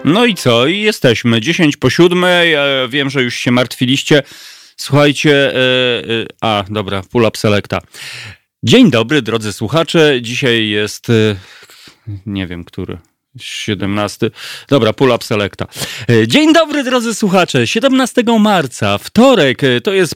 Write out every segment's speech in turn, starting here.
No i co? I jesteśmy. 6:50. Wiem, że już się martwiliście. Słuchajcie, dobra, pull up selecta. Dzień dobry, drodzy słuchacze. Dzisiaj jest, nie wiem, który... 17. Dobra, pull up selecta. Dzień dobry, drodzy słuchacze. 17 marca, wtorek, to jest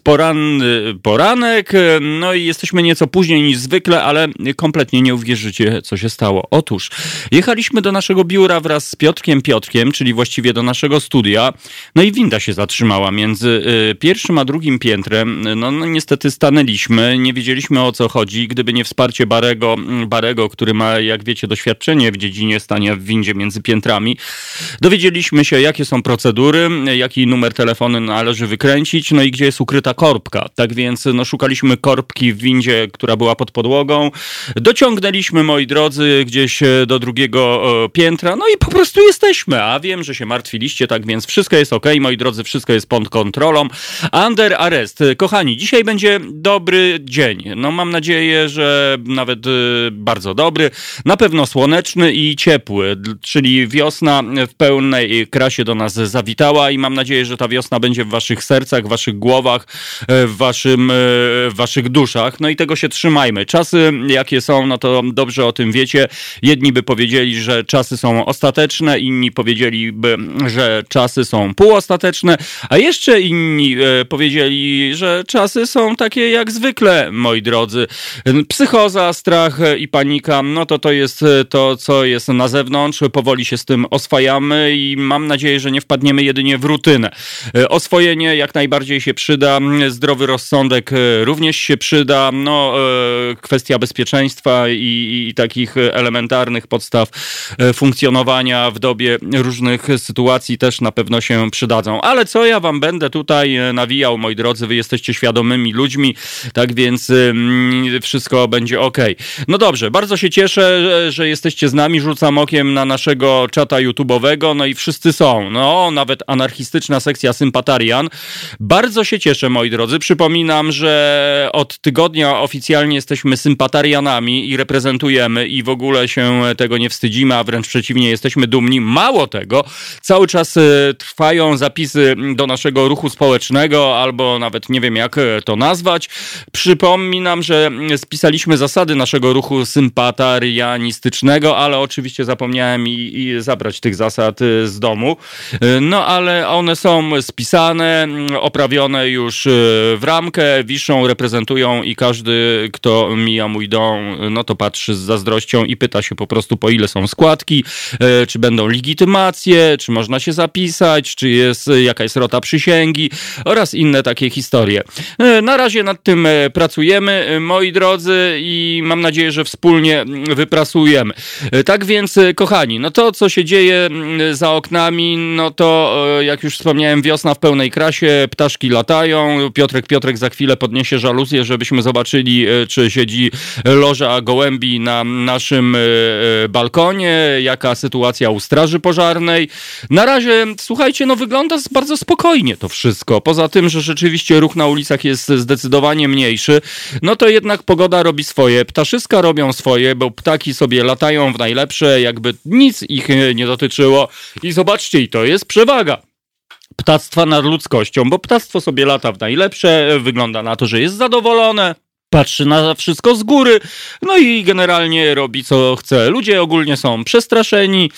poranek, no i jesteśmy nieco później niż zwykle, ale kompletnie nie uwierzycie, co się stało. Otóż, jechaliśmy do naszego biura wraz z Piotrkiem, czyli właściwie do naszego studia, no i winda się zatrzymała między pierwszym a drugim piętrem. No niestety stanęliśmy, nie wiedzieliśmy, o co chodzi. Gdyby nie wsparcie Barego, który ma, jak wiecie, doświadczenie w dziedzinie stania w windzie między piętrami. Dowiedzieliśmy się, jakie są procedury, jaki numer telefonu należy wykręcić, no i gdzie jest ukryta korbka. Tak więc szukaliśmy korbki w windzie, która była pod podłogą. Dociągnęliśmy, moi drodzy, gdzieś do drugiego piętra, no i po prostu jesteśmy. A wiem, że się martwiliście, tak więc wszystko jest okej, moi drodzy, wszystko jest pod kontrolą. Under arrest. Kochani, dzisiaj będzie dobry dzień. No mam nadzieję, że nawet bardzo dobry. Na pewno słoneczny i ciepły. Czyli wiosna w pełnej krasie do nas zawitała i mam nadzieję, że ta wiosna będzie w waszych sercach, w waszych głowach, w waszych duszach. No i tego się trzymajmy. Czasy jakie są, no to dobrze o tym wiecie. Jedni by powiedzieli, że czasy są ostateczne, inni powiedzieliby, że czasy są półostateczne, a jeszcze inni powiedzieli, że czasy są takie jak zwykle, moi drodzy. Psychoza, strach i panika, no to jest to, co jest na zewnątrz. Powoli się z tym oswajamy i mam nadzieję, że nie wpadniemy jedynie w rutynę. Oswojenie jak najbardziej się przyda, zdrowy rozsądek również się przyda, kwestia bezpieczeństwa i takich elementarnych podstaw funkcjonowania w dobie różnych sytuacji też na pewno się przydadzą. Ale co ja wam będę tutaj nawijał, moi drodzy, wy jesteście świadomymi ludźmi, tak więc wszystko będzie okej. No dobrze, bardzo się cieszę, że jesteście z nami, rzucam okiem na naszego czata YouTube'owego, no i wszyscy są, nawet anarchistyczna sekcja sympatarian. Bardzo się cieszę, moi drodzy. Przypominam, że od tygodnia oficjalnie jesteśmy sympatarianami i reprezentujemy i w ogóle się tego nie wstydzimy, a wręcz przeciwnie, jesteśmy dumni. Mało tego, cały czas trwają zapisy do naszego ruchu społecznego, albo nawet nie wiem jak to nazwać. Przypominam, że spisaliśmy zasady naszego ruchu sympatarianistycznego, ale oczywiście zapomniałem i zabrać tych zasad z domu. No ale one są spisane, oprawione już w ramkę, wiszą, reprezentują i każdy, kto mija mój dom, no to patrzy z zazdrością i pyta się po prostu, po ile są składki, czy będą legitymacje, czy można się zapisać, czy jaka jest rota przysięgi oraz inne takie historie. Na razie nad tym pracujemy, moi drodzy, i mam nadzieję, że wspólnie wypracujemy. Tak więc, kochani, no to, co się dzieje za oknami, no to, jak już wspomniałem, wiosna w pełnej krasie, ptaszki latają, Piotrek za chwilę podniesie żaluzję, żebyśmy zobaczyli, czy siedzi loża gołębi na naszym balkonie, jaka sytuacja u straży pożarnej. Na razie, słuchajcie, wygląda bardzo spokojnie to wszystko. Poza tym, że rzeczywiście ruch na ulicach jest zdecydowanie mniejszy, no to jednak pogoda robi swoje, ptaszyska robią swoje, bo ptaki sobie latają w najlepsze, jakby nic ich nie dotyczyło. I zobaczcie, i to jest przewaga ptactwa nad ludzkością, bo ptactwo sobie lata w najlepsze, wygląda na to, że jest zadowolone, patrzy na wszystko z góry, no i generalnie robi co chce. Ludzie ogólnie są przestraszeni,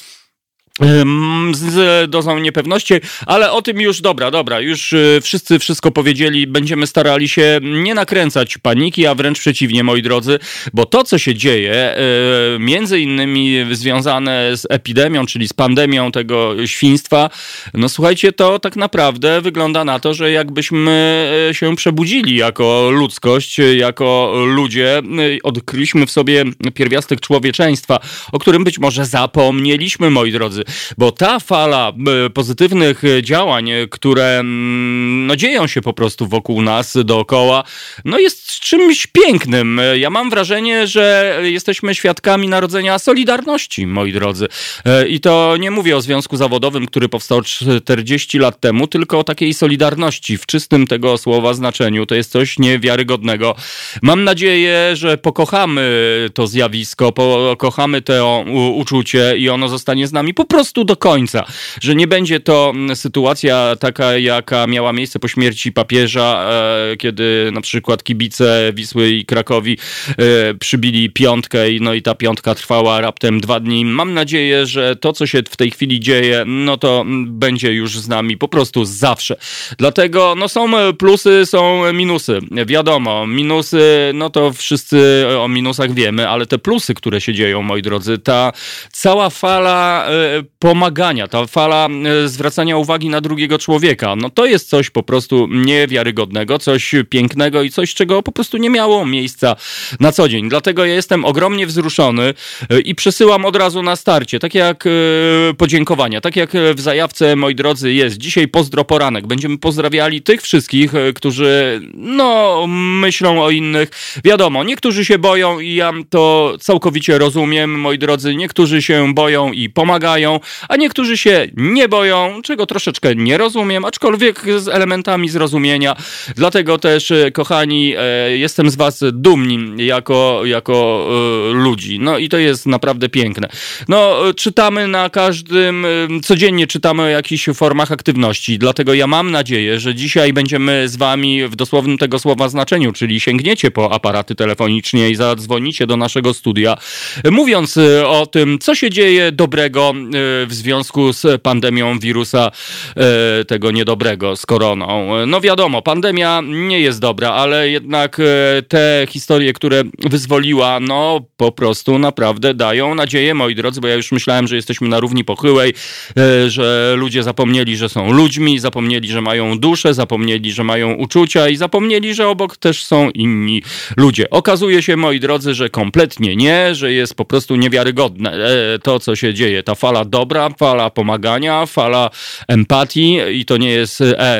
z dozą niepewności, ale o tym już, dobra, już wszyscy wszystko powiedzieli, będziemy starali się nie nakręcać paniki, a wręcz przeciwnie, moi drodzy, bo to, co się dzieje, między innymi związane z epidemią, czyli z pandemią tego świństwa, no słuchajcie, to tak naprawdę wygląda na to, że jakbyśmy się przebudzili jako ludzkość, jako ludzie, odkryliśmy w sobie pierwiastek człowieczeństwa, o którym być może zapomnieliśmy, moi drodzy. Bo ta fala pozytywnych działań, które dzieją się po prostu wokół nas, dookoła, jest czymś pięknym. Ja mam wrażenie, że jesteśmy świadkami narodzenia Solidarności, moi drodzy. I to nie mówię o związku zawodowym, który powstał 40 lat temu, tylko o takiej solidarności w czystym tego słowa znaczeniu. To jest coś niewiarygodnego. Mam nadzieję, że pokochamy to zjawisko, pokochamy to uczucie i ono zostanie z nami po prostu do końca, że nie będzie to sytuacja taka, jaka miała miejsce po śmierci papieża, kiedy na przykład kibice Wisły i Krakowi przybili piątkę i ta piątka trwała raptem 2 dni. Mam nadzieję, że to, co się w tej chwili dzieje, no to będzie już z nami po prostu zawsze. Dlatego są plusy, są minusy. Wiadomo, minusy, no to wszyscy o minusach wiemy, ale te plusy, które się dzieją, moi drodzy, ta cała fala pomagania, ta fala zwracania uwagi na drugiego człowieka, no to jest coś po prostu niewiarygodnego, coś pięknego i coś, czego po prostu nie miało miejsca na co dzień. Dlatego ja jestem ogromnie wzruszony i przesyłam od razu na starcie, tak jak podziękowania, tak jak w zajawce, moi drodzy, jest dzisiaj pozdro poranek. Będziemy pozdrawiali tych wszystkich, którzy myślą o innych. Wiadomo, niektórzy się boją i ja to całkowicie rozumiem, moi drodzy. Niektórzy się boją i pomagają, a niektórzy się nie boją, czego troszeczkę nie rozumiem, aczkolwiek z elementami zrozumienia. Dlatego też, kochani, jestem z was dumni jako ludzi. No i to jest naprawdę piękne. Czytamy codziennie czytamy o jakichś formach aktywności, dlatego ja mam nadzieję, że dzisiaj będziemy z wami w dosłownym tego słowa znaczeniu, czyli sięgniecie po aparaty telefonicznie i zadzwonicie do naszego studia, mówiąc o tym, co się dzieje dobrego w związku z pandemią wirusa tego niedobrego, z koroną. No wiadomo, pandemia nie jest dobra, ale jednak te historie, które wyzwoliła, po prostu naprawdę dają nadzieję, moi drodzy, bo ja już myślałem, że jesteśmy na równi pochyłej, że ludzie zapomnieli, że są ludźmi, zapomnieli, że mają duszę, zapomnieli, że mają uczucia i zapomnieli, że obok też są inni ludzie. Okazuje się, moi drodzy, że kompletnie nie, że jest po prostu niewiarygodne to, co się dzieje. Ta fala dobra, fala pomagania, fala empatii i to nie jest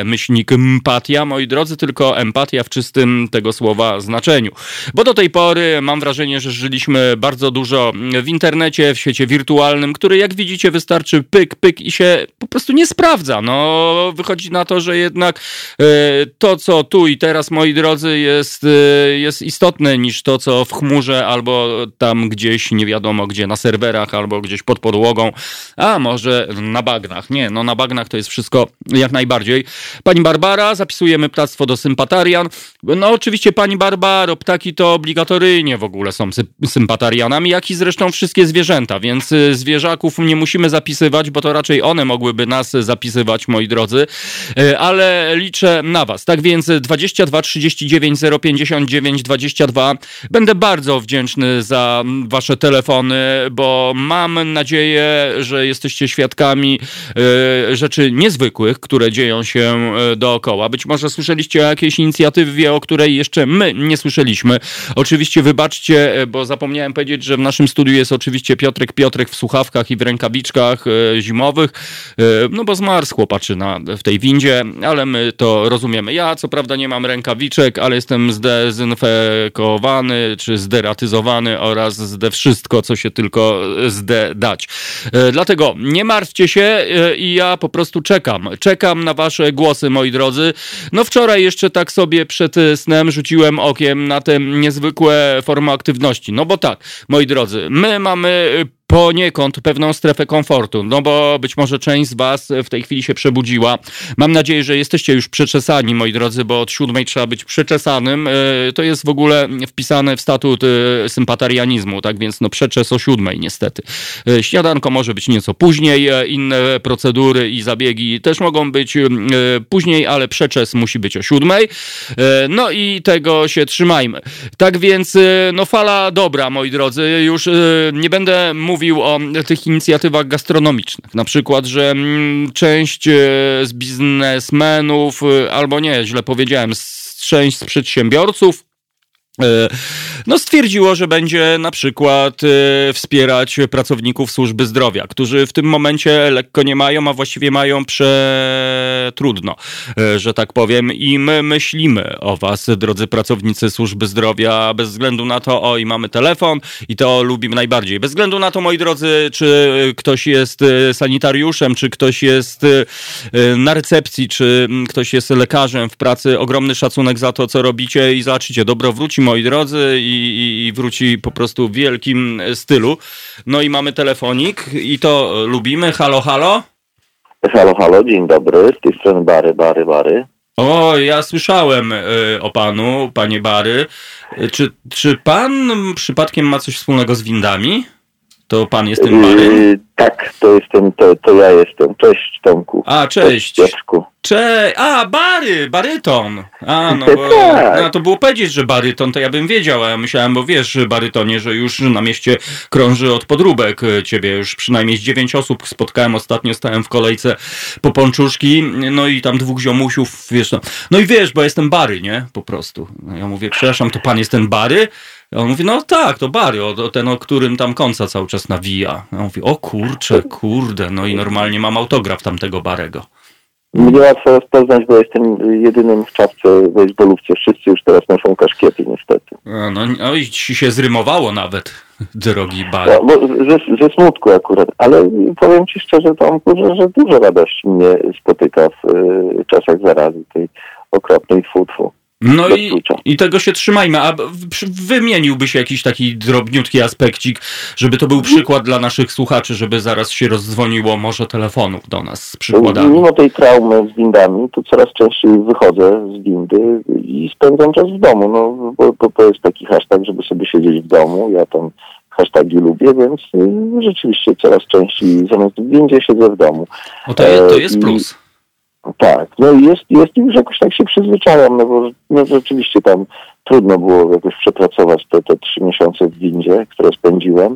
empatia, moi drodzy, tylko empatia w czystym tego słowa znaczeniu. Bo do tej pory mam wrażenie, że żyliśmy bardzo dużo w internecie, w świecie wirtualnym, który jak widzicie wystarczy pyk i się po prostu nie sprawdza. Wychodzi na to, że jednak to, co tu i teraz, moi drodzy, jest istotne niż to, co w chmurze albo tam gdzieś, nie wiadomo gdzie, na serwerach albo gdzieś pod podłogą, a może na bagnach. Nie, na bagnach to jest wszystko jak najbardziej. Pani Barbara, zapisujemy ptactwo do sympatarian. Oczywiście, pani Barbaro, ptaki to obligatoryjnie w ogóle są sympatarianami, jak i zresztą wszystkie zwierzęta, więc zwierzaków nie musimy zapisywać, bo to raczej one mogłyby nas zapisywać, moi drodzy, ale liczę na was. Tak więc 22 39 059 22. Będę bardzo wdzięczny za wasze telefony, bo mam nadzieję, że jesteście świadkami rzeczy niezwykłych, które dzieją się dookoła. Być może słyszeliście o jakiejś inicjatywie, o której jeszcze my nie słyszeliśmy. Oczywiście wybaczcie, bo zapomniałem powiedzieć, że w naszym studiu jest oczywiście Piotrek w słuchawkach i w rękawiczkach zimowych, bo zmarł chłopaczyna w tej windzie, ale my to rozumiemy. Ja co prawda nie mam rękawiczek, ale jestem zdezynfekowany, czy zderatyzowany oraz wszystko, co się tylko dać. Dlatego nie martwcie się i ja po prostu czekam na wasze głosy, moi drodzy. Wczoraj jeszcze tak sobie przed snem rzuciłem okiem na te niezwykłe formy aktywności. Bo tak, moi drodzy, my mamy poniekąd pewną strefę komfortu, bo być może część z was w tej chwili się przebudziła. Mam nadzieję, że jesteście już przeczesani, moi drodzy, bo od 7 trzeba być przeczesanym. To jest w ogóle wpisane w statut sympatarianizmu, tak więc przeczes o 7 niestety. Śniadanko może być nieco później, inne procedury i zabiegi też mogą być później, ale przeczes musi być o 7. I tego się trzymajmy. Tak więc fala dobra, moi drodzy, już nie będę mówił o tych inicjatywach gastronomicznych. Na przykład, że część z biznesmenów, albo nie, źle powiedziałem, część z przedsiębiorców stwierdziło, że będzie na przykład wspierać pracowników służby zdrowia, którzy w tym momencie lekko nie mają, a właściwie mają trudno, że tak powiem. I my myślimy o was, drodzy pracownicy służby zdrowia, bez względu na to, i mamy telefon i to lubimy najbardziej. Bez względu na to, moi drodzy, czy ktoś jest sanitariuszem, czy ktoś jest na recepcji, czy ktoś jest lekarzem w pracy, ogromny szacunek za to, co robicie i zobaczycie, dobro wróci, moi drodzy, i wróci po prostu w wielkim stylu. No i mamy telefonik i to lubimy. Halo, halo? Halo, halo, dzień dobry, z tej strony Bary. O, ja słyszałem o panu, panie Bary. Czy pan przypadkiem ma coś wspólnego z windami? To pan jest tym Bary? Tak, to ja jestem. Cześć, Tomku. A, cześć. Pieszku. Bary, baryton. To było powiedzieć, że baryton, to ja bym wiedział, a ja myślałem, bo wiesz, barytonie, że już na mieście krąży od podróbek ciebie, już przynajmniej 9 osób spotkałem, ostatnio stałem w kolejce po pączuszki, no i tam 2 ziomusiów, wiesz, no i wiesz, bo jestem Bary, nie, po prostu. Ja mówię, przepraszam, to pan jest ten Bary? A on mówi, no tak, to Bary, ten, o którym tam końca cały czas nawija. A on mówi, o kurczę, kurde, no i normalnie mam autograf tamtego Barego. Mnie łatwo rozpoznać, bo jestem jedynym w czapce bejsbolówce. Wszyscy już teraz noszą kaszkiety, niestety. No i ci się zrymowało nawet, drogi Bary. No, bo ze smutku akurat, ale powiem ci szczerze, Tomku, że dużo radości mnie spotyka w czasach zarazy tej okropnej tfu. No i tego się trzymajmy. A wymieniłby się jakiś taki drobniutki aspekcik, żeby to był przykład dla naszych słuchaczy, żeby zaraz się rozdzwoniło może telefonów do nas z przykładami. Mimo tej traumy z windami, to coraz częściej wychodzę z windy i spędzam czas w domu, bo to jest taki hashtag, żeby sobie siedzieć w domu. Ja tam hashtagi lubię, więc rzeczywiście coraz częściej zamiast w windzie siedzę w domu. To jest plus. Tak, no i jest już jakoś tak się przyzwyczajam, bo rzeczywiście tam trudno było jakoś przepracować te 3 miesiące w windzie, które spędziłem.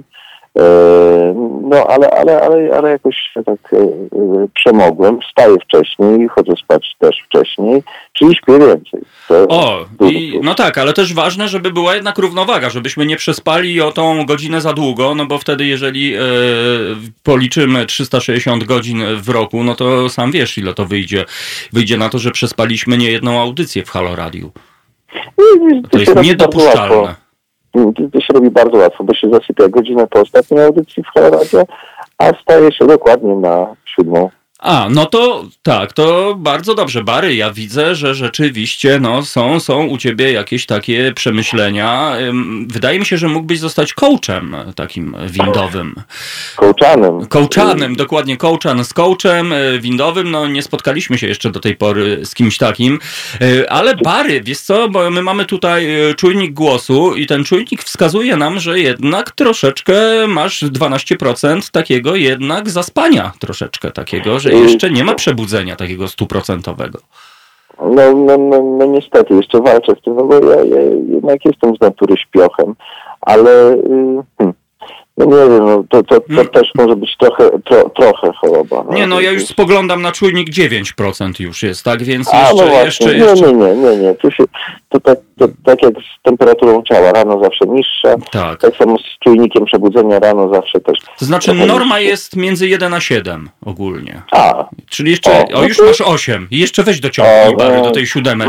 Ale jakoś się tak przemogłem. Wstaję wcześniej, chodzę spać też wcześniej, czyli śpię więcej. No tak, ale też ważne, żeby była jednak równowaga, żebyśmy nie przespali o tą godzinę za długo, no bo wtedy jeżeli policzymy 360 godzin w roku, no to sam wiesz, ile to wyjdzie. Wyjdzie na to, że przespaliśmy niejedną audycję w Halo Radiu. To jest niedopuszczalne. To się robi bardzo łatwo, bo się zasypia godzinę po ostatniej audycji w Halo Radio, a staje się dokładnie na 7. No to tak, to bardzo dobrze. Bary, ja widzę, że rzeczywiście są u ciebie jakieś takie przemyślenia. Wydaje mi się, że mógłbyś zostać coachem takim windowym. Coachanem, dokładnie, coachan z coachem windowym. No nie spotkaliśmy się jeszcze do tej pory z kimś takim, ale Bary, wiesz co, bo my mamy tutaj czujnik głosu i ten czujnik wskazuje nam, że jednak troszeczkę masz 12% takiego jednak zaspania troszeczkę takiego, że jeszcze nie ma przebudzenia takiego 100%. No niestety, jeszcze walczę z tym, bo ja jednak jestem z natury śpiochem, ale no nie wiem, to też może być trochę choroba. Ja już spoglądam na czujnik 9% już jest, tak? Więc jeszcze... Nie. To tak jak z temperaturą ciała, rano zawsze niższa, tak samo z czujnikiem przebudzenia rano zawsze też. To znaczy norma jest między 1 a 7 ogólnie. Czyli jeszcze, już masz 8 i jeszcze weź dociągnij Bary do tej 7.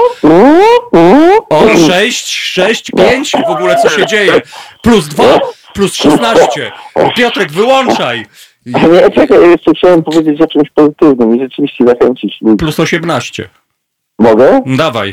6, 5, w ogóle co się dzieje? Plus 2, plus 16. Piotrek, wyłączaj. Nie, czekaj, jeszcze chciałem powiedzieć o czymś pozytywnym i rzeczywiście zachęcić ludzi. Plus 18. Mogę? Dawaj.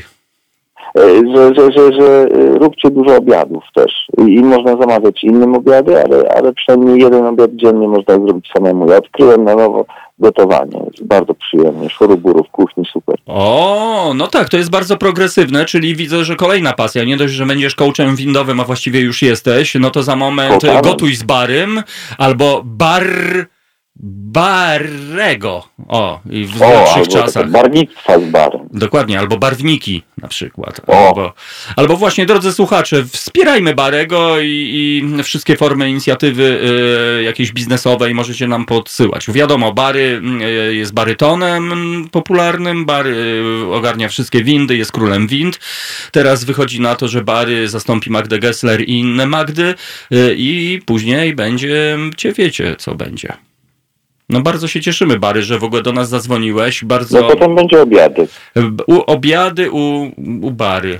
Że róbcie dużo obiadów też. I można zamawiać innym obiady, ale przynajmniej jeden obiad dziennie można zrobić samemu. Ja odkryłem na nowo gotowanie. Jest bardzo przyjemnie. Szuruburu w kuchni, super. No tak, to jest bardzo progresywne, czyli widzę, że kolejna pasja. Nie dość, że będziesz coachem windowym, a właściwie już jesteś, no to za moment gotuj z Barym albo Barrego. I w lepszych czasach. Barwnictwa z barem. Dokładnie, albo barwniki na przykład. Albo właśnie, drodzy słuchacze, wspierajmy Barego i wszystkie formy inicjatywy jakiejś biznesowej możecie nam podsyłać. Wiadomo, Bary jest barytonem popularnym, Bary ogarnia wszystkie windy, jest królem wind. Teraz wychodzi na to, że Bary zastąpi Magdę Gessler i inne Magdy i później będzie, wiecie co będzie. No bardzo się cieszymy, Bary, że w ogóle do nas zadzwoniłeś. Bardzo... No potem będzie obiady. Obiady u Bary.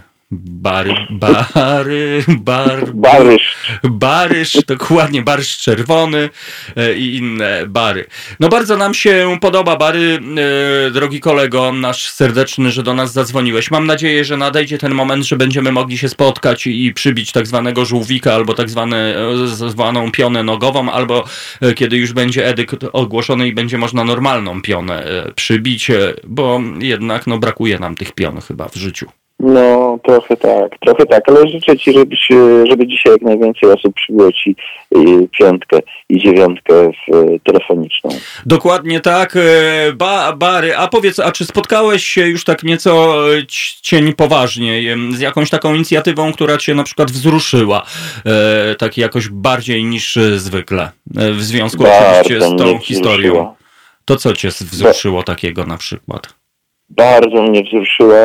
Barysz, dokładnie, barysz czerwony i inne bary. No bardzo nam się podoba, Bary, drogi kolego, nasz serdeczny, że do nas zadzwoniłeś. Mam nadzieję, że nadejdzie ten moment, że będziemy mogli się spotkać i przybić tak zwanego żółwika, albo tak zwaną pionę nogową, albo kiedy już będzie edykt ogłoszony i będzie można normalną pionę przybić, bo jednak no brakuje nam tych pion chyba w życiu. No, trochę tak, ale życzę Ci, żeby dzisiaj jak najwięcej osób przybyło Ci 5 i 9 telefoniczną. Dokładnie tak. Bary, a powiedz, a czy spotkałeś się już tak nieco cień poważniej z jakąś taką inicjatywą, która Cię na przykład wzruszyła, tak jakoś bardziej niż zwykle, w związku oczywiście z tą historią? To co Cię wzruszyło takiego na przykład? Bardzo mnie wzruszyła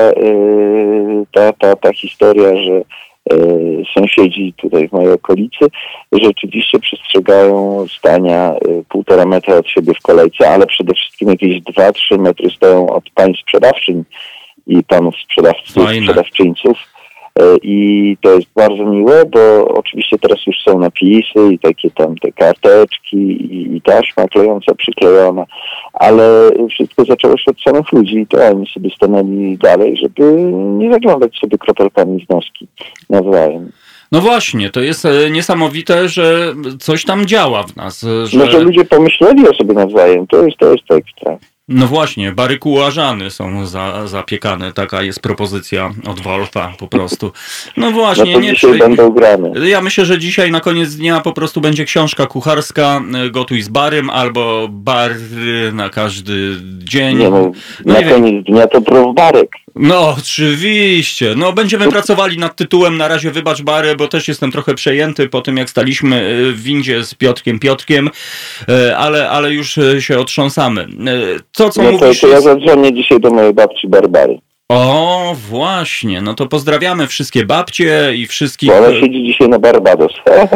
ta historia, że sąsiedzi tutaj w mojej okolicy rzeczywiście przestrzegają stania 1,5 metra od siebie w kolejce, ale przede wszystkim jakieś 2-3 metry stoją od pań sprzedawczyń i panów sprzedawczyńców. I to jest bardzo miłe, bo oczywiście teraz już są napisy i takie tam te karteczki i taśma klejąca, przyklejona, ale wszystko zaczęło się od samych ludzi i to oni sobie stanęli dalej, żeby nie zaglądać sobie kropelkami z noski nawzajem. No właśnie, to jest niesamowite, że coś tam działa w nas. Że ludzie pomyśleli o sobie nawzajem, to jest ekstra. No właśnie, bary kułażany są zapiekane, taka jest propozycja od Wolfa po prostu. No właśnie, no to dzisiaj będą grane. Ja myślę, że dzisiaj na koniec dnia po prostu będzie książka kucharska, gotuj z Barym, albo Bary na każdy dzień. Nie, na koniec dnia to browbarek. No oczywiście, no będziemy pracowali nad tytułem, na razie wybacz Bary, bo też jestem trochę przejęty po tym jak staliśmy w windzie z Piotrkiem, ale już się otrząsamy. Co mówisz? To ja zadzwonię dzisiaj do mojej babci Barbary. O, właśnie, no to pozdrawiamy wszystkie babcie i wszystkich... Bo ona siedzi dzisiaj na Barbados.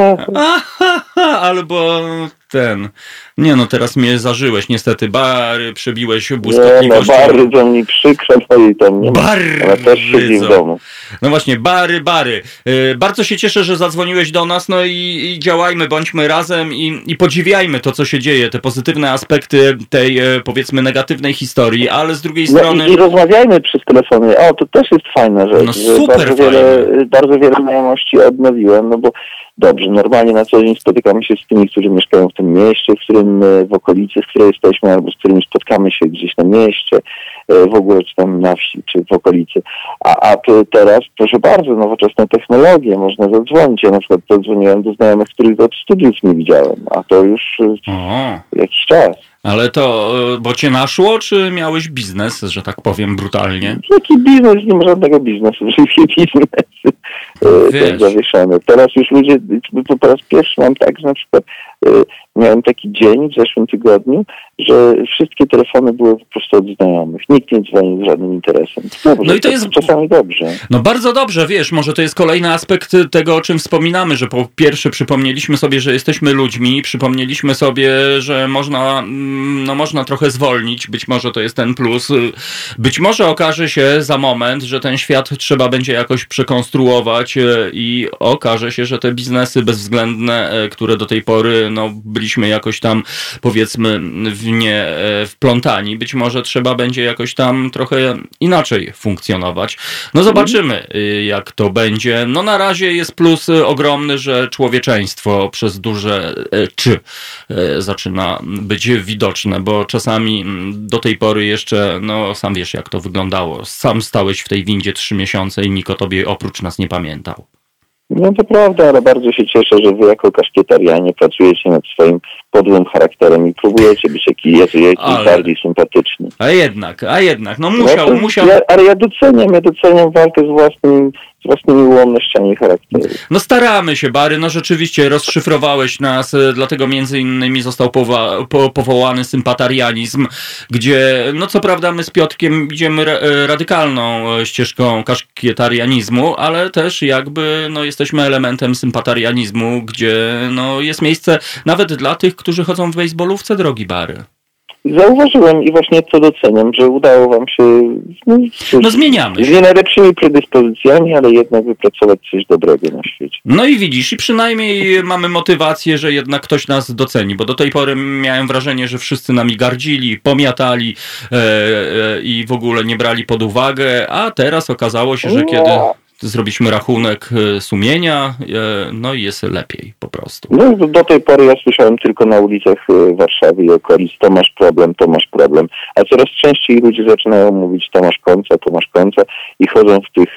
Albo ten... Nie no, teraz mnie zażyłeś, niestety, Bary, przebiłeś błyskotliwością. Nie, no bardzo mi przykro, no i tam nie ma. Ona też siedzi w domu. No właśnie, Bary. Bardzo się cieszę, że zadzwoniłeś do nas, no i działajmy, bądźmy razem i podziwiajmy to, co się dzieje, te pozytywne aspekty tej, powiedzmy, negatywnej historii, ale z drugiej strony... I rozmawiajmy przez telefony. O, to też jest fajne, że, bardzo wiele znajomości odnowiłem, no bo dobrze, normalnie na co dzień spotykamy się z tymi, którzy mieszkają w tym mieście, w okolicy, w której jesteśmy, albo z którymi spotkamy się gdzieś na mieście, w ogóle czy tam na wsi, czy w okolicy. A teraz, proszę bardzo, nowoczesne technologie, można zadzwonić. Ja na przykład zadzwoniłem do znajomych, których od studiów nie widziałem, a to już jakiś czas. Ale to, bo cię naszło, czy miałeś biznes, że tak powiem brutalnie? Jaki biznes? Nie ma żadnego biznesu, żadnych biznesy ten zawieszony. Teraz już ludzie, po raz pierwszy mam tak, że na przykład miałem taki dzień w zeszłym tygodniu, że wszystkie telefony były po prostu od znajomych. Nikt nie dzwonił z żadnym interesem. Dobrze, no i to jest czasami dobrze. No bardzo dobrze, wiesz, może to jest kolejny aspekt tego, o czym wspominamy, że po pierwsze przypomnieliśmy sobie, że jesteśmy ludźmi, przypomnieliśmy sobie, że można trochę zwolnić, być może to jest ten plus. Być może okaże się za moment, że ten świat trzeba będzie jakoś przekonstruować i okaże się, że te biznesy bezwzględne, które do tej pory byliśmy jakoś tam, powiedzmy, w nie wplątani, być może trzeba będzie jakoś tam trochę inaczej funkcjonować. No zobaczymy, jak to będzie. No na razie jest plus ogromny, że człowieczeństwo przez duże zaczyna być widoczne, bo czasami do tej pory jeszcze, sam wiesz jak to wyglądało. Sam stałeś w tej windzie 3 miesiące i nikt o tobie oprócz nas nie pamiętał. No to prawda, ale bardzo się cieszę, że wy jako kaszkietarianie pracujecie nad swoim podłym charakterem i próbujecie być jakiś bardziej sympatyczny. A jednak, musiał. Ale ja doceniam walkę z własnymi ułomnościami charakteru. No staramy się, Bary, rzeczywiście rozszyfrowałeś nas, dlatego między innymi został powołany sympatarianizm, gdzie, co prawda my z Piotrkiem idziemy radykalną ścieżką kaszkietarianizmu, ale też jakby, jesteśmy elementem sympatarianizmu, gdzie, jest miejsce nawet dla tych, którzy chodzą w bejsbolówce, drogi Bary. Zauważyłem i właśnie to doceniam, że udało wam się zmieniamy z nie najlepszymi predyspozycjami, ale jednak wypracować coś dobrego na świecie. No i widzisz, i przynajmniej mamy motywację, że jednak ktoś nas doceni, bo do tej pory miałem wrażenie, że wszyscy nami gardzili, pomiatali i w ogóle nie brali pod uwagę, a teraz okazało się, że kiedy zrobiliśmy rachunek sumienia, no i jest lepiej po prostu. No do tej pory ja słyszałem tylko na ulicach Warszawy i okolic, to masz problem, a coraz częściej ludzie zaczynają mówić to masz końca i chodzą w tych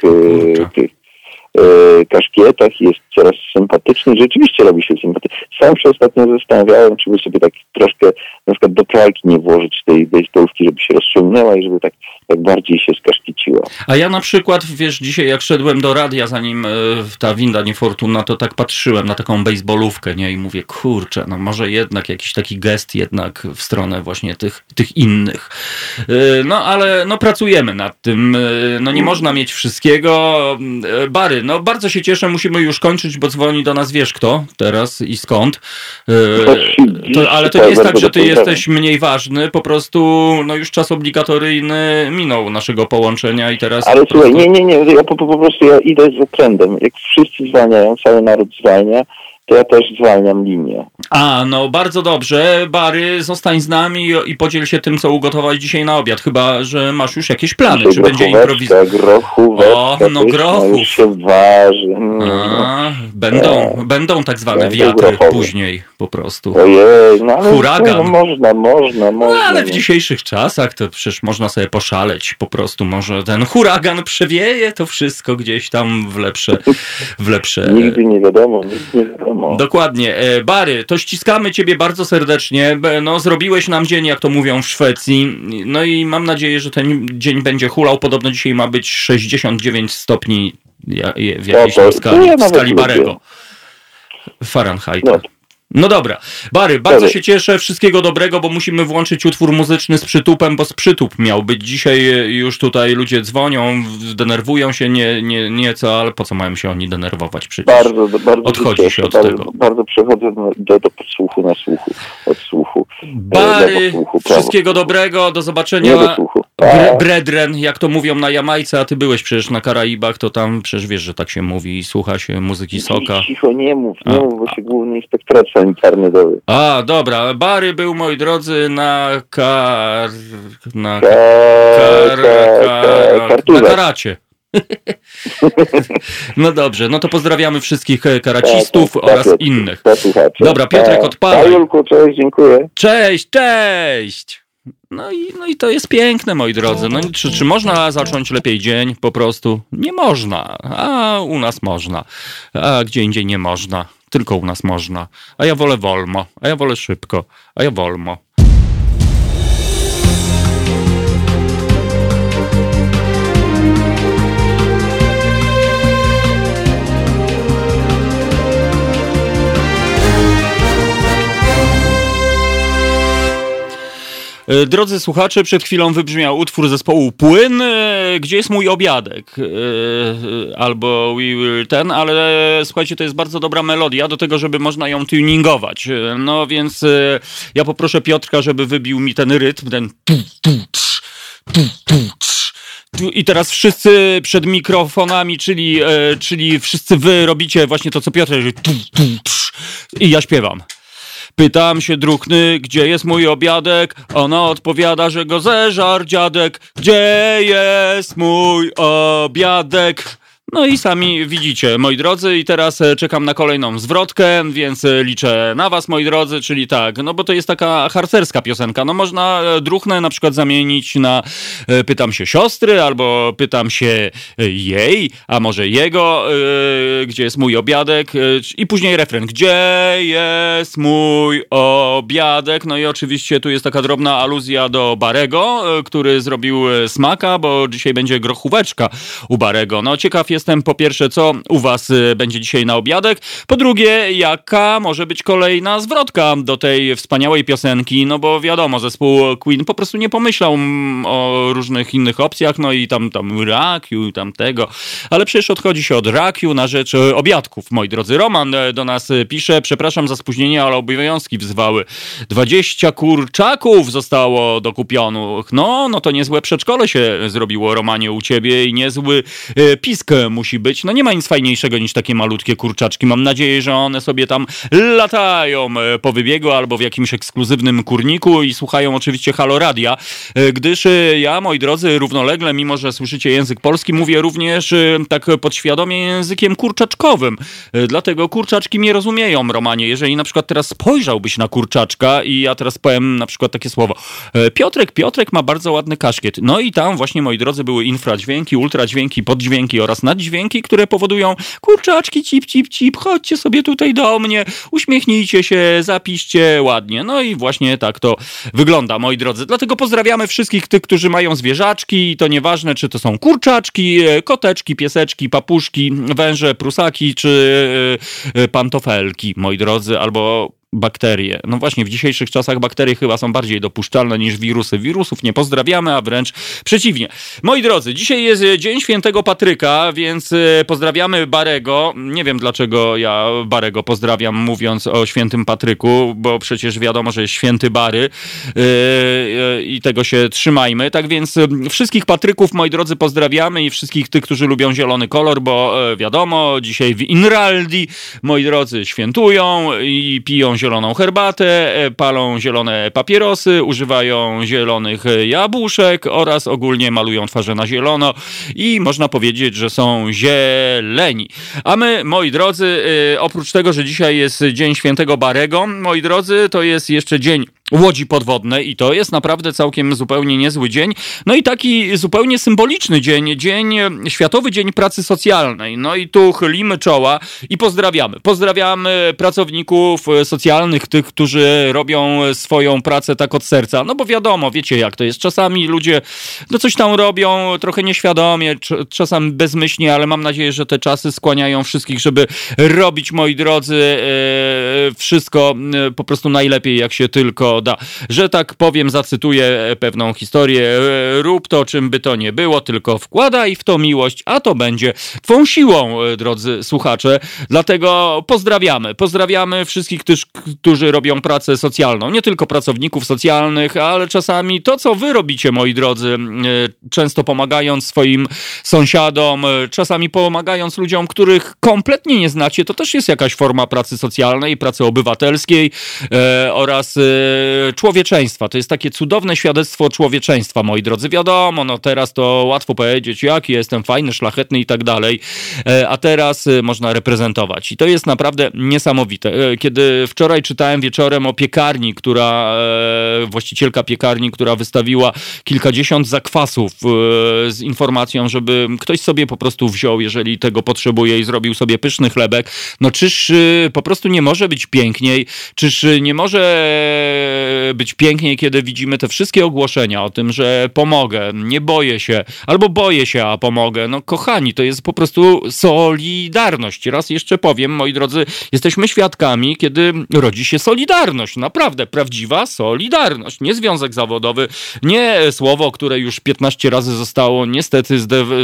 kaszkietach, jest coraz sympatyczniej, rzeczywiście robi się sympatycznie. Sam się ostatnio zastanawiałem, czy by sobie tak troszkę na przykład do pralki nie włożyć tej baseballówki, żeby się rozciągnęła i żeby tak bardziej się skaszkieciła. A ja na przykład, wiesz, dzisiaj jak szedłem do radia, zanim ta winda niefortunna, to tak patrzyłem na taką baseballówkę, nie? I mówię, kurczę, no może jednak jakiś taki gest jednak w stronę właśnie tych innych. No ale no pracujemy nad tym. No nie można mieć wszystkiego. Bary, no bardzo się cieszę, musimy już kończyć, bo dzwoni do nas wiesz kto teraz i skąd. Ale to nie jest tak, że ty jesteś mniej ważny, po prostu no już czas obligatoryjny minął naszego połączenia i teraz... Ale słuchaj, nie, ja po prostu ja idę za trendem. Jak wszyscy zwalniają, cały naród zwalnia, to ja też zwalniam linię. A, no bardzo dobrze. Bary, zostań z nami i podziel się tym, co ugotowałeś dzisiaj na obiad. Chyba, że masz już jakieś plany. Czy będzie improwizacja? Grochóweczka. No grochów. Już się waży. Będą tak zwane wiatry grochowe. Później po prostu. Ojej, no ale huragan. Można. No, ale w dzisiejszych czasach to przecież można sobie poszaleć. Po prostu może ten huragan przewieje to wszystko gdzieś tam w lepsze... Nigdy nie wiadomo. Dokładnie. Bary, to ściskamy ciebie bardzo serdecznie. No, zrobiłeś nam dzień, jak to mówią w Szwecji. No i mam nadzieję, że ten dzień będzie hulał. Podobno dzisiaj ma być 69 stopni w jakiejś tam skali Barego. Fahrenheita. No dobra. Bary, bardzo się cieszę. Wszystkiego dobrego, bo musimy włączyć utwór muzyczny z przytupem, bo z przytup miał być. Dzisiaj już tutaj ludzie dzwonią, denerwują się nieco, ale po co mają się oni denerwować przecież? Bardzo odchodzi się od tego. Bardzo przechodzę do podsłuchu na słuchu. Od słuchu. Bary, wszystkiego dobrego, do zobaczenia. Bredren, jak to mówią na Jamajce, a ty byłeś przecież na Karaibach, to tam przecież wiesz, że tak się mówi i słucha się muzyki soka. Cicho, nie mów, bo się główny inspektorat sanitarny dowie. A, dobra. Bary był, moi drodzy, na karacie. No dobrze, no to pozdrawiamy wszystkich karacistów oraz innych. Dobra, Piotrek, odpalaj. Julku, cześć, dziękuję. Cześć. No i to jest piękne, moi drodzy. No, czy można zacząć lepiej dzień? Po prostu nie można. A u nas można. A gdzie indziej nie można. Tylko u nas można. A ja wolę wolno. A ja wolę szybko. A ja wolno. Drodzy słuchacze, przed chwilą wybrzmiał utwór zespołu Płyn, Gdzie jest mój obiadek? Albo We Will Ten, ale słuchajcie, to jest bardzo dobra melodia do tego, żeby można ją tuningować. No więc ja poproszę Piotrka, żeby wybił mi ten rytm, ten i teraz wszyscy przed mikrofonami, czyli wszyscy wy robicie właśnie to, co Piotr robi. I ja śpiewam. Pytam się druhny, gdzie jest mój obiadek? Ona odpowiada, że go zeżarł dziadek. Gdzie jest mój obiadek? No i sami widzicie, moi drodzy, i teraz czekam na kolejną zwrotkę, więc liczę na was, moi drodzy, czyli tak, no bo to jest taka harcerska piosenka, no można druhne na przykład zamienić na pytam się siostry, albo pytam się jej, a może jego, gdzie jest mój obiadek, i później refren, gdzie jest mój obiadek, no i oczywiście tu jest taka drobna aluzja do Barego, który zrobił smaka, bo dzisiaj będzie grochóweczka u Barego, no ciekaw jestem, po pierwsze, co u was będzie dzisiaj na obiadek, po drugie, jaka może być kolejna zwrotka do tej wspaniałej piosenki, no bo wiadomo, zespół Queen po prostu nie pomyślał o różnych innych opcjach, no i tam rakiu, tamtego, ale przecież odchodzi się od rakiu na rzecz obiadków, moi drodzy. Roman do nas pisze, przepraszam za spóźnienie, ale obowiązki wzywały. 20 kurczaków zostało dokupionych. No to niezłe przedszkole się zrobiło, Romanie, u ciebie i niezły pisk musi być. No nie ma nic fajniejszego niż takie malutkie kurczaczki. Mam nadzieję, że one sobie tam latają po wybiegu albo w jakimś ekskluzywnym kurniku i słuchają oczywiście Halo Radia, gdyż ja, moi drodzy, równolegle, mimo że słyszycie język polski, mówię również tak podświadomie językiem kurczaczkowym. Dlatego kurczaczki mnie rozumieją, Romanie. Jeżeli na przykład teraz spojrzałbyś na kurczaczka i ja teraz powiem na przykład takie słowo. Piotrek ma bardzo ładny kaszkiet. No i tam właśnie, moi drodzy, były infradźwięki, ultradźwięki, poddźwięki oraz naddźwięki, które powodują kurczaczki, cip, chodźcie sobie tutaj do mnie, uśmiechnijcie się, zapiszcie ładnie. No i właśnie tak to wygląda, moi drodzy. Dlatego pozdrawiamy wszystkich tych, którzy mają zwierzaczki i to nieważne, czy to są kurczaczki, koteczki, pieseczki, papuszki, węże, prusaki, czy pantofelki, moi drodzy, albo bakterie. No właśnie, w dzisiejszych czasach bakterie chyba są bardziej dopuszczalne niż wirusy. Wirusów nie pozdrawiamy, a wręcz przeciwnie. Moi drodzy, dzisiaj jest Dzień Świętego Patryka, więc pozdrawiamy Barego. Nie wiem, dlaczego ja Barego pozdrawiam, mówiąc o Świętym Patryku, bo przecież wiadomo, że jest Święty Bary i tego się trzymajmy. Tak więc wszystkich Patryków, moi drodzy, pozdrawiamy i wszystkich tych, którzy lubią zielony kolor, bo wiadomo, dzisiaj w Inraldi, moi drodzy, świętują i piją zieloną herbatę, palą zielone papierosy, używają zielonych jabłuszek oraz ogólnie malują twarze na zielono i można powiedzieć, że są zieleni. A my, moi drodzy, oprócz tego, że dzisiaj jest Dzień Świętego Barego, moi drodzy, to jest jeszcze Dzień Łodzi Podwodnej i to jest naprawdę całkiem zupełnie niezły dzień. No i taki zupełnie symboliczny dzień, Światowy Dzień Pracy Socjalnej. No i tu chylimy czoła i pozdrawiamy. Pozdrawiamy pracowników socjalnych, tych, którzy robią swoją pracę tak od serca. No bo wiadomo, wiecie jak to jest. Czasami ludzie coś tam robią trochę nieświadomie, czasami bezmyślnie, ale mam nadzieję, że te czasy skłaniają wszystkich, żeby robić, moi drodzy, wszystko po prostu najlepiej, jak się tylko da. Że tak powiem, zacytuję pewną historię. Rób to, czym by to nie było, tylko wkładaj w to miłość, a to będzie twą siłą, drodzy słuchacze. Dlatego pozdrawiamy wszystkich, którzy robią pracę socjalną. Nie tylko pracowników socjalnych, ale czasami to, co wy robicie, moi drodzy, często pomagając swoim sąsiadom, czasami pomagając ludziom, których kompletnie nie znacie, to też jest jakaś forma pracy socjalnej, pracy obywatelskiej oraz człowieczeństwa. To jest takie cudowne świadectwo człowieczeństwa, moi drodzy. Wiadomo, no teraz to łatwo powiedzieć, jaki jestem fajny, szlachetny i tak dalej, a teraz można reprezentować. I to jest naprawdę niesamowite. Kiedy wczoraj czytałem wieczorem o piekarni, właścicielka piekarni, która wystawiła kilkadziesiąt zakwasów z informacją, żeby ktoś sobie po prostu wziął, jeżeli tego potrzebuje i zrobił sobie pyszny chlebek, no czyż po prostu nie może być piękniej? Czyż nie może być piękniej, kiedy widzimy te wszystkie ogłoszenia o tym, że pomogę, nie boję się, albo boję się, a pomogę. No kochani, to jest po prostu solidarność. Raz jeszcze powiem, moi drodzy, jesteśmy świadkami, kiedy rodzi się solidarność. Naprawdę, prawdziwa solidarność. Nie związek zawodowy, nie słowo, które już 15 razy zostało niestety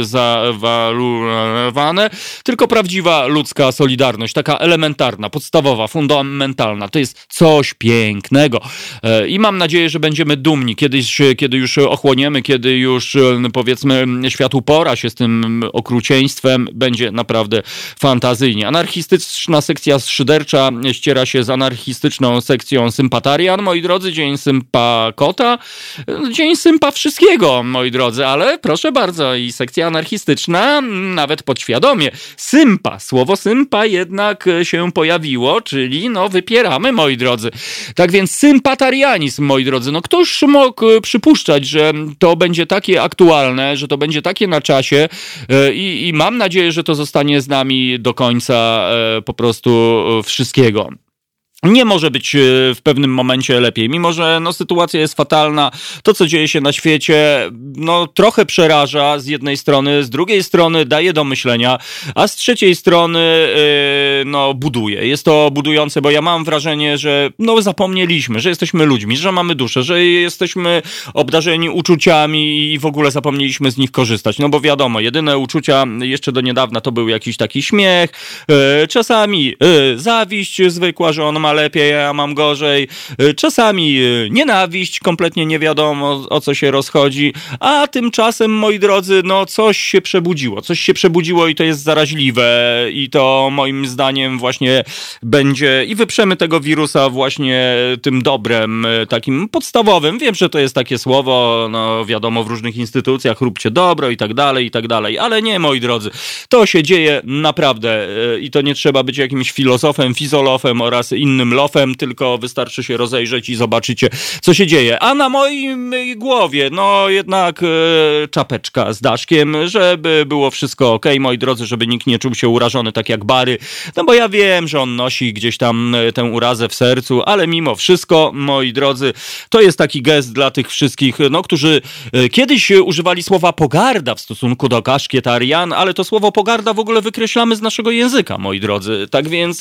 zdewaluowane, tylko prawdziwa ludzka solidarność. Taka elementarna, podstawowa, fundamentalna. To jest coś pięknego. I mam nadzieję, że będziemy dumni kiedyś, kiedy już ochłoniemy, kiedy już powiedzmy świat upora się z tym okrucieństwem, będzie naprawdę fantazyjnie. Anarchistyczna sekcja szydercza ściera się z anarchistyczną sekcją sympatarian, moi drodzy, dzień sympa kota, dzień sympa wszystkiego, moi drodzy, ale proszę bardzo, i sekcja anarchistyczna nawet podświadomie. Słowo sympa jednak się pojawiło, czyli no wypieramy, moi drodzy. Tak więc sympatarianizm, moi drodzy, no ktoś mógł przypuszczać, że to będzie takie aktualne, że to będzie takie na czasie i mam nadzieję, że to zostanie z nami do końca po prostu wszystkiego. Nie może być w pewnym momencie lepiej, mimo że no, sytuacja jest fatalna. To, co dzieje się na świecie, no trochę przeraża z jednej strony, z drugiej strony daje do myślenia, a z trzeciej strony no buduje. Jest to budujące, bo ja mam wrażenie, że no zapomnieliśmy, że jesteśmy ludźmi, że mamy duszę, że jesteśmy obdarzeni uczuciami i w ogóle zapomnieliśmy z nich korzystać. No bo wiadomo, jedyne uczucia jeszcze do niedawna to był jakiś taki śmiech, czasami zawiść zwykła, że on ma lepiej, ja mam gorzej. Czasami nienawiść, kompletnie nie wiadomo, o co się rozchodzi, a tymczasem, moi drodzy, no coś się przebudziło i to jest zaraźliwe i to moim zdaniem właśnie będzie i wyprzemy tego wirusa właśnie tym dobrem, takim podstawowym. Wiem, że to jest takie słowo, no wiadomo, w różnych instytucjach, róbcie dobro i tak dalej, ale nie, moi drodzy, to się dzieje naprawdę i to nie trzeba być jakimś filozofem, fizolofem oraz innym lofem, tylko wystarczy się rozejrzeć i zobaczycie, co się dzieje. A na mojej głowie, no jednak czapeczka z daszkiem, żeby było wszystko okej, moi drodzy, żeby nikt nie czuł się urażony tak jak Bary, no bo ja wiem, że on nosi gdzieś tam tę urazę w sercu, ale mimo wszystko, moi drodzy, to jest taki gest dla tych wszystkich, no, którzy kiedyś używali słowa pogarda w stosunku do kaszkietarian, ale to słowo pogarda w ogóle wykreślamy z naszego języka, moi drodzy. Tak więc,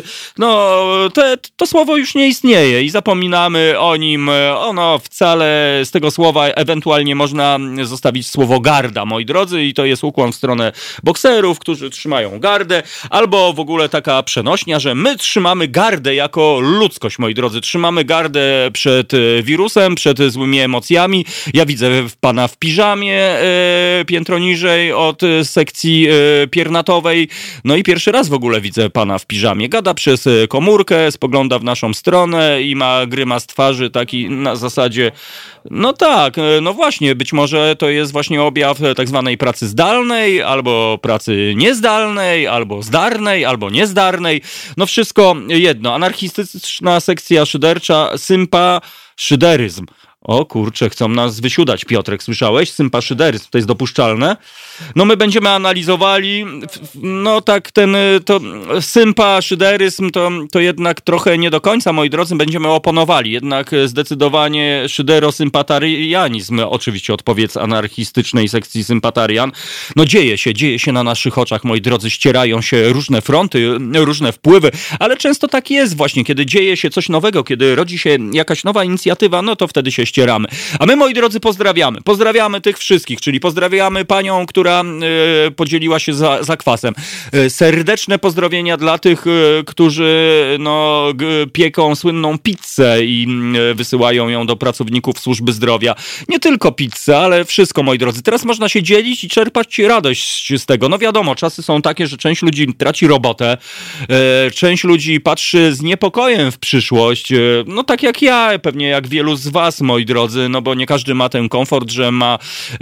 no, to słowo już nie istnieje i zapominamy o nim. Ono wcale z tego słowa ewentualnie można zostawić słowo garda, moi drodzy, i to jest ukłon w stronę bokserów, którzy trzymają gardę, albo w ogóle taka przenośnia, że my trzymamy gardę jako ludzkość, moi drodzy. Trzymamy gardę przed wirusem, przed złymi emocjami. Ja widzę pana w piżamie piętro niżej od sekcji piernatowej. No i pierwszy raz w ogóle widzę pana w piżamie. Gada przez komórkę, spogląda w naszą stronę i ma grymas twarzy taki na zasadzie, no tak, no właśnie, być może to jest właśnie objaw tak zwanej pracy zdalnej, albo pracy niezdalnej, albo zdarnej, albo niezdarnej. No wszystko jedno. Anarchistyczna sekcja szydercza, szyderyzm. O kurczę, chcą nas wysiudać, Piotrek, słyszałeś? Sympaszyderyzm, to jest dopuszczalne? No my będziemy analizowali, no tak to sympaszyderyzm to jednak trochę nie do końca, moi drodzy, będziemy oponowali, jednak zdecydowanie szyderosympatarianizm, oczywiście odpowiedź anarchistycznej sekcji sympatarian, no dzieje się na naszych oczach, moi drodzy, ścierają się różne fronty, różne wpływy, ale często tak jest właśnie, kiedy dzieje się coś nowego, kiedy rodzi się jakaś nowa inicjatywa, no to wtedy się ścieramy. A my, moi drodzy, pozdrawiamy tych wszystkich, czyli pozdrawiamy panią, która podzieliła się za kwasem. Serdeczne pozdrowienia dla tych, którzy no, pieką słynną pizzę i wysyłają ją do pracowników służby zdrowia. Nie tylko pizzę, ale wszystko, moi drodzy. Teraz można się dzielić i czerpać radość z tego. No wiadomo, czasy są takie, że część ludzi traci robotę, część ludzi patrzy z niepokojem w przyszłość, no tak jak ja, pewnie jak wielu z was, moi drodzy, no bo nie każdy ma ten komfort, że ma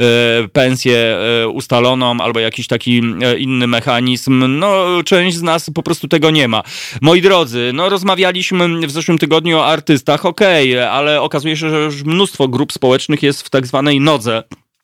pensję ustaloną albo jakiś taki inny mechanizm. No część z nas po prostu tego nie ma. Moi drodzy, no rozmawialiśmy w zeszłym tygodniu o artystach, okej, ale okazuje się, że już mnóstwo grup społecznych jest w tak zwanej nodze.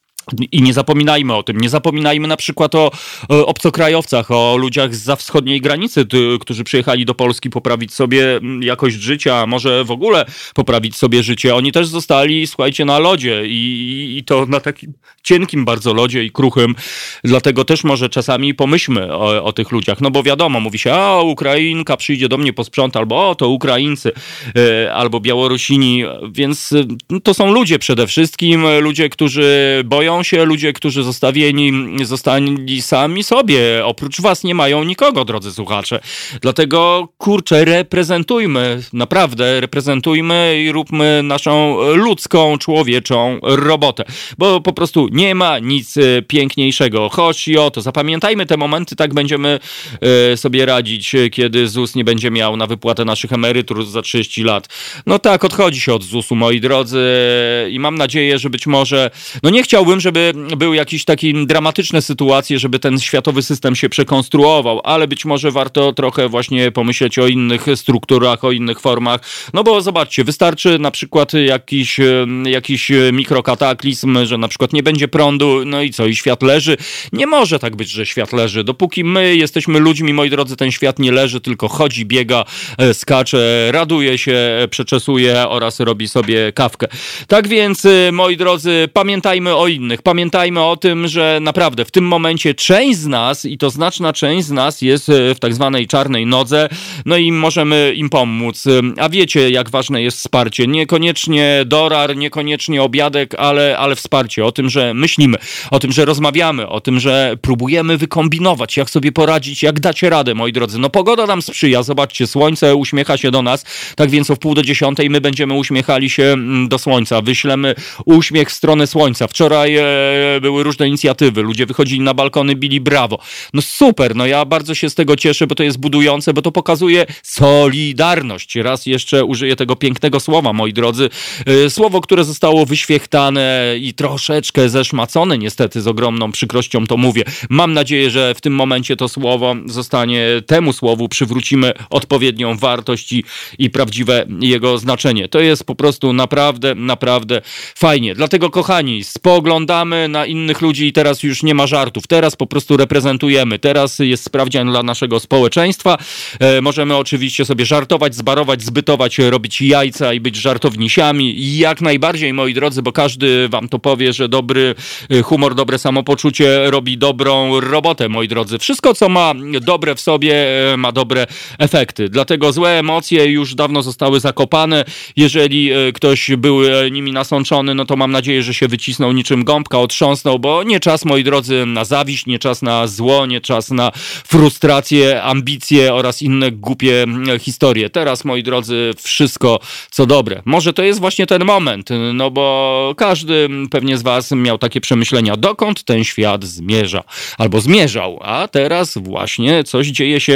I nie zapominajmy o tym. Nie zapominajmy na przykład o obcokrajowcach, o ludziach zza wschodniej granicy, którzy przyjechali do Polski poprawić sobie jakość życia, może w ogóle poprawić sobie życie. Oni też zostali, słuchajcie, na lodzie i to na takim cienkim bardzo lodzie i kruchym. Dlatego też może czasami pomyślmy o tych ludziach. No bo wiadomo, mówi się, Ukrainka przyjdzie do mnie posprząta, albo to Ukraińcy, albo Białorusini. Więc to są ludzie przede wszystkim, ludzie, którzy boją się, ludzie, którzy zostali sami sobie. Oprócz was nie mają nikogo, drodzy słuchacze. Dlatego, kurczę, reprezentujmy i róbmy naszą ludzką, człowieczą robotę. Bo po prostu nie ma nic piękniejszego. To zapamiętajmy te momenty, tak będziemy sobie radzić, kiedy ZUS nie będzie miał na wypłatę naszych emerytur za 30 lat. No tak, odchodzi się od ZUS-u, moi drodzy, i mam nadzieję, że być może, no nie chciałbym, żeby był jakiś taki dramatyczne sytuacje, żeby ten światowy system się przekonstruował, ale być może warto trochę właśnie pomyśleć o innych strukturach, o innych formach, no bo zobaczcie, wystarczy na przykład jakiś mikrokataklizm, że na przykład nie będzie prądu, no i co, i świat leży? Nie może tak być, że świat leży. Dopóki my jesteśmy ludźmi, moi drodzy, ten świat nie leży, tylko chodzi, biega, skacze, raduje się, przeczesuje oraz robi sobie kawkę. Tak więc, moi drodzy, pamiętajmy o innych. Pamiętajmy o tym, że naprawdę w tym momencie część z nas, i to znaczna część z nas jest w tak zwanej czarnej nodze, no i możemy im pomóc. A wiecie, jak ważne jest wsparcie. Niekoniecznie dorar, niekoniecznie obiadek, ale wsparcie. O tym, że myślimy, o tym, że rozmawiamy, o tym, że próbujemy wykombinować, jak sobie poradzić, jak dacie radę, moi drodzy. No pogoda nam sprzyja, zobaczcie, słońce uśmiecha się do nas, tak więc o 9:30 my będziemy uśmiechali się do słońca. Wyślemy uśmiech w stronę słońca. Wczoraj były różne inicjatywy, ludzie wychodzili na balkony, bili brawo. No super, no ja bardzo się z tego cieszę, bo to jest budujące, bo to pokazuje solidarność. Raz jeszcze użyję tego pięknego słowa, moi drodzy. Słowo, które zostało wyświechtane i troszeczkę zeszmacone, niestety z ogromną przykrością to mówię. Mam nadzieję, że w tym momencie to słowo zostanie, temu słowu przywrócimy odpowiednią wartość i prawdziwe jego znaczenie. To jest po prostu naprawdę, naprawdę fajnie. Dlatego, kochani, spoglądamy na innych ludzi i teraz już nie ma żartów. Teraz po prostu reprezentujemy. Teraz jest sprawdzian dla naszego społeczeństwa. Możemy oczywiście sobie żartować, zbarować, zbytować, robić jajca i być żartownisiami. Jak najbardziej, moi drodzy, bo każdy wam to powie, że dobry humor, dobre samopoczucie robi dobrą robotę, moi drodzy. Wszystko, co ma dobre w sobie, ma dobre efekty. Dlatego złe emocje już dawno zostały zakopane. Jeżeli ktoś był nimi nasączony, no to mam nadzieję, że się wycisnął niczym gąbka, otrząsnął, bo nie czas, moi drodzy, na zawiść, nie czas na zło, nie czas na frustrację, ambicje oraz inne głupie historie. Teraz, moi drodzy, wszystko co dobre. Może to jest właśnie ten moment, no bo każdy pewnie z was miał takie przemyślenia, dokąd ten świat zmierza, albo zmierzał, a teraz właśnie coś dzieje się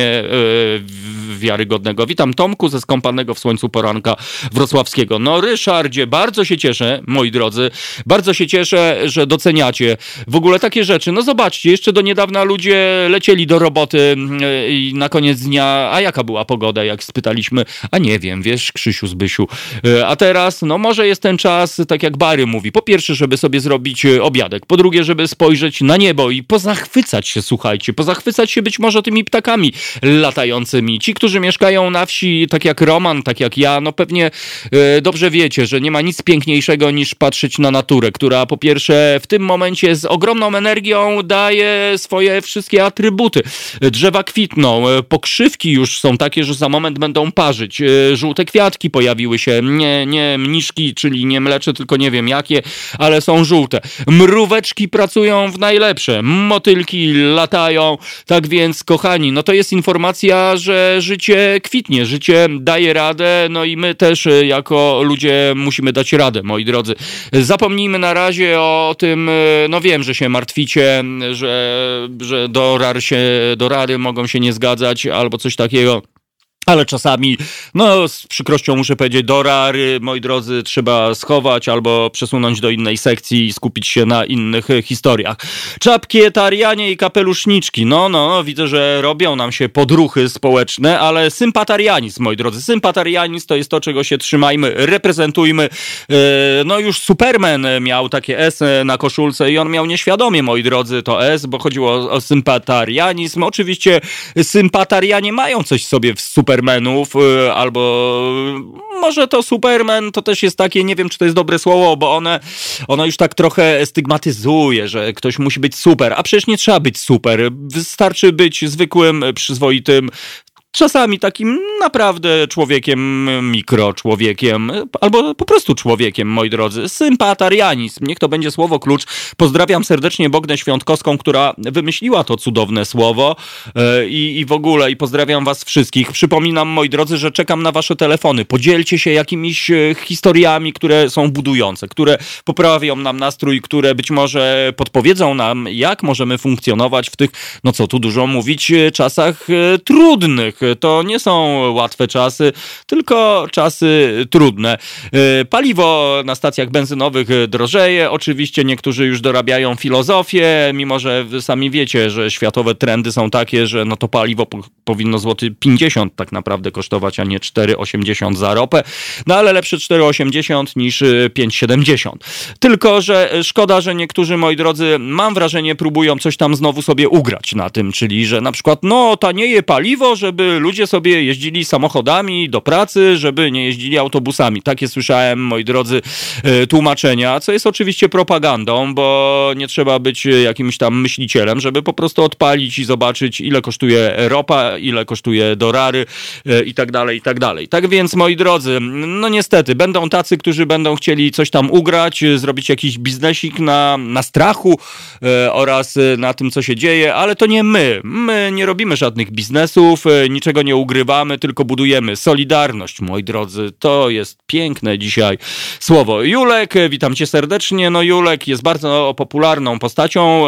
niewiarygodnego. Witam Tomku ze skąpanego w słońcu poranka wrocławskiego. No Ryszardzie, bardzo się cieszę, moi drodzy, bardzo się cieszę, że doceniacie w ogóle takie rzeczy. No zobaczcie, jeszcze do niedawna ludzie lecieli do roboty i na koniec dnia, a jaka była pogoda, jak spytaliśmy, a nie wiem, wiesz, Krzysiu, Zbysiu. A teraz, no może jest ten czas, tak jak Bary mówi, po pierwsze, żeby sobie zrobić obiadek, po drugie, żeby spojrzeć na niebo i pozachwycać się, słuchajcie, pozachwycać się być może tymi ptakami latającymi. Ci, którzy mieszkają na wsi, tak jak Roman, tak jak ja, no pewnie dobrze wiecie, że nie ma nic piękniejszego niż patrzeć na naturę, która po pierwsze w tym momencie z ogromną energią daje swoje wszystkie atrybuty. Drzewa kwitną, pokrzywki już są takie, że za moment będą parzyć. Żółte kwiatki pojawiły się, nie mniszki, czyli nie mlecze, tylko nie wiem jakie, ale są żółte. Mróweczki pracują w najlepsze, motylki latają, tak więc kochani, no to jest informacja, że życie kwitnie, życie daje radę, no i my też jako ludzie musimy dać radę, moi drodzy. Zapomnijmy na razie o tym, no wiem, że się martwicie, że dorary mogą się nie zgadzać albo coś takiego. Ale czasami, no z przykrością muszę powiedzieć, dorary, moi drodzy, trzeba schować albo przesunąć do innej sekcji i skupić się na innych historiach. Czapkietarianie i kapeluszniczki, no, widzę, że robią nam się podruchy społeczne, ale sympatarianizm, moi drodzy, sympatarianizm to jest to, czego się trzymajmy, reprezentujmy. No już Superman miał takie S na koszulce i on miał nieświadomie, moi drodzy, to S, bo chodziło o sympatarianizm. Oczywiście sympatarianie mają coś sobie w Supermanów, albo może to Superman, to też jest takie, nie wiem, czy to jest dobre słowo, bo ono już tak trochę stygmatyzuje, że ktoś musi być super, a przecież nie trzeba być super, wystarczy być zwykłym, przyzwoitym, czasami takim naprawdę człowiekiem, mikroczłowiekiem, albo po prostu człowiekiem, moi drodzy. Sympatarianizm, niech to będzie słowo klucz. Pozdrawiam serdecznie Bognę Świątkowską, która wymyśliła to cudowne słowo i w ogóle, i pozdrawiam was wszystkich. Przypominam, moi drodzy, że czekam na wasze telefony. Podzielcie się jakimiś historiami, które są budujące, które poprawią nam nastrój, które być może podpowiedzą nam, jak możemy funkcjonować w tych, no co tu dużo mówić, czasach trudnych. To nie są łatwe czasy, tylko czasy trudne. Paliwo na stacjach benzynowych drożeje. Oczywiście niektórzy już dorabiają filozofię, mimo że wy sami wiecie, że światowe trendy są takie, że no to paliwo powinno złoty 50 tak naprawdę kosztować, a nie 4,80 za ropę. No ale lepsze 4,80 niż 5,70. Tylko że szkoda, że niektórzy, moi drodzy, mam wrażenie, próbują coś tam znowu sobie ugrać na tym, czyli że na przykład tanieje paliwo, żeby ludzie sobie jeździli samochodami do pracy, żeby nie jeździli autobusami. Takie słyszałem, moi drodzy, tłumaczenia, co jest oczywiście propagandą, bo nie trzeba być jakimś tam myślicielem, żeby po prostu odpalić i zobaczyć, ile kosztuje ropa, ile kosztuje dolary i tak dalej, i tak dalej. Tak więc, moi drodzy, no niestety, będą tacy, którzy będą chcieli coś tam ugrać, zrobić jakiś biznesik na strachu oraz na tym, co się dzieje, ale to nie my. My nie robimy żadnych biznesów, niczego nie ugrywamy, tylko budujemy solidarność, moi drodzy. To jest piękne dzisiaj słowo. Julek, witam cię serdecznie. No Julek jest bardzo popularną postacią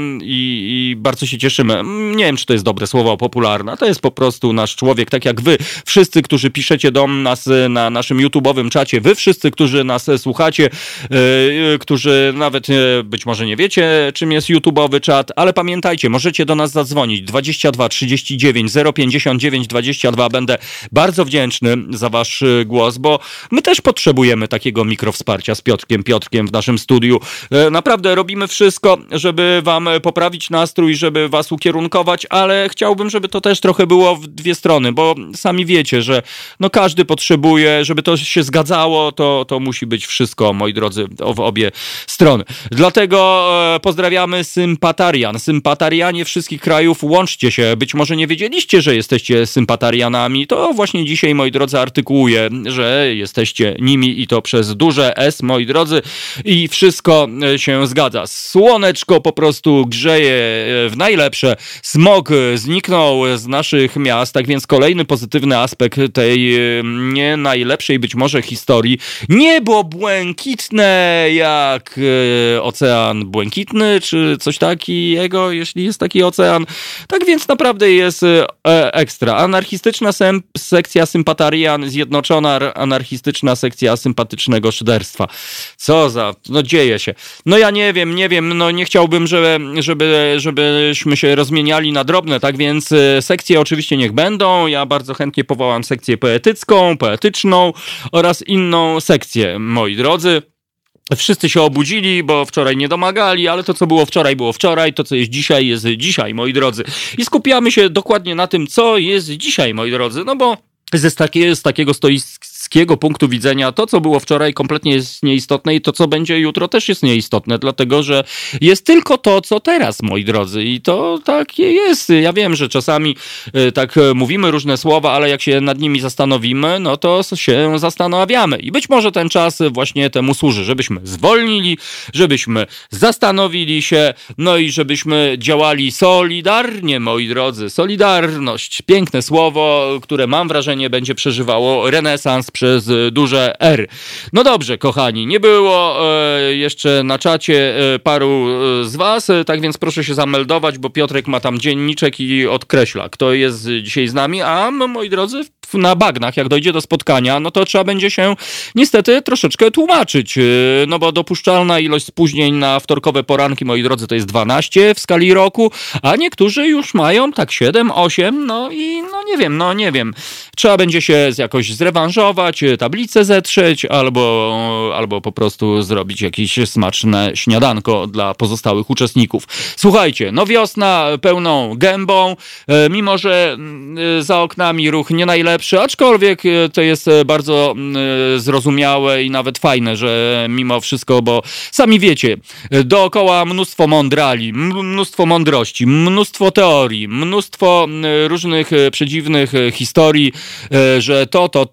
i bardzo się cieszymy. Nie wiem, czy to jest dobre słowo popularna. To jest po prostu nasz człowiek, tak jak wy. Wszyscy, którzy piszecie do nas na naszym YouTube'owym czacie, wy wszyscy, którzy nas słuchacie, którzy nawet być może nie wiecie, czym jest YouTube'owy czat, ale pamiętajcie, możecie do nas zadzwonić 22 39 059 22. Będę bardzo wdzięczny za wasz głos, bo my też potrzebujemy takiego mikrowsparcia z Piotrkiem w naszym studiu. Naprawdę robimy wszystko, żeby wam poprawić nastrój, żeby was ukierunkować, ale chciałbym, żeby to też trochę było w dwie strony, bo sami wiecie, że no każdy potrzebuje, żeby to się zgadzało, to musi być wszystko, moi drodzy, w obie strony. Dlatego pozdrawiamy sympatarianie wszystkich krajów, łączcie się. Być może nie wiedzieliście, że jesteście sympatarianami, to właśnie dzisiaj, moi drodzy, artykułuję, że jesteście nimi i to przez duże S, moi drodzy, i wszystko się zgadza. Słoneczko po prostu grzeje w najlepsze, smog zniknął z naszych miast, tak więc kolejny pozytywny aspekt tej nie najlepszej być może historii. Niebo błękitne jak ocean błękitny, czy coś takiego, jeśli jest taki ocean. Tak więc naprawdę jest ekstra. Anarchistyczna sekcja sympatarian, zjednoczona anarchistyczna sekcja sympatycznego szyderstwa. Co za... No dzieje się. No ja nie wiem, no nie chciałbym, żebyśmy się rozmieniali na drobne, tak więc sekcje oczywiście niech będą. Ja bardzo chętnie powołam sekcję poetyczną oraz inną sekcję, moi drodzy. Wszyscy się obudzili, bo wczoraj nie domagali, ale to, co było wczoraj, to, co jest dzisiaj, moi drodzy. I skupiamy się dokładnie na tym, co jest dzisiaj, moi drodzy, no bo z takiego stoickiego punktu widzenia to, co było wczoraj, kompletnie jest nieistotne i to, co będzie jutro, też jest nieistotne, dlatego, że jest tylko to, co teraz, moi drodzy, i to tak jest. Ja wiem, że czasami tak mówimy różne słowa, ale jak się nad nimi zastanowimy, no to się zastanawiamy i być może ten czas właśnie temu służy, żebyśmy zwolnili, żebyśmy zastanowili się, no i żebyśmy działali solidarnie, moi drodzy. Solidarność, piękne słowo, które mam wrażenie będzie przeżywało renesans przez duże R. No dobrze, kochani, nie było jeszcze na czacie paru z was, tak więc proszę się zameldować, bo Piotrek ma tam dzienniczek i odkreśla, kto jest dzisiaj z nami, a moi drodzy, na bagnach, jak dojdzie do spotkania, no to trzeba będzie się niestety troszeczkę tłumaczyć, no bo dopuszczalna ilość spóźnień na wtorkowe poranki, moi drodzy, to jest 12 w skali roku, a niektórzy już mają tak 7, 8, no i nie wiem. Trzeba będzie się jakoś zrewanżować, tablicę zetrzeć, albo po prostu zrobić jakieś smaczne śniadanko dla pozostałych uczestników. Słuchajcie, no wiosna pełną gębą, mimo że za oknami ruch nie najlepszy, aczkolwiek to jest bardzo zrozumiałe i nawet fajne, że mimo wszystko, bo sami wiecie, dookoła mnóstwo mądrali, mnóstwo mądrości, mnóstwo teorii, mnóstwo różnych przedziwnych historii, że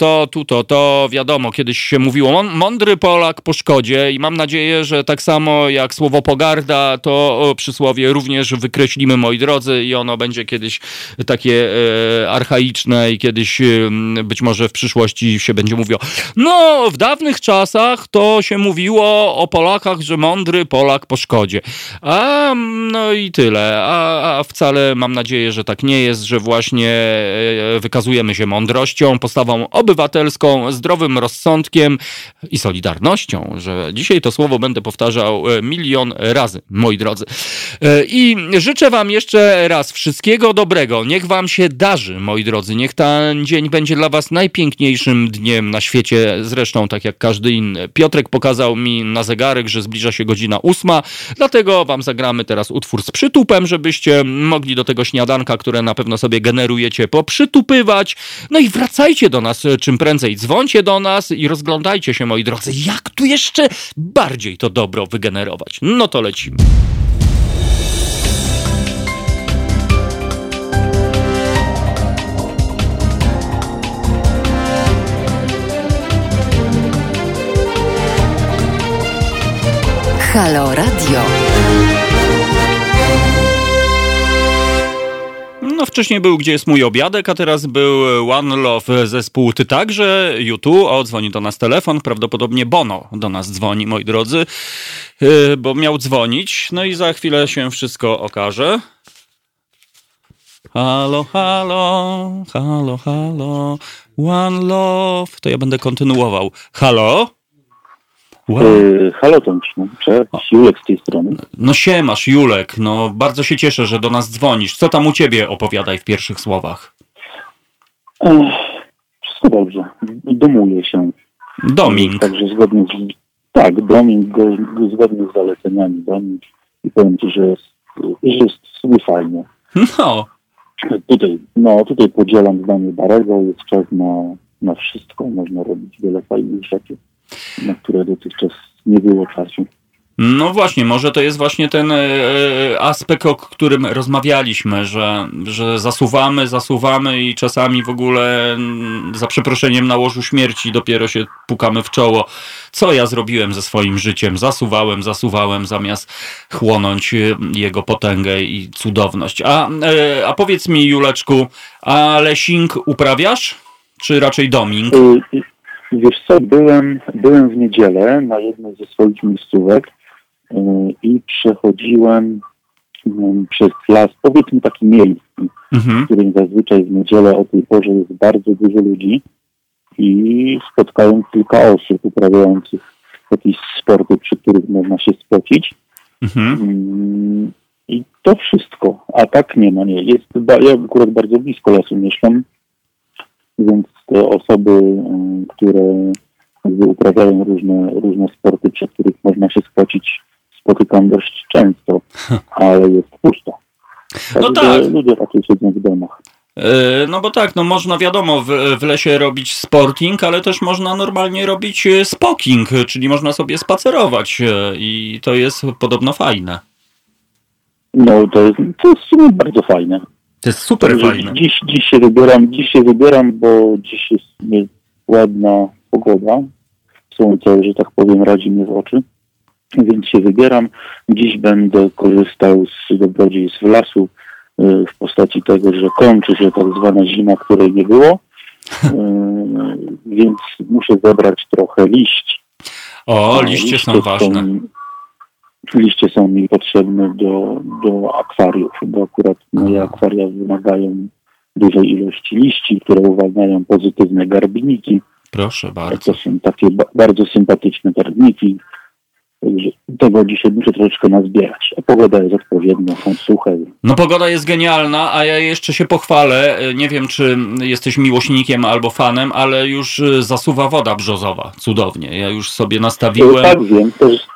to, wiadomo, kiedyś się mówiło, mądry Polak po szkodzie i mam nadzieję, że tak samo jak słowo pogarda, to przysłowie również wykreślimy, moi drodzy, i ono będzie kiedyś takie archaiczne i kiedyś być może w przyszłości się będzie mówiło, no w dawnych czasach to się mówiło o Polakach, że mądry Polak po szkodzie. No i tyle. A wcale mam nadzieję, że tak nie jest, że właśnie wykazujemy się mądrością, postawą obywatelską, zdrowym rozsądkiem i solidarnością, że dzisiaj to słowo będę powtarzał milion razy, moi drodzy. I życzę wam jeszcze raz wszystkiego dobrego. Niech wam się darzy, moi drodzy. Niech ten dzień będzie dla was najpiękniejszym dniem na świecie, zresztą tak jak każdy inny. Piotrek pokazał mi na zegarek, że zbliża się godzina 8, dlatego wam zagramy teraz utwór z przytupem, żebyście mogli do tego śniadanka, które na pewno sobie generujecie, poprzytupywać. No i wracajcie do nas czym prędzej. Dzwońcie do nas i rozglądajcie się, moi drodzy, jak tu jeszcze bardziej to dobro wygenerować. No to lecimy. Halo Radio. No wcześniej był Gdzie jest mój obiadek, a teraz był One Love, zespół Ty także, U2, dzwoni do nas telefon, prawdopodobnie Bono do nas dzwoni, moi drodzy, bo miał dzwonić, no i za chwilę się wszystko okaże. Halo, halo, halo, halo, One Love, to ja będę kontynuował. Halo? Wow. Halo Tomku, cześć, Julek z tej strony. No siemasz Julek, no bardzo się cieszę, że do nas dzwonisz. Co tam u ciebie, opowiadaj w pierwszych słowach. Wszystko dobrze, domuję się. Doming. Także zgodnie doming, zgodnie z zaleceniami doming i powiem ci, że jest sobie fajnie. No. Tutaj podzielam zdanie Barego, jest czas na wszystko, można robić wiele fajnych rzeczy, na które dotychczas nie było czasu. No właśnie, może to jest właśnie ten aspekt, o którym rozmawialiśmy, że zasuwamy i czasami w ogóle za przeproszeniem na łożu śmierci dopiero się pukamy w czoło. Co ja zrobiłem ze swoim życiem? Zasuwałem zamiast chłonąć jego potęgę i cudowność. A powiedz mi, Juleczku, a lessing uprawiasz? Czy raczej doming? Wiesz co, byłem w niedzielę na jednej ze swoich miejscówek i przechodziłem przez las, powiedzmy taki miejski, w którym zazwyczaj w niedzielę o tej porze jest bardzo dużo ludzi i spotkałem kilka osób uprawiających jakieś sporty, przy których można się spocić. I to wszystko. A tak nie. Ja akurat bardzo blisko lasu mieszkam, więc te osoby, które uprawiają różne sporty, przy których można się spocić, spotykam dość często, ale jest pusto. No tak. Ludzie raczej siedzą w domach. No bo tak, no można wiadomo w lesie robić sporting, ale też można normalnie robić spoking, czyli można sobie spacerować i to jest podobno fajne. No to jest w sumie bardzo fajne. To jest super fajne. Dziś się wybieram, bo dziś jest ładna pogoda. Słońce, że tak powiem, radzi mnie w oczy. Więc się wybieram. Dziś będę korzystał z dobrodziejstw lasu w postaci tego, że kończy się tak zwana zima, której nie było. Więc muszę zebrać trochę liści. Liście są ważne. Liście są mi potrzebne do akwariów, bo akurat moje akwaria wymagają dużej ilości liści, które uwalniają pozytywne garbniki. Proszę bardzo. To są takie bardzo sympatyczne garbniki. Także tego dzisiaj muszę troszeczkę nazbierać. A pogoda jest odpowiednia, są suche. No pogoda jest genialna, a ja jeszcze się pochwalę. Nie wiem, czy jesteś miłośnikiem albo fanem, ale już zasuwa woda brzozowa. Cudownie. Ja już sobie nastawiłem. Tak, wiem.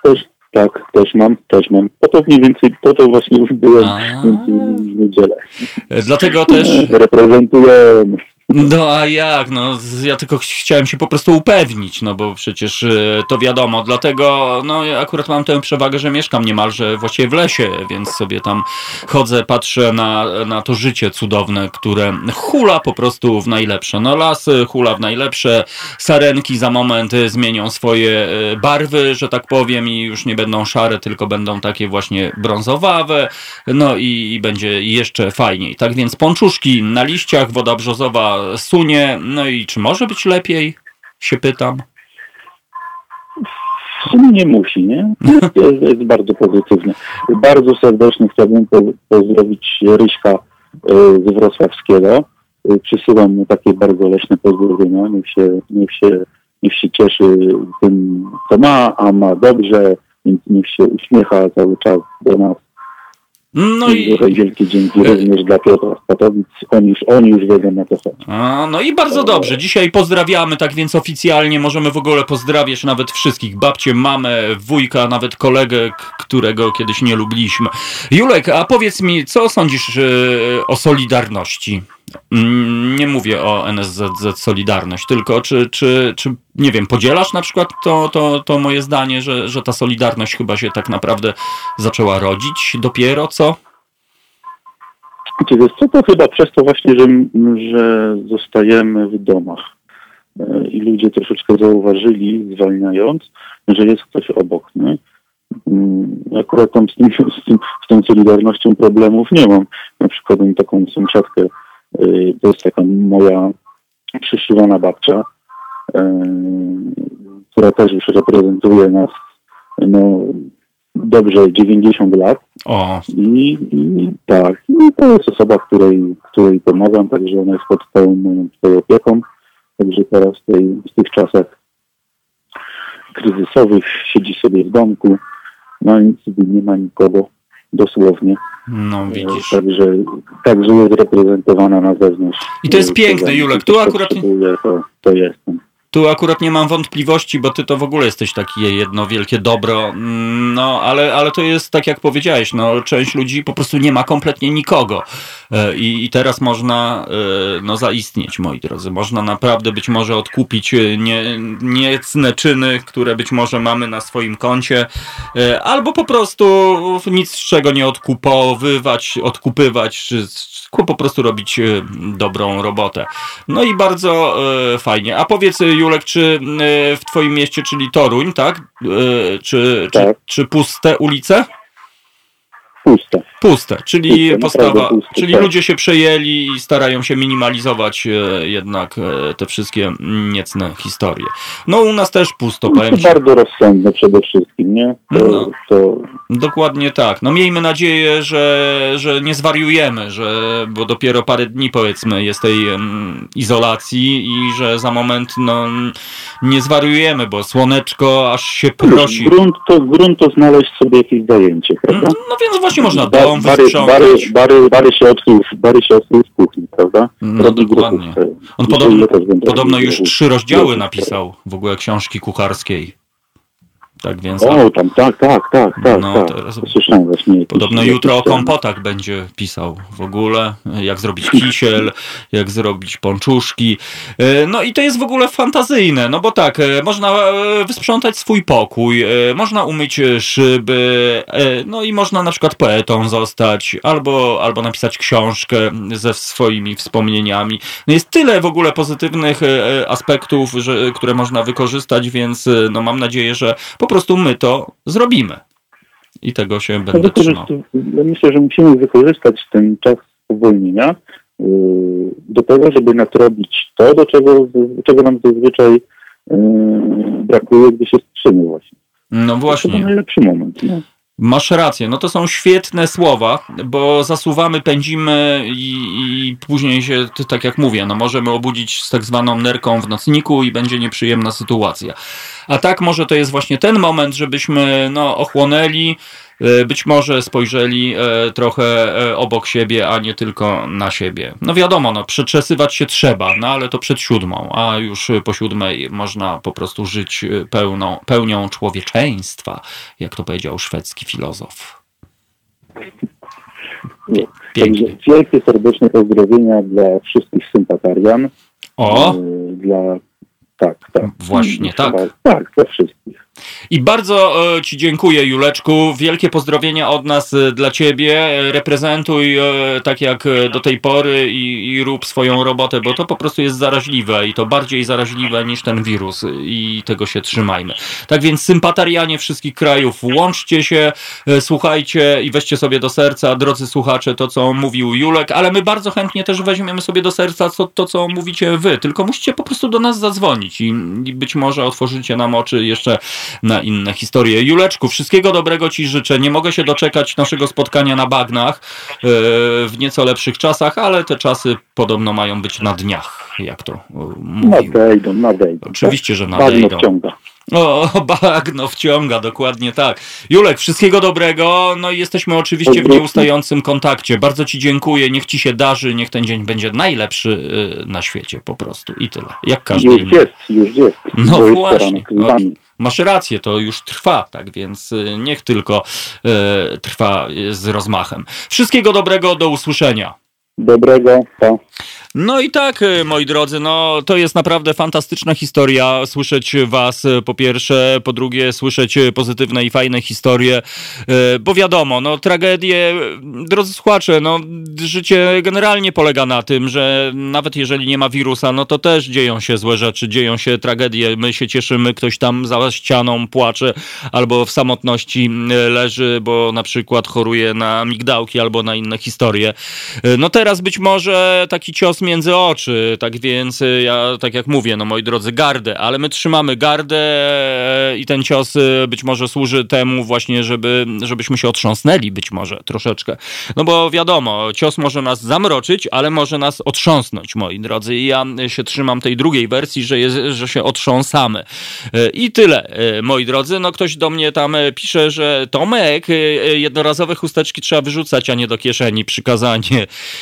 Też mam. Po to właśnie już byłem w niedzielę. Dlatego też... Reprezentujemy. No a jak? No ja tylko chciałem się po prostu upewnić, no bo przecież to wiadomo. Dlatego no ja akurat mam tę przewagę, że mieszkam niemalże właściwie w lesie, więc sobie tam chodzę, patrzę na to życie cudowne, które hula po prostu w najlepsze. No las hula w najlepsze, sarenki za moment zmienią swoje barwy, że tak powiem, i już nie będą szare, tylko będą takie właśnie brązowawe, no i będzie jeszcze fajniej. Tak więc pączuszki na liściach, woda brzozowa sunie. No i czy może być lepiej? Się pytam. W sumie nie musi, nie? Jest bardzo pozytywne. Bardzo serdecznie chciałbym pozdrowić Ryśka z Wrocławskiego. Przysyłam mu takie bardzo leśne pozdrowienia. Niech się cieszy tym, co ma, a ma dobrze, więc niech się uśmiecha cały czas do nas. No i wielkie dzięki również dla Piotra z Katowic. Oni już wiedzą, na co chodzi. No i bardzo dobrze. Dzisiaj pozdrawiamy, tak więc oficjalnie możemy w ogóle pozdrawiać nawet wszystkich. Babcię, mamę, wujka, nawet kolegę, którego kiedyś nie lubiliśmy. Julek, a powiedz mi, co sądzisz o Solidarności? Nie mówię o NSZZ Solidarność, tylko czy nie wiem, podzielasz na przykład to moje zdanie, że ta Solidarność chyba się tak naprawdę zaczęła rodzić dopiero, co? Czy wiesz co, to chyba przez to właśnie, że zostajemy w domach i ludzie troszeczkę zauważyli, zwalniając, że jest ktoś obok, nie? Akurat tam z tą Solidarnością problemów nie mam. Na przykład mam taką sąsiadkę, to jest taka moja przyszywana babcia, która też już reprezentuje nas dobrze 90 lat. O. I tak, to jest osoba, której pomagam, także ona jest pod całą moją opieką. Także teraz w tych czasach kryzysowych siedzi sobie w domku, no i nie ma nikogo, dosłownie. No widzisz. Także jest reprezentowana na zewnątrz. I to jest piękne, Julek. Tu akurat nie mam wątpliwości, bo ty to w ogóle jesteś takie jedno wielkie dobro, no ale to jest tak jak powiedziałeś, no część ludzi po prostu nie ma kompletnie nikogo i teraz można zaistnieć, moi drodzy, można naprawdę być może odkupić niecne czyny, które być może mamy na swoim koncie, albo po prostu nic z czego nie odkupywać, czy po prostu robić dobrą robotę. No i bardzo fajnie. A powiedz, Julek, czy w twoim mieście, czyli Toruń, tak? Tak. Czy puste ulice? Puste, czyli postawa, puste, czyli tak. Ludzie się przejęli i starają się minimalizować jednak te wszystkie niecne historie. No u nas też pusto, powiem ci. Bardzo rozsądne przede wszystkim, nie? To... Dokładnie tak. No miejmy nadzieję, że nie zwariujemy, bo dopiero parę dni powiedzmy jest tej izolacji i że za moment nie zwariujemy, bo słoneczko aż się prosi. Grunt to znaleźć sobie jakieś zajęcie, prawda? No więc właśnie można dom wysprzątać. Bary się odkrył z kuchni, prawda? No dokładnie. On podobno już 3 rozdziały napisał w ogóle książki kucharskiej. Tak więc. O, tam, tak. No, teraz słyszałem właśnie. Podobno jutro o kompotach będzie pisał w ogóle, jak zrobić kisiel, jak zrobić pączuszki. No i to jest w ogóle fantazyjne, no bo tak, można wysprzątać swój pokój, można umyć szyby, no i można na przykład poetą zostać, albo napisać książkę ze swoimi wspomnieniami. No jest tyle w ogóle pozytywnych aspektów, które można wykorzystać, więc no mam nadzieję, że po prostu my to zrobimy. I tego się będę trzymał. Myślę, że musimy wykorzystać ten czas uwolnienia do tego, żeby nadrobić to, do czego nam zazwyczaj brakuje, gdy się strzymy właśnie. No właśnie. To najlepszy moment. Nie? Masz rację, no to są świetne słowa, bo zasuwamy, pędzimy i później się, tak jak mówię, no możemy obudzić z tak zwaną nerką w nocniku i będzie nieprzyjemna sytuacja. A tak może to jest właśnie ten moment, żebyśmy ochłonęli, być może spojrzeli trochę obok siebie, a nie tylko na siebie. No wiadomo, przeczesywać się trzeba, no ale to przed 7, a już po 7 można po prostu żyć pełnią człowieczeństwa, jak to powiedział szwedzki filozof. Pięknie. Wielkie serdeczne pozdrowienia dla wszystkich sympatarian. O! Tak. Właśnie tak. Tak, dla wszystkich. I bardzo Ci dziękuję, Juleczku. Wielkie pozdrowienia od nas dla Ciebie. Reprezentuj tak jak do tej pory i rób swoją robotę, bo to po prostu jest zaraźliwe i to bardziej zaraźliwe niż ten wirus i tego się trzymajmy. Tak więc sympatarianie wszystkich krajów, łączcie się, słuchajcie i weźcie sobie do serca, drodzy słuchacze, to co mówił Julek, ale my bardzo chętnie też weźmiemy sobie do serca to co mówicie wy, tylko musicie po prostu do nas zadzwonić i być może otworzycie nam oczy jeszcze na inne historie. Juleczku, wszystkiego dobrego Ci życzę. Nie mogę się doczekać naszego spotkania na bagnach w nieco lepszych czasach, ale te czasy podobno mają być na dniach, jak to mówił. Nadejdą. Oczywiście, że nadejdą. Bagno wciąga. Bagno wciąga, dokładnie tak. Julek, wszystkiego dobrego, no i jesteśmy oczywiście w nieustającym kontakcie. Bardzo Ci dziękuję, niech Ci się darzy, niech ten dzień będzie najlepszy na świecie po prostu i tyle. Jak każdy inny. Już jest. No właśnie. Masz rację, to już trwa, tak więc niech tylko trwa z rozmachem. Wszystkiego dobrego, do usłyszenia. Dobrego, pa. No i tak, moi drodzy, no to jest naprawdę fantastyczna historia, słyszeć was po pierwsze, po drugie słyszeć pozytywne i fajne historie, bo wiadomo, no tragedie, drodzy słuchacze, no życie generalnie polega na tym, że nawet jeżeli nie ma wirusa, no to też dzieją się złe rzeczy, dzieją się tragedie, my się cieszymy, ktoś tam za ścianą płacze albo w samotności leży, bo na przykład choruje na migdałki albo na inne historie. No teraz być może taki cios między oczy, tak więc ja tak jak mówię, no moi drodzy, gardę, ale my trzymamy gardę i ten cios być może służy temu właśnie, żebyśmy się otrząsnęli być może troszeczkę. No bo wiadomo, cios może nas zamroczyć, ale może nas otrząsnąć, moi drodzy. I ja się trzymam tej drugiej wersji, że się otrząsamy. I tyle, moi drodzy. No ktoś do mnie tam pisze, że Tomek, jednorazowe chusteczki trzeba wyrzucać, a nie do kieszeni, przykazanie.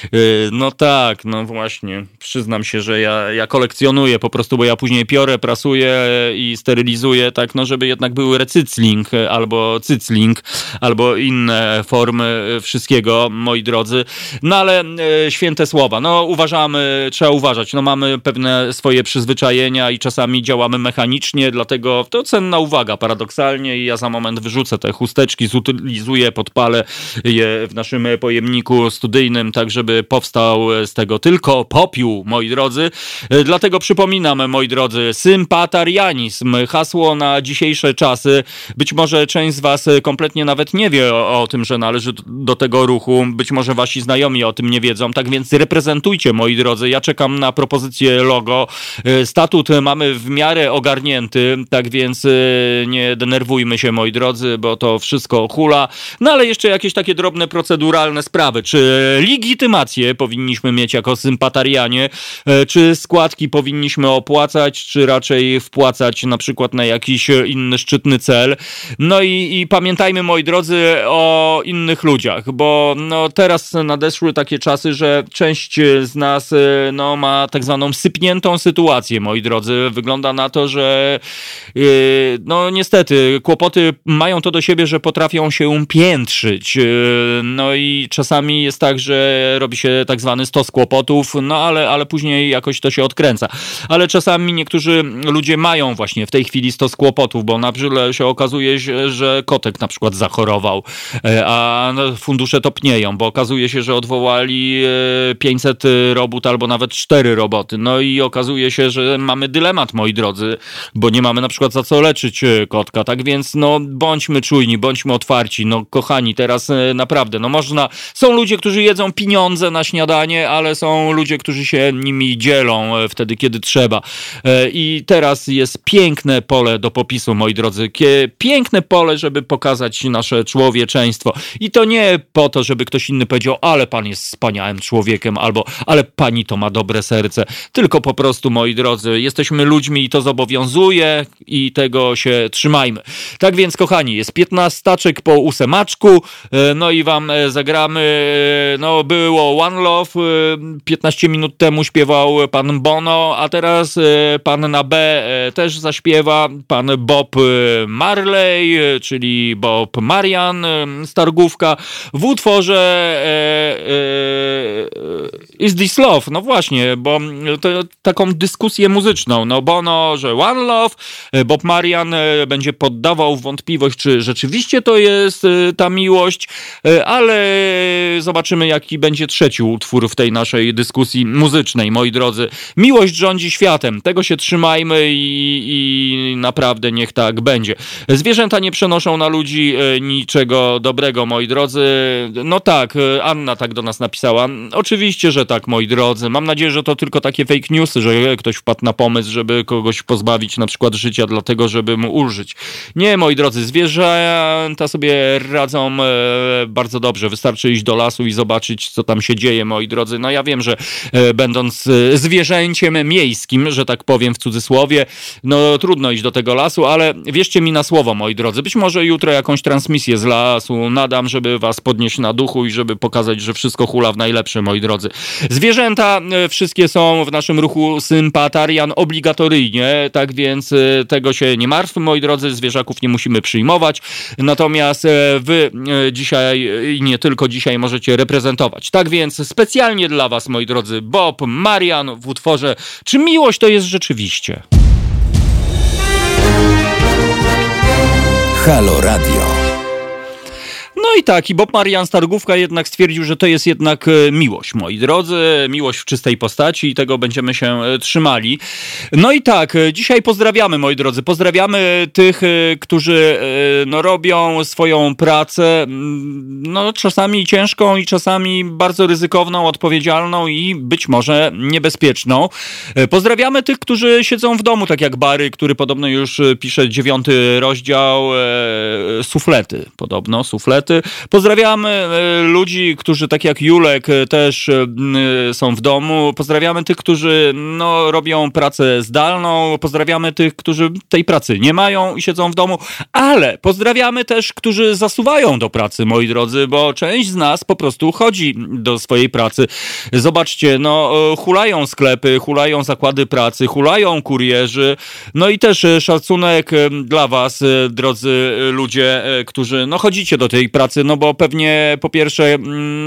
No tak, no właśnie. Przyznam się, że ja kolekcjonuję po prostu, bo ja później piorę, prasuję i sterylizuję, tak, no żeby jednak był recycling albo cycling, albo inne formy wszystkiego, moi drodzy. No ale święte słowa, no uważamy, trzeba uważać, no mamy pewne swoje przyzwyczajenia i czasami działamy mechanicznie, dlatego to cenna uwaga paradoksalnie i ja za moment wyrzucę te chusteczki, zutylizuję, podpalę je w naszym pojemniku studyjnym, tak żeby powstał z tego tylko popiół, moi drodzy. Dlatego przypominam, moi drodzy, sympatarianizm, hasło na dzisiejsze czasy. Być może część z was kompletnie nawet nie wie o tym, że należy do tego ruchu. Być może wasi znajomi o tym nie wiedzą. Tak więc reprezentujcie, moi drodzy. Ja czekam na propozycję logo. Statut mamy w miarę ogarnięty, tak więc nie denerwujmy się, moi drodzy, bo to wszystko hula. No ale jeszcze jakieś takie drobne proceduralne sprawy. Czy legitymację powinniśmy mieć jako sympatarianie? Czy składki powinniśmy opłacać, czy raczej wpłacać na przykład na jakiś inny szczytny cel? No i pamiętajmy, moi drodzy, o innych ludziach, bo no teraz nadeszły takie czasy, że część z nas no ma tak zwaną sypniętą sytuację, moi drodzy. Wygląda na to, że no niestety kłopoty mają to do siebie, że potrafią się piętrzyć. No i czasami jest tak, że robi się tak zwany stos kłopotów, no ale później jakoś to się odkręca. Ale czasami niektórzy ludzie mają właśnie w tej chwili stos kłopotów, bo na przykład się okazuje, że kotek na przykład zachorował, a fundusze topnieją, bo okazuje się, że odwołali 500 robót albo nawet 4 roboty. No i okazuje się, że mamy dylemat, moi drodzy, bo nie mamy na przykład za co leczyć kotka. Tak więc no bądźmy czujni, bądźmy otwarci. No kochani, teraz naprawdę, no można, są ludzie, którzy jedzą pieniądze na śniadanie, ale są ludzie, którzy się nimi dzielą wtedy, kiedy trzeba. I teraz jest piękne pole do popisu, moi drodzy. Piękne pole, żeby pokazać nasze człowieczeństwo. I to nie po to, żeby ktoś inny powiedział, ale pan jest wspaniałym człowiekiem, albo ale pani to ma dobre serce. Tylko po prostu, moi drodzy, jesteśmy ludźmi i to zobowiązuje i tego się trzymajmy. Tak więc, kochani, jest 15 staczek po 8, no i wam zagramy, no było One Love, 15 15 minut temu śpiewał pan Bono, a teraz pan na B też zaśpiewa, pan Bob Marley, czyli Bob Marian z Targówka, w utworze Is This Love? No właśnie, bo to taką dyskusję muzyczną. No Bono, że One Love, Bob Marian będzie poddawał w wątpliwość, czy rzeczywiście to jest ta miłość, ale zobaczymy, jaki będzie trzeci utwór w tej naszej dyskusji muzycznej, moi drodzy. Miłość rządzi światem, tego się trzymajmy i naprawdę niech tak będzie. Zwierzęta nie przenoszą na ludzi niczego dobrego, moi drodzy. No tak, Anna tak do nas napisała. Oczywiście, że tak, moi drodzy. Mam nadzieję, że to tylko takie fake newsy, że ktoś wpadł na pomysł, żeby kogoś pozbawić na przykład życia dlatego, żeby mu ulżyć. Nie, moi drodzy, zwierzęta sobie radzą bardzo dobrze. Wystarczy iść do lasu i zobaczyć, co tam się dzieje, moi drodzy. No ja wiem, że będąc zwierzęciem miejskim, że tak powiem w cudzysłowie, no trudno iść do tego lasu, ale wierzcie mi na słowo, moi drodzy. Być może jutro jakąś transmisję z lasu nadam, żeby was podnieść na duchu i żeby pokazać, że wszystko hula w najlepsze, moi drodzy. Zwierzęta wszystkie są w naszym ruchu Sympatarian obligatoryjnie, tak więc tego się nie martwmy, moi drodzy, zwierzaków nie musimy przyjmować, natomiast wy dzisiaj i nie tylko dzisiaj możecie reprezentować. Tak więc specjalnie dla was, moi drodzy, Bob Marian w utworze Czy miłość to jest rzeczywiście? Halo Radio. No i tak, i Bob Marian z Targówka jednak stwierdził, że to jest jednak miłość, moi drodzy, miłość w czystej postaci i tego będziemy się trzymali. No i tak, dzisiaj pozdrawiamy, moi drodzy, pozdrawiamy tych, którzy no, robią swoją pracę, no czasami ciężką i czasami bardzo ryzykowną, odpowiedzialną i być może niebezpieczną. Pozdrawiamy tych, którzy siedzą w domu, tak jak Bary, który podobno już pisze 9 rozdział Suflety, podobno, Suflety. Pozdrawiamy ludzi, którzy tak jak Julek też są w domu. Pozdrawiamy tych, którzy no, robią pracę zdalną. Pozdrawiamy tych, którzy tej pracy nie mają i siedzą w domu. Ale pozdrawiamy też, którzy zasuwają do pracy, moi drodzy, bo część z nas po prostu chodzi do swojej pracy. Zobaczcie, no hulają sklepy, hulają zakłady pracy, hulają kurierzy. No i też szacunek dla was, drodzy ludzie, którzy no chodzicie do tej pracy, no bo pewnie po pierwsze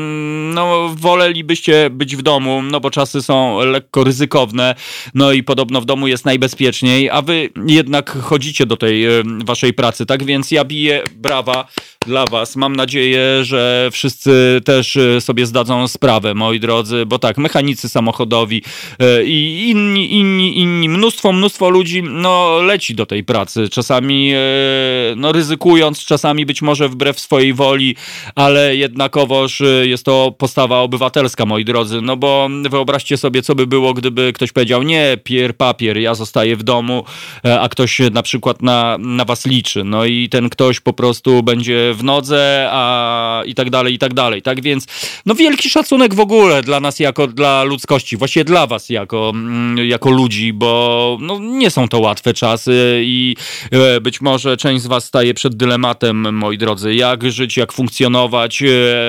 no wolelibyście być w domu, no bo czasy są lekko ryzykowne, no i podobno w domu jest najbezpieczniej, a wy jednak chodzicie do tej waszej pracy, tak więc ja biję brawa dla was. Mam nadzieję, że wszyscy też sobie zdadzą sprawę, moi drodzy, bo tak, mechanicy samochodowi i inni, mnóstwo ludzi, no leci do tej pracy, czasami no ryzykując, czasami być może wbrew swojej woli, ale jednakowoż jest to postawa obywatelska, moi drodzy, no bo wyobraźcie sobie, co by było, gdyby ktoś powiedział, nie, papier, ja zostaję w domu, a ktoś na przykład na was liczy, no i ten ktoś po prostu będzie w nodze, i tak dalej. Tak więc, no wielki szacunek w ogóle dla nas jako dla ludzkości, właściwie dla was jako ludzi, bo no, nie są to łatwe czasy i być może część z was staje przed dylematem, moi drodzy, jak żyć, jak funkcjonować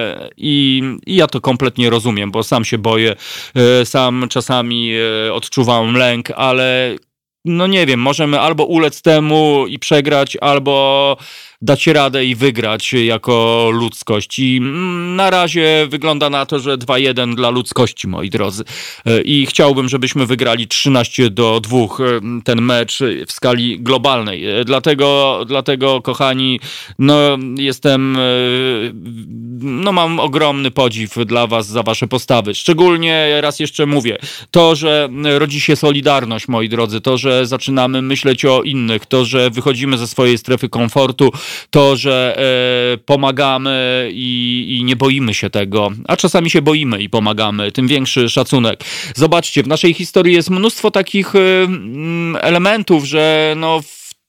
i ja to kompletnie rozumiem, bo sam się boję, sam czasami odczuwam lęk, ale no nie wiem, możemy albo ulec temu i przegrać, albo dać radę i wygrać jako ludzkość. I na razie wygląda na to, że 2-1 dla ludzkości, moi drodzy. I chciałbym, żebyśmy wygrali 13-2 ten mecz w skali globalnej. Dlatego kochani, no jestem, no mam ogromny podziw dla was za wasze postawy. Szczególnie, raz jeszcze mówię, to, że rodzi się solidarność, moi drodzy, to, że zaczynamy myśleć o innych, to, że wychodzimy ze swojej strefy komfortu, to, że pomagamy i nie boimy się tego, a czasami się boimy i pomagamy, tym większy szacunek. Zobaczcie, w naszej historii jest mnóstwo takich elementów, że no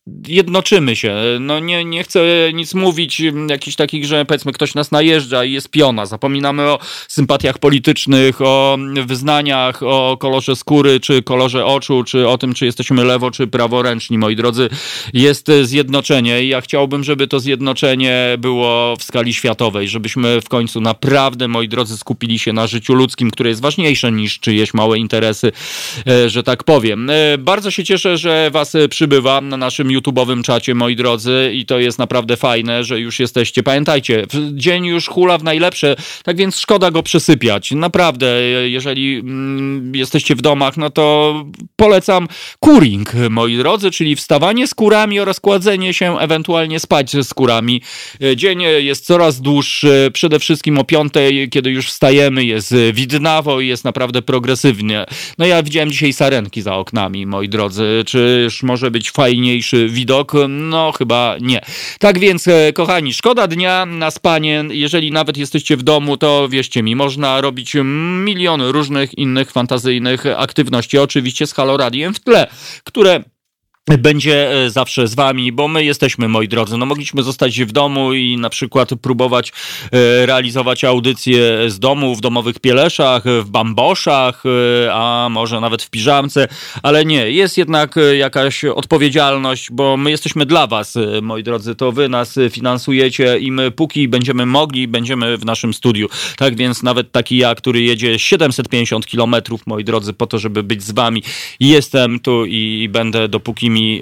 jednoczymy się. No nie chcę nic mówić, jakichś takich, że powiedzmy ktoś nas najeżdża i jest piona. Zapominamy o sympatiach politycznych, o wyznaniach, o kolorze skóry, czy kolorze oczu, czy o tym, czy jesteśmy lewo, czy praworęczni, moi drodzy. Jest zjednoczenie i ja chciałbym, żeby to zjednoczenie było w skali światowej, żebyśmy w końcu naprawdę, moi drodzy, skupili się na życiu ludzkim, które jest ważniejsze niż czyjeś małe interesy, że tak powiem. Bardzo się cieszę, że was przybywa na naszym YouTube'owym czacie, moi drodzy, i to jest naprawdę fajne, że już jesteście. Pamiętajcie, dzień już hula w najlepsze, tak więc szkoda go przesypiać. Naprawdę, jeżeli jesteście w domach, no to polecam kuring, moi drodzy, czyli wstawanie z kurami oraz kładzenie się, ewentualnie spać z kurami. Dzień jest coraz dłuższy, przede wszystkim o 5:00, kiedy już wstajemy, jest widnawo i jest naprawdę progresywnie. No ja widziałem dzisiaj sarenki za oknami, moi drodzy. Czyż może być fajniejszy widok? No chyba nie. Tak więc, kochani, szkoda dnia na spanie. Jeżeli nawet jesteście w domu, to wierzcie mi, można robić milion różnych innych fantazyjnych aktywności. Oczywiście z Halo Radiem w tle, które będzie zawsze z wami, bo my jesteśmy, moi drodzy. No mogliśmy zostać w domu i na przykład próbować realizować audycje z domu, w domowych pieleszach, w bamboszach, a może nawet w piżamce, ale nie. Jest jednak jakaś odpowiedzialność, bo my jesteśmy dla was, moi drodzy. To wy nas finansujecie i my póki będziemy mogli, będziemy w naszym studiu. Tak więc nawet taki ja, który jedzie 750 kilometrów, moi drodzy, po to, żeby być z wami. Jestem tu i będę, dopóki mi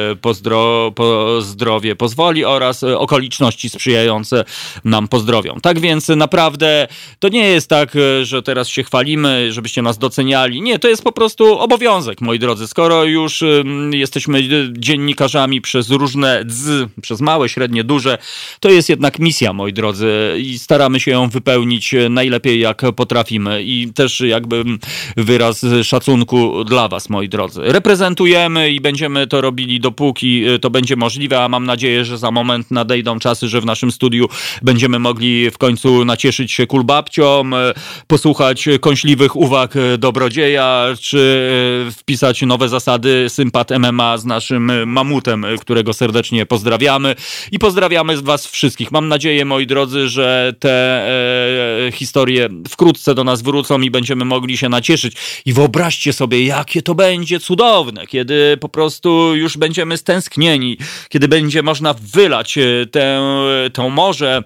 zdrowie pozwoli oraz okoliczności sprzyjające nam pozdrowią. Tak więc naprawdę to nie jest tak, że teraz się chwalimy, żebyście nas doceniali. Nie, to jest po prostu obowiązek, moi drodzy. Skoro już jesteśmy dziennikarzami przez różne przez małe, średnie, duże, to jest jednak misja, moi drodzy, i staramy się ją wypełnić najlepiej jak potrafimy i też jakby wyraz szacunku dla was, moi drodzy. Reprezentujemy i będziemy to robili dopóki to będzie możliwe, a mam nadzieję, że za moment nadejdą czasy, że w naszym studiu będziemy mogli w końcu nacieszyć się kulbabcią, posłuchać kąśliwych uwag dobrodzieja, czy wpisać nowe zasady Sympat MMA z naszym mamutem, którego serdecznie pozdrawiamy i pozdrawiamy was wszystkich. Mam nadzieję, moi drodzy, że te historie wkrótce do nas wrócą i będziemy mogli się nacieszyć. I wyobraźcie sobie, jakie to będzie cudowne, kiedy po prostu już będziemy stęsknieni, kiedy będzie można wylać tę morze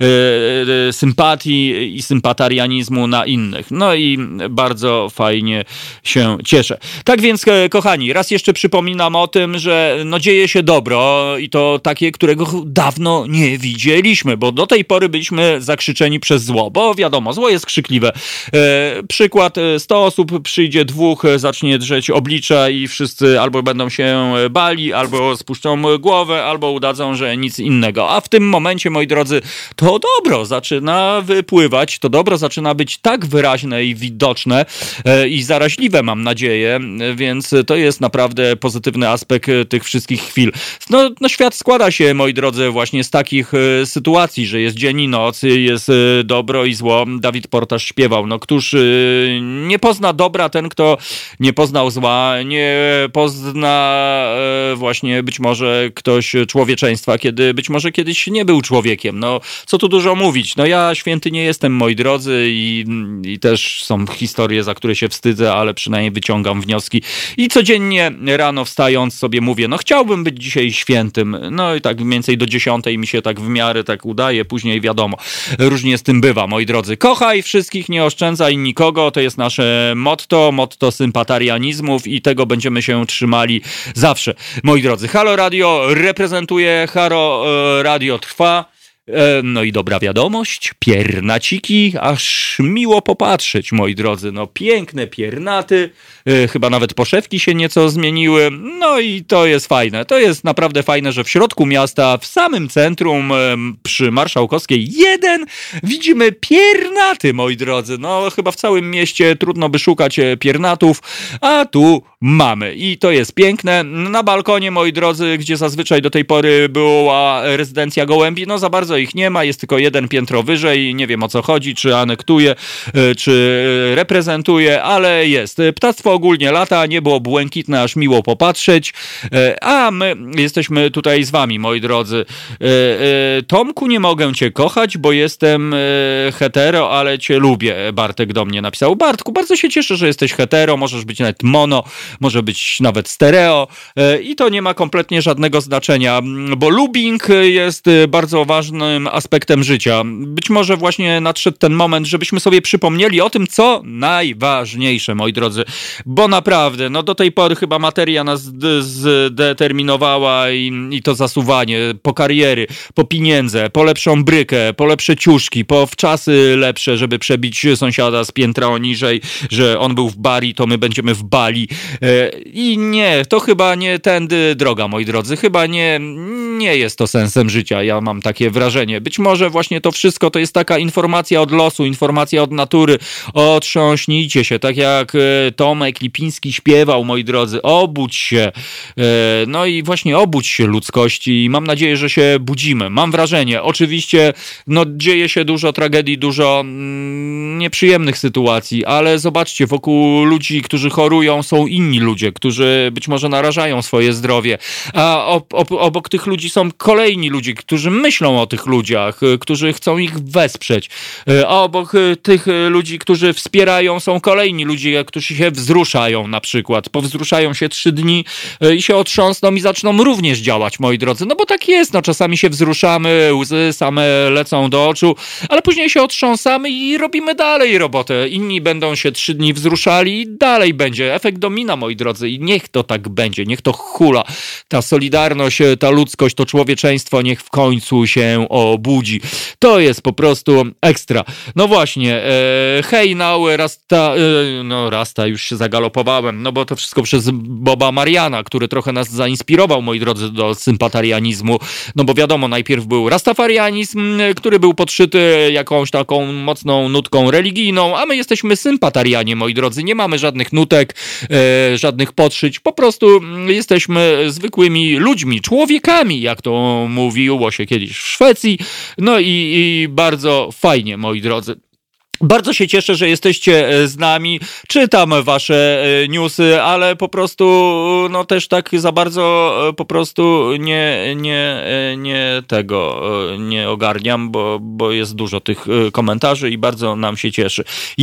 sympatii i sympatarianizmu na innych. No i bardzo fajnie się cieszę. Tak więc, kochani, raz jeszcze przypominam o tym, że no dzieje się dobro i to takie, którego dawno nie widzieliśmy, bo do tej pory byliśmy zakrzyczeni przez zło, bo wiadomo, zło jest krzykliwe. Przykład, 100 osób przyjdzie, 2 zacznie drzeć oblicza i wszyscy albo będą się bali, albo spuszczą głowę, albo udadzą, że nic innego. A w tym momencie, moi drodzy, to dobro zaczyna wypływać, to dobro zaczyna być tak wyraźne i widoczne i zaraźliwe, mam nadzieję, więc to jest naprawdę pozytywny aspekt tych wszystkich chwil. No świat składa się, moi drodzy, właśnie z takich sytuacji, że jest dzień i noc, jest dobro i zło. Dawid Portasz śpiewał, no któż nie pozna dobra, ten, kto nie poznał zła, nie pozna właśnie być może ktoś człowieczeństwa, kiedy być może kiedyś nie był człowiekiem. No, co tu dużo mówić. No ja święty nie jestem, moi drodzy, i też są historie, za które się wstydzę, ale przynajmniej wyciągam wnioski. I codziennie rano wstając sobie mówię, no chciałbym być dzisiaj świętym. No i tak mniej więcej do 10 mi się tak w miarę tak udaje, później wiadomo. Różnie z tym bywa, moi drodzy. Kochaj wszystkich, nie oszczędzaj nikogo. To jest nasze motto sympatarianizmów i tego będziemy się trzymali zawsze. Moi drodzy, Halo Radio reprezentuje, Halo Radio trwa. No i dobra wiadomość, piernaciki, aż miło popatrzeć, moi drodzy, no piękne piernaty, chyba nawet poszewki się nieco zmieniły, no i to jest fajne, to jest naprawdę fajne, że w środku miasta, w samym centrum, przy Marszałkowskiej 1 widzimy piernaty, moi drodzy, no chyba w całym mieście trudno by szukać piernatów, a tu mamy i to jest piękne. Na balkonie, moi drodzy, gdzie zazwyczaj do tej pory była rezydencja gołębi, no za bardzo bardzo ich nie ma, jest tylko jeden piętro wyżej, nie wiem o co chodzi, czy anektuje, czy reprezentuje, ale jest. Ptactwo ogólnie lata, niebo błękitne, aż miło popatrzeć, a my jesteśmy tutaj z wami, moi drodzy. Tomku, nie mogę cię kochać, bo jestem hetero, ale cię lubię, Bartek do mnie napisał. Bartku, bardzo się cieszę, że jesteś hetero, możesz być nawet mono, może być nawet stereo i to nie ma kompletnie żadnego znaczenia, bo lubing jest bardzo ważnym aspektem życia. Być może właśnie nadszedł ten moment, żebyśmy sobie przypomnieli o tym, co najważniejsze, moi drodzy, bo naprawdę, no do tej pory chyba materia nas zdeterminowała i to zasuwanie po kariery, po pieniądze, po lepszą brykę, po lepsze ciuszki, po wczasy lepsze, żeby przebić sąsiada z piętra niżej, że on był w Bari, to my będziemy w Bali. I nie, to chyba nie tędy droga, moi drodzy. Chyba nie jest to sensem życia. Ja mam takie wrażenie. Być może właśnie to wszystko to jest taka informacja od losu, informacja od natury. Otrząśnijcie się, tak jak Tomek Lipiński śpiewał, moi drodzy. Obudź się. No i właśnie obudź się ludzkości i mam nadzieję, że się budzimy. Mam wrażenie. Oczywiście no dzieje się dużo tragedii, dużo nieprzyjemnych sytuacji, ale zobaczcie, wokół ludzi, którzy chorują, są inni ludzie, którzy być może narażają swoje zdrowie, a obok tych ludzi są kolejni ludzie, którzy myślą o tych ludziach, którzy chcą ich wesprzeć, a obok tych ludzi, którzy wspierają, są kolejni ludzie, którzy się wzruszają na przykład, powzruszają się 3 dni i się otrząsną i zaczną również działać, moi drodzy, no bo tak jest, no czasami się wzruszamy, łzy same lecą do oczu, ale później się otrząsamy i robimy dalej robotę. Inni będą się 3 dni wzruszali i dalej będzie. Efekt domina, moi drodzy, i niech to tak będzie, niech to hula. Ta solidarność, ta ludzkość, to człowieczeństwo niech w końcu się obudzi. To jest po prostu ekstra. No właśnie, hej now, Rasta, już się zagalopowałem, no bo to wszystko przez Boba Mariana, który trochę nas zainspirował, moi drodzy, do sympatarianizmu, no bo wiadomo, najpierw był rastafarianizm, który był podszyty jakąś taką mocną nutką religijną, a my jesteśmy sympatarianie, moi drodzy, nie mamy żadnych nutek, żadnych podszyć, po prostu jesteśmy zwykłymi ludźmi, człowiekami, jak to mówiło się kiedyś w Szwecji, no i bardzo fajnie, moi drodzy. Bardzo się cieszę, że jesteście z nami, czytam wasze newsy, ale po prostu no też tak za bardzo po prostu nie ogarniam, bo jest dużo tych komentarzy i bardzo nam się cieszy.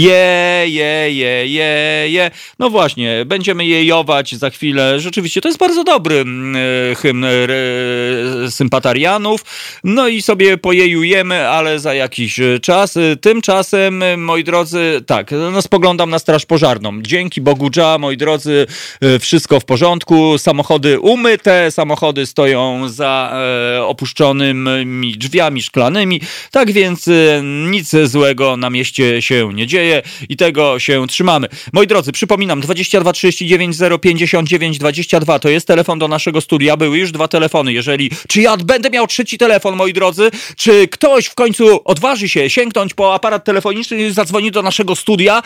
No właśnie, będziemy jejować za chwilę. Rzeczywiście to jest bardzo dobry hymn sympatarianów. No i sobie pojejujemy, ale za jakiś czas. Tymczasem, moi drodzy, tak, no spoglądam na Straż Pożarną. Dzięki Bogu Dża, moi drodzy, wszystko w porządku, samochody umyte, samochody stoją za opuszczonymi drzwiami szklanymi, tak więc nic złego na mieście się nie dzieje i tego się trzymamy. Moi drodzy, przypominam, 22 39 059 22 to jest telefon do naszego studia, były już 2 telefony, czy ja będę miał 3. telefon, moi drodzy, czy ktoś w końcu odważy się sięgnąć po aparat telefoniczny i zadzwoni do naszego studia,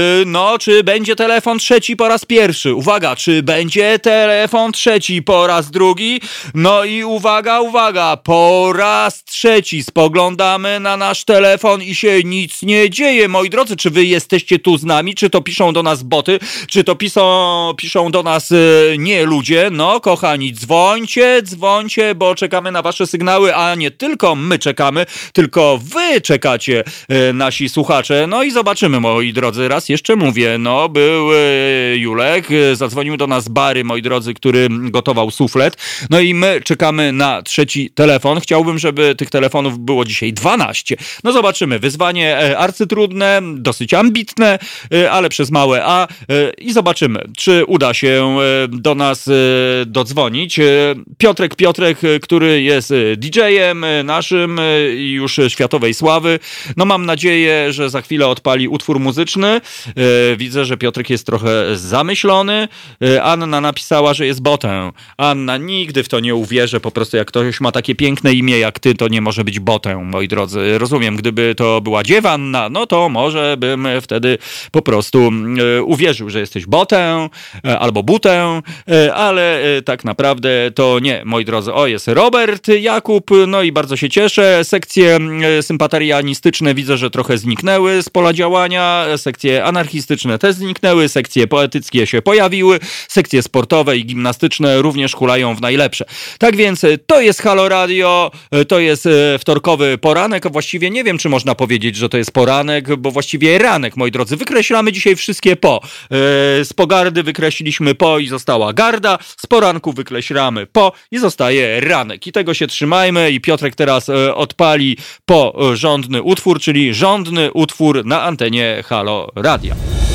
no, czy będzie telefon 3 po raz pierwszy, uwaga, czy będzie telefon 3 po raz drugi, no i uwaga, po raz 3 spoglądamy na nasz telefon i się nic nie dzieje, moi drodzy, czy wy jesteście tu z nami, czy to piszą do nas boty, czy to piszą do nas nie ludzie, no kochani, dzwońcie, bo czekamy na wasze sygnały, a nie tylko my czekamy, tylko wy czekacie, nasi słuchacze, no i zobaczymy, moi drodzy, raz jeszcze mówię, no był Julek, zadzwonił do nas Bary, moi drodzy, który gotował suflet, no i my czekamy na 3 telefon, chciałbym, żeby tych telefonów było dzisiaj 12, no zobaczymy, wyzwanie arcytrudne, dosyć ambitne, ale przez małe A i zobaczymy, czy uda się do nas dodzwonić. Piotrek, który jest DJ-em naszym już światowej sławy, no mam nadzieję, że za chwilę odpali utwór muzyczny. Widzę, że Piotrek jest trochę zamyślony. Anna napisała, że jest botem. Anna, nigdy w to nie uwierzę, po prostu jak ktoś ma takie piękne imię jak ty, to nie może być botem, moi drodzy. Rozumiem, gdyby to była dziewanna, no to może bym wtedy po prostu uwierzył, że jesteś botem albo butę, ale tak naprawdę to nie, moi drodzy. O, jest Robert Jakub, no i bardzo się cieszę. Sekcje sympatarianistyczne widzę, że trochę zniknęły z pola działania, sekcje anarchistyczne też zniknęły, sekcje poetyckie się pojawiły, sekcje sportowe i gimnastyczne również hulają w najlepsze. Tak więc to jest Halo Radio, to jest wtorkowy poranek, a właściwie nie wiem, czy można powiedzieć, że to jest poranek, bo właściwie ranek, moi drodzy. Wykreślamy dzisiaj wszystkie po. Z pogardy wykreśliliśmy po i została garda, z poranku wykreślamy po i zostaje ranek. I tego się trzymajmy i Piotrek teraz odpali porządny utwór, czyli rządny utwór na antenie Halo Radia.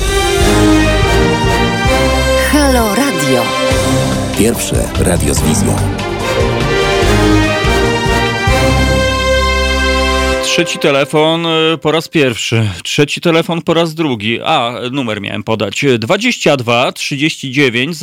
Halo Radio. Pierwsze radio z wizją. Trzeci telefon po raz pierwszy, trzeci telefon po raz drugi. Numer miałem podać. 22 39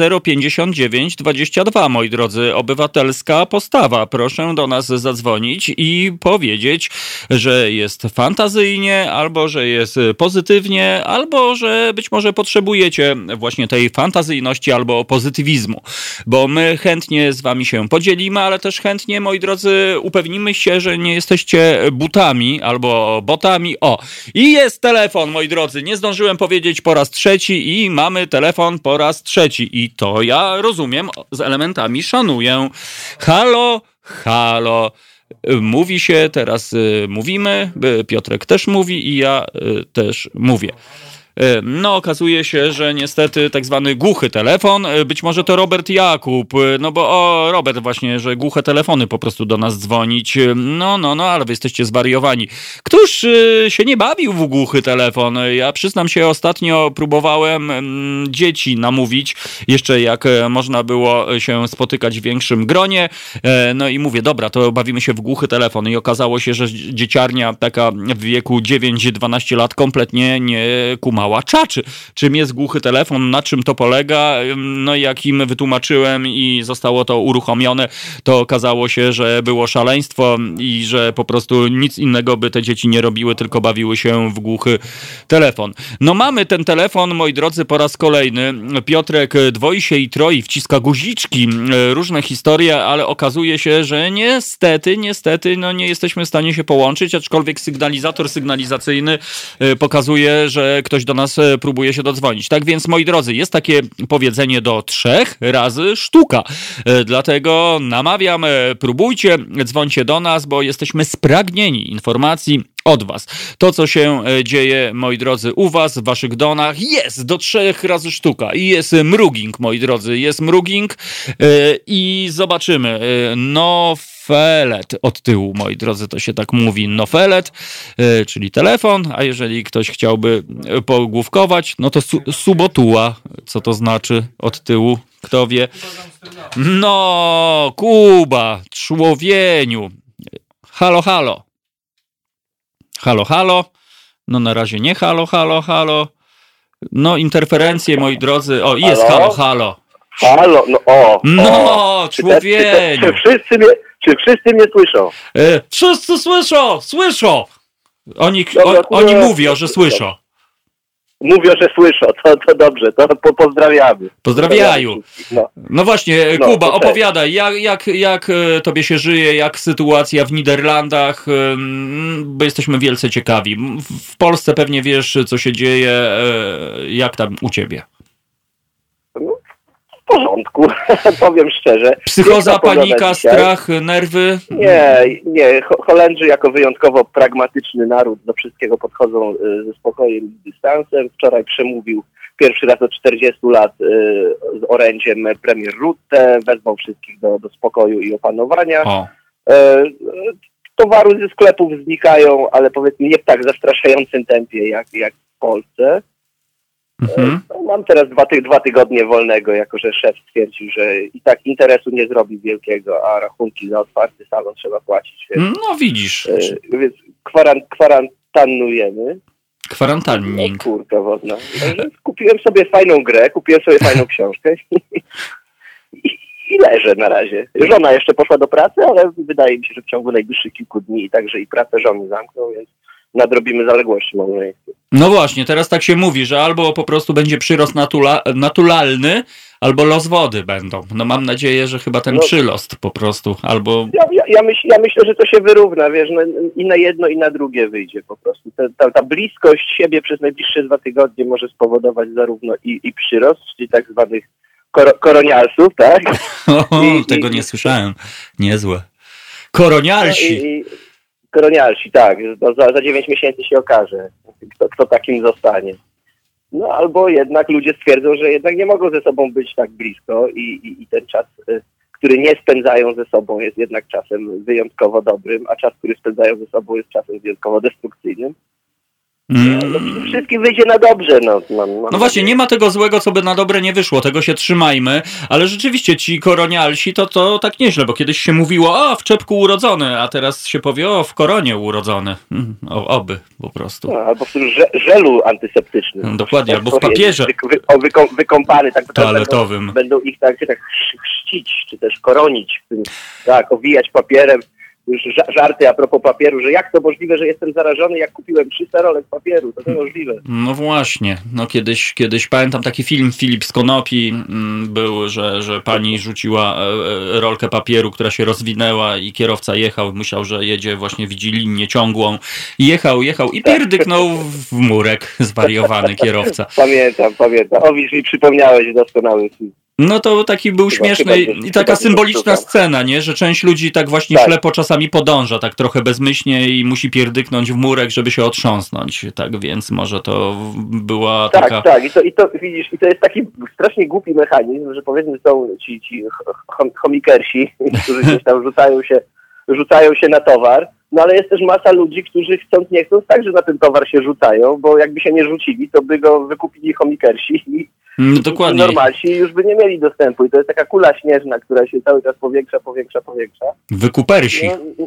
059 22, moi drodzy. Obywatelska postawa. Proszę do nas zadzwonić i powiedzieć, że jest fantazyjnie, albo że jest pozytywnie, albo że być może potrzebujecie właśnie tej fantazyjności albo pozytywizmu. Bo my chętnie z wami się podzielimy, ale też chętnie, moi drodzy, upewnimy się, że nie jesteście butami albo botami. I jest telefon, moi drodzy. Nie zdążyłem powiedzieć po raz trzeci i mamy telefon po raz trzeci. I to ja rozumiem, z elementami szanuję. Halo, halo. Mówi się, teraz mówimy, Piotrek też mówi i ja też mówię. No, okazuje się, że niestety tak zwany głuchy telefon, być może to Robert Jakub, no bo Robert właśnie, że głuche telefony po prostu do nas dzwonić, no, ale wy jesteście zwariowani. Któż się nie bawił w głuchy telefon? Ja przyznam się, ostatnio próbowałem dzieci namówić, jeszcze jak można było się spotykać w większym gronie, no i mówię, dobra, to bawimy się w głuchy telefon i okazało się, że dzieciarnia taka w wieku 9-12 lat kompletnie nie kumała czaczy. Czym jest głuchy telefon, na czym to polega, no i jak im wytłumaczyłem i zostało to uruchomione, to okazało się, że było szaleństwo i że po prostu nic innego by te dzieci nie robiły, tylko bawiły się w głuchy telefon. No mamy ten telefon, moi drodzy, po raz kolejny. Piotrek dwoi się i troi, wciska guziczki, różne historie, ale okazuje się, że niestety, no nie jesteśmy w stanie się połączyć, aczkolwiek sygnalizator sygnalizacyjny pokazuje, że ktoś do nas próbuje się dodzwonić. Tak więc, moi drodzy, jest takie powiedzenie do 3 razy sztuka. Dlatego namawiam, próbujcie, dzwońcie do nas, bo jesteśmy spragnieni informacji od was. To, co się dzieje, moi drodzy, u was, w waszych domach, jest do 3 razy sztuka. I jest mruging, moi drodzy, jest mruging i zobaczymy. Nofelet od tyłu, moi drodzy, to się tak mówi. Nofelet, czyli telefon, a jeżeli ktoś chciałby pogłówkować, no to subotuła. Co to znaczy od tyłu? Kto wie? No, Kuba, człowieniu. Halo, halo. Halo, halo. No na razie nie halo, halo, halo. No interferencje, moi drodzy. Jest halo, halo. Halo, Człowieniu. Czy wszyscy mnie słyszą? Wszyscy słyszą. Oni mówią, że słyszą. Mówią, że słyszą, to dobrze, to pozdrawiamy. Pozdrawiaju. No właśnie, Kuba, opowiadaj, jak tobie się żyje, jak sytuacja w Niderlandach, bo jesteśmy wielce ciekawi. W Polsce pewnie wiesz, co się dzieje, jak tam u ciebie? W porządku, powiem szczerze. Psychoza, panika, strach, nerwy? Nie. Holendrzy jako wyjątkowo pragmatyczny naród do wszystkiego podchodzą ze spokojem i dystansem. Wczoraj przemówił pierwszy raz od 40 lat z orędziem premier Rutte, wezwał wszystkich do spokoju i opanowania. Towary ze sklepów znikają, ale powiedzmy nie w tak zastraszającym tempie jak w Polsce. Mam teraz 2 tygodnie wolnego, jako że szef stwierdził, że i tak interesu nie zrobi wielkiego, a rachunki za otwarty salon trzeba płacić. Więc, no widzisz. Więc kwarantannujemy. Kwarantanning. Kurka wodna. Kupiłem sobie fajną grę, kupiłem sobie fajną książkę i leżę na razie. Żona jeszcze poszła do pracy, ale wydaje mi się, że w ciągu najbliższych kilku dni także i pracę żony zamknął, więc nadrobimy zaległości małżeńskie. No właśnie, teraz tak się mówi, że albo po prostu będzie przyrost naturalny, albo los wody będą. No mam nadzieję, że chyba ten przyrost po prostu, albo... Ja myślę, że to się wyrówna, wiesz, no, i na jedno, i na drugie wyjdzie po prostu. Ta bliskość siebie przez najbliższe 2 tygodnie może spowodować zarówno i przyrost, czyli tak zwanych koronialsów, tak? Tego nie słyszałem. Niezłe. Koronialsi. Koronialsi, tak. No, za 9 miesięcy się okaże, kto takim zostanie. No albo jednak ludzie stwierdzą, że jednak nie mogą ze sobą być tak blisko i ten czas, który nie spędzają ze sobą, jest jednak czasem wyjątkowo dobrym, a czas, który spędzają ze sobą, jest czasem wyjątkowo destrukcyjnym. No, wszystkim wyjdzie na dobrze. No właśnie, nie ma tego złego, co by na dobre nie wyszło, tego się trzymajmy, ale rzeczywiście ci koronialsi to tak nieźle, bo kiedyś się mówiło, w czepku urodzony, a teraz się powie, w koronie urodzony. Oby po prostu. No, albo w tym żelu antyseptycznym. Dokładnie, albo w papierze. Wykąpany, tak toaletowym. Będą ich tak chrzcić, czy też koronić, tak, owijać papierem. Już żarty a propos papieru, że jak to możliwe, że jestem zarażony, jak kupiłem 300 rolek papieru, to możliwe. No właśnie, no kiedyś pamiętam taki film Filip z Konopi był, że pani rzuciła rolkę papieru, która się rozwinęła i kierowca jechał, myślał, że jedzie, właśnie widzi linię ciągłą. Jechał i pierdyknął w murek, zwariowany kierowca. Pamiętam. O, widzisz, mi przypomniałeś doskonały film. No to taki był śmieszny i taka symboliczna scena, nie? Że część ludzi tak właśnie ślepo czasami podąża, tak trochę bezmyślnie i musi pierdyknąć w murek, żeby się otrząsnnąć. Tak więc może to była taka... Tak. I to widzisz, i to jest taki strasznie głupi mechanizm, że powiedzmy są ci chomikersi, którzy gdzieś tam rzucają się na towar, no ale jest też masa ludzi, którzy chcąc nie chcąc także na ten towar się rzucają, bo jakby się nie rzucili, to by go wykupili chomikersi i dokładnie. Normalsi już by nie mieli dostępu. I to jest taka kula śnieżna, która się cały czas powiększa. Wykupersi. No.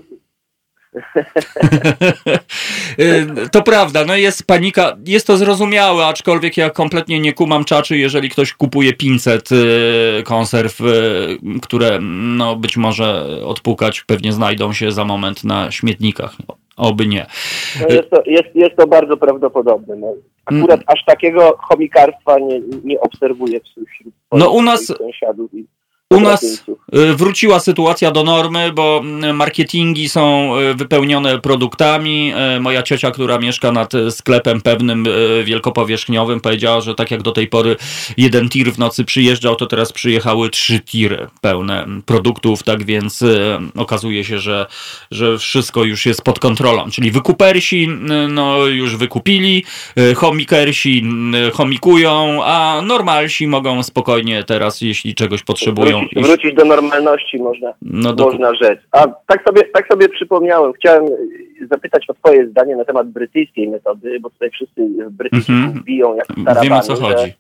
To prawda, no jest panika, jest to zrozumiałe, aczkolwiek ja kompletnie nie kumam czaczy, jeżeli ktoś kupuje 500 konserw, które no być może odpukać pewnie znajdą się za moment na śmietnikach. Oby nie. No jest to bardzo prawdopodobne. No. Akurat aż takiego chomikarstwa nie obserwuję wśród sąsiadów. U nas wróciła sytuacja do normy, bo marketingi są wypełnione produktami. Moja ciocia, która mieszka nad sklepem pewnym wielkopowierzchniowym, powiedziała, że tak jak do tej pory 1 tir w nocy przyjeżdżał, to teraz przyjechały 3 tiry pełne produktów, tak więc okazuje się, że wszystko już jest pod kontrolą. Czyli wykupersi no już wykupili, chomikersi chomikują, a normalsi mogą spokojnie teraz, jeśli czegoś potrzebują, wrócić do normalności można rzec. A tak sobie przypomniałem, chciałem zapytać o twoje zdanie na temat brytyjskiej metody, bo tutaj wszyscy Brytyjczyków biją jak tarawany. Wiem, o co chodzi.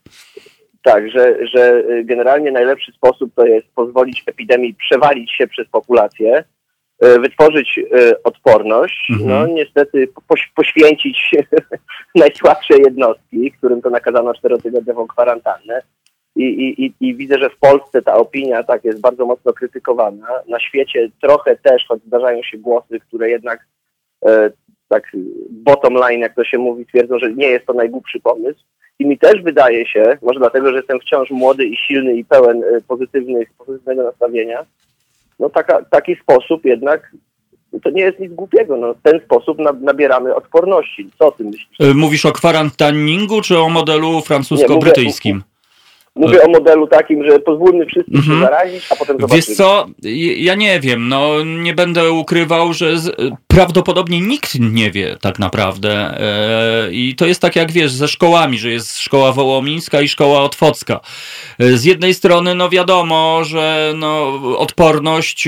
Że generalnie najlepszy sposób to jest pozwolić epidemii przewalić się przez populację, wytworzyć odporność, no niestety poświęcić najsłabsze jednostki, którym to nakazano 4-tygodniową kwarantannę. I widzę, że w Polsce ta opinia tak jest bardzo mocno krytykowana. Na świecie trochę też, choć zdarzają się głosy, które jednak tak bottom line, jak to się mówi, twierdzą, że nie jest to najgłupszy pomysł. I mi też wydaje się, może dlatego, że jestem wciąż młody i silny i pełen pozytywnego nastawienia, no taki sposób jednak to nie jest nic głupiego. No, w ten sposób nabieramy odporności. Co o tym myślisz? Mówisz o kwarantanningu czy o modelu francusko-brytyjskim? Mówię o modelu takim, że pozwólmy wszystkim się zarazić, a potem zobaczymy. Wiesz co, ja nie wiem, no nie będę ukrywał, że prawdopodobnie nikt nie wie tak naprawdę i to jest tak jak wiesz ze szkołami, że jest szkoła wołomińska i szkoła otwocka. Z jednej strony no wiadomo, że no odporność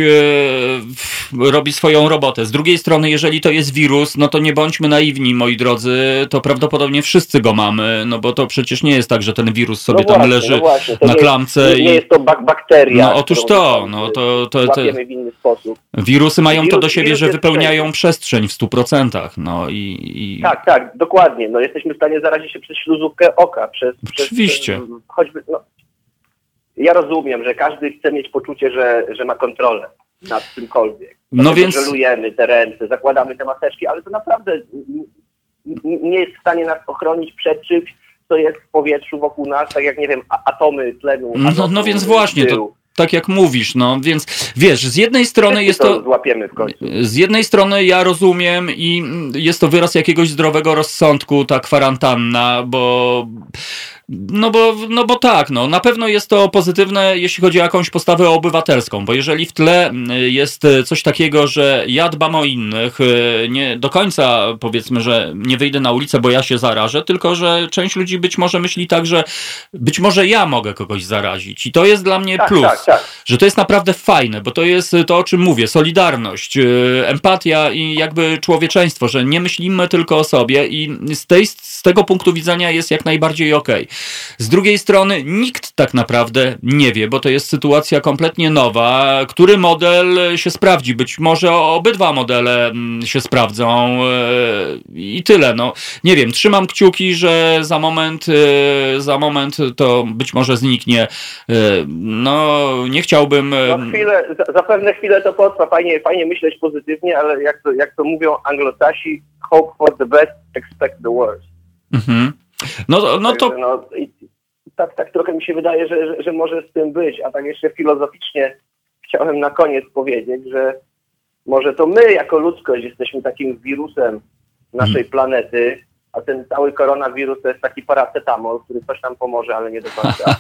robi swoją robotę. Z drugiej strony, jeżeli to jest wirus, no to nie bądźmy naiwni, moi drodzy, to prawdopodobnie wszyscy go mamy, no bo to przecież nie jest tak, że ten wirus sobie tam leży na klamce. Nie jest to bakteria. No otóż to. No, to w inny sposób. Wirusy mają to do siebie, że wypełniają przestrzeń w 100%. No Tak, dokładnie. No, jesteśmy w stanie zarazić się przez śluzówkę oka. Oczywiście. Choćby, ja rozumiem, że każdy chce mieć poczucie, że ma kontrolę nad czymkolwiek. No więc żelujemy te ręce, zakładamy te maseczki, ale to naprawdę nie jest w stanie nas ochronić przed czymś, co jest w powietrzu wokół nas, tak jak, nie wiem, atomy tlenu. No więc właśnie, to tak jak mówisz, no więc wiesz, z jednej strony jest to... złapiemy w końcu. Z jednej strony ja rozumiem i jest to wyraz jakiegoś zdrowego rozsądku, ta kwarantanna, bo tak, no na pewno jest to pozytywne, jeśli chodzi o jakąś postawę obywatelską, bo jeżeli w tle jest coś takiego, że ja dbam o innych, nie do końca powiedzmy, że nie wyjdę na ulicę, bo ja się zarażę, tylko że część ludzi być może myśli tak, że być może ja mogę kogoś zarazić i to jest dla mnie plus, że to jest naprawdę fajne, bo to jest to, o czym mówię, solidarność, empatia i jakby człowieczeństwo, że nie myślimy tylko o sobie i z tego punktu widzenia jest jak najbardziej okej. Z drugiej strony nikt tak naprawdę nie wie, bo to jest sytuacja kompletnie nowa, który model się sprawdzi. Być może obydwa modele się sprawdzą i tyle. No, nie wiem, trzymam kciuki, że za moment to być może zniknie. No, nie chciałbym... Za pewne chwile to potrwa. Fajnie myśleć pozytywnie, ale jak to mówią Anglosasi, hope for the best, expect the worst. Mhm. Tak trochę mi się wydaje, że może z tym być, a tak jeszcze filozoficznie chciałem na koniec powiedzieć, że może to my jako ludzkość jesteśmy takim wirusem naszej planety, a ten cały koronawirus to jest taki paracetamol, który coś nam pomoże, ale nie do końca.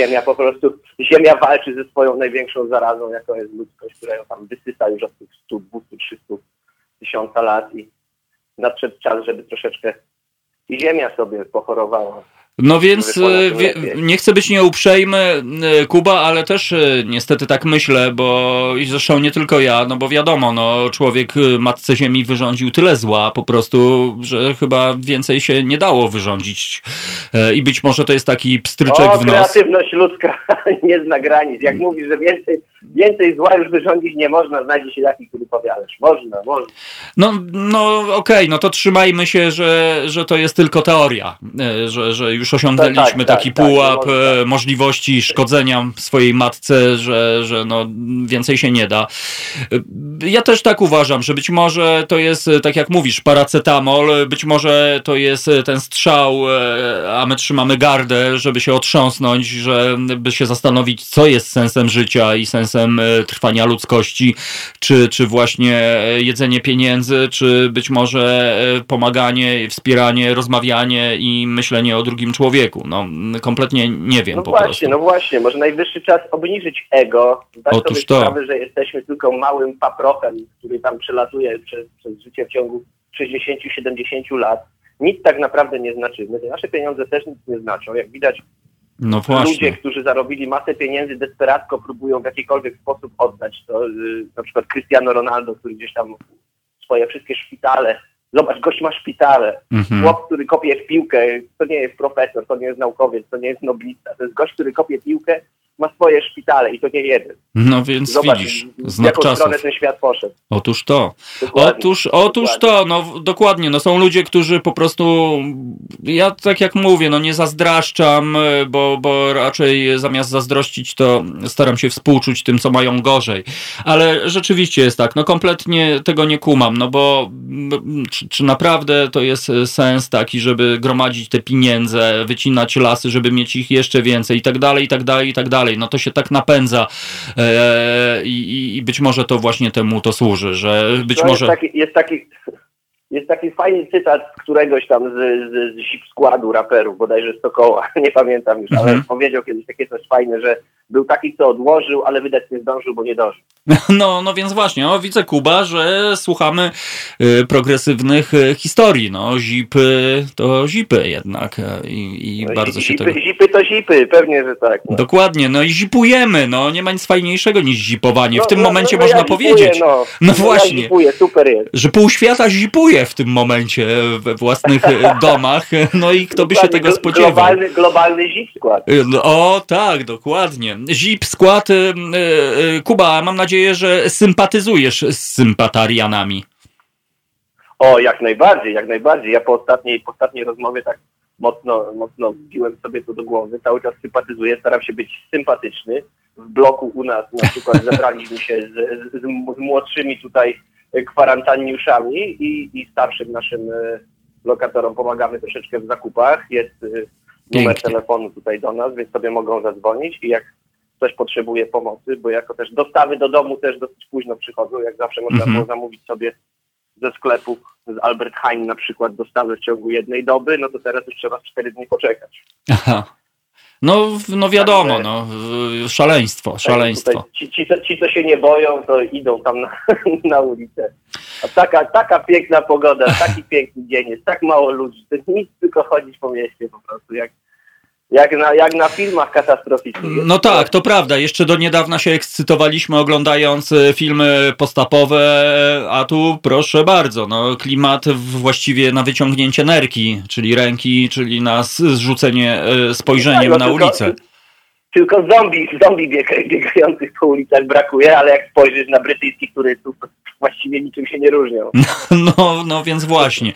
Ziemia walczy ze swoją największą zarazą, jaką jest ludzkość, która ją tam wysysa już od tych 100, 200, 300 tysiąca lat i nadszedł czas, żeby troszeczkę i Ziemia sobie pochorowała. No więc nie chcę być nieuprzejmy, Kuba, ale też niestety tak myślę, bo i zresztą nie tylko ja, no bo wiadomo, no człowiek Matce Ziemi wyrządził tyle zła po prostu, że chyba więcej się nie dało wyrządzić i być może to jest taki pstryczek w nos. Kreatywność ludzka nie zna granic. Jak mówisz, że więcej zła już wyrządzić nie można, znajdzie się taki, który powiadasz. Można. No okej, no to trzymajmy się, że to jest tylko teoria, że już osiągnęliśmy taki pułap możliwości szkodzenia swojej matce, że no więcej się nie da. Ja też tak uważam, że być może to jest, tak jak mówisz, paracetamol, być może to jest ten strzał, a my trzymamy gardę, żeby się otrząsnąć, żeby się zastanowić, co jest sensem życia i sensem trwania ludzkości, czy właśnie jedzenie pieniędzy, czy być może pomaganie, wspieranie, rozmawianie i myślenie o drugim człowieku. No, kompletnie nie wiem po prostu. No właśnie, może najwyższy czas obniżyć ego, dać sobie sprawę, że jesteśmy tylko małym paprochem, który tam przelatuje przez życie w ciągu 60-70 lat. Nic tak naprawdę nie znaczymy. Te nasze pieniądze też nic nie znaczą. Jak widać, ludzie, którzy zarobili masę pieniędzy, desperacko próbują w jakikolwiek sposób oddać to. Na przykład Cristiano Ronaldo, który gdzieś tam swoje wszystkie szpitale. Zobacz, gość ma szpitale. Chłop, który kopie w piłkę, to nie jest profesor, to nie jest naukowiec, to nie jest noblista. To jest gość, który kopie piłkę, ma swoje szpitale i to nie jeden. No więc zobacz, widzisz, w jaką stronę ten świat poszedł. Otóż to. Otóż to, no dokładnie, no są ludzie, którzy po prostu, ja tak jak mówię, no nie zazdraszczam, bo raczej zamiast zazdrościć, to staram się współczuć tym, co mają gorzej. Ale rzeczywiście jest tak, no kompletnie tego nie kumam, no bo czy naprawdę to jest sens taki, żeby gromadzić te pieniądze, wycinać lasy, żeby mieć ich jeszcze więcej i tak dalej, i tak dalej, i tak dalej. No to się tak napędza i być może to właśnie temu to służy, że być może... Jest taki fajny cytat z któregoś tam z Zip Składu raperów, bodajże z Sokoła, nie pamiętam już, ale powiedział kiedyś takie coś fajne, że był taki, co odłożył, ale wydać nie zdążył, bo nie dożył. No więc właśnie, widzę, Kuba, że słuchamy progresywnych historii. No zipy to zipy jednak i no, bardzo się tego... Zipy to zipy, pewnie, że tak. No. Dokładnie, no i zipujemy, no nie ma nic fajniejszego niż zipowanie. W tym momencie można powiedzieć. No właśnie, ja zipuję, super jest. Że pół świata zipuje w tym momencie we własnych domach, no i kto by się tego spodziewał. Globalny zip skład. O tak, dokładnie. Zip skład. Kuba, mam nadzieję, że sympatyzujesz z sympatarianami. O, jak najbardziej. Ja po ostatniej rozmowie tak mocno wbiłem sobie to do głowy. Cały czas sympatyzuję, staram się być sympatyczny. W bloku u nas na przykład zebraliśmy się z młodszymi tutaj kwarantanniuszami i starszym naszym lokatorom pomagamy troszeczkę w zakupach. Jest numer telefonu tutaj do nas, więc sobie mogą zadzwonić i jak ktoś potrzebuje pomocy, bo jako też dostawy do domu też dosyć późno przychodzą, jak zawsze można było zamówić sobie ze sklepów, z Albert Heijn na przykład dostawę w ciągu jednej doby, no to teraz już trzeba 4 dni poczekać. Aha. No wiadomo, szaleństwo. Ci, co się nie boją, to idą tam na ulicę. A taka piękna pogoda, taki piękny dzień jest, tak mało ludzi, to nic, tylko chodzić po mieście po prostu, jak na filmach katastroficznych. No tak, to prawda. Jeszcze do niedawna się ekscytowaliśmy oglądając filmy post-apowe, a tu proszę bardzo, klimat właściwie na wyciągnięcie nerki, czyli ręki, czyli na zrzucenie spojrzeniem na ulicę. Tylko zombie biegających po ulicach brakuje, ale jak spojrzysz na brytyjskich turystów, to właściwie niczym się nie różnią. No więc właśnie.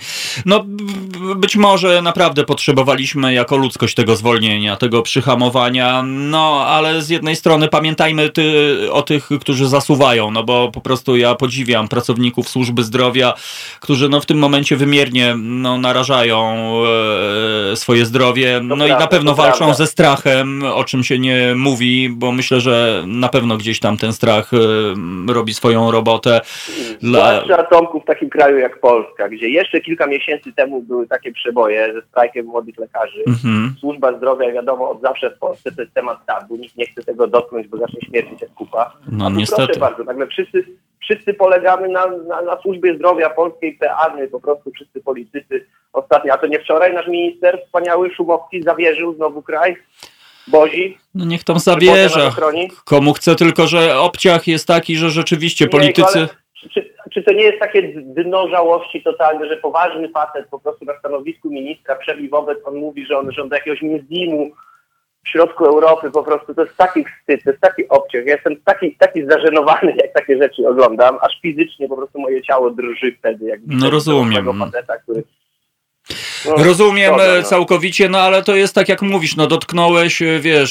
Być może naprawdę potrzebowaliśmy jako ludzkość tego zwolnienia, tego przyhamowania, ale z jednej strony pamiętajmy o tych, którzy zasuwają, bo po prostu ja podziwiam pracowników służby zdrowia, którzy w tym momencie wymiernie narażają swoje zdrowie, i na pewno walczą ze strachem, o czym się nie mówi, bo myślę, że na pewno gdzieś tam ten strach robi swoją robotę. Zwłaszcza Tomku w takim kraju jak Polska, gdzie jeszcze kilka miesięcy temu były takie przeboje ze strajkiem młodych lekarzy. Służba zdrowia, wiadomo, od zawsze w Polsce to jest temat tabu, nikt nie chce tego dotknąć, bo zacznie śmiercić jak kupa. Niestety. Proszę bardzo, nagle wszyscy polegamy na służbie zdrowia polskiej, peany, po prostu wszyscy politycy. Ostatnio, a to nie wczoraj nasz minister wspaniały Szumowski zawierzył znowu kraj? Bozi. Niech tam zawierza. Komu chce, tylko że obciach jest taki, że rzeczywiście politycy... Czy to nie jest takie dno żałości totalne, że poważny facet po prostu na stanowisku ministra przebił wobec, on mówi, że on żąda jakiegoś muzeum w środku Europy, po prostu to jest taki wstyd, to jest taki obciach. Ja jestem taki zażenowany, jak takie rzeczy oglądam, aż fizycznie po prostu moje ciało drży wtedy, jak rozumiem. Faceta, który... Rozumiem całkowicie, ale to jest tak jak mówisz, dotknąłeś,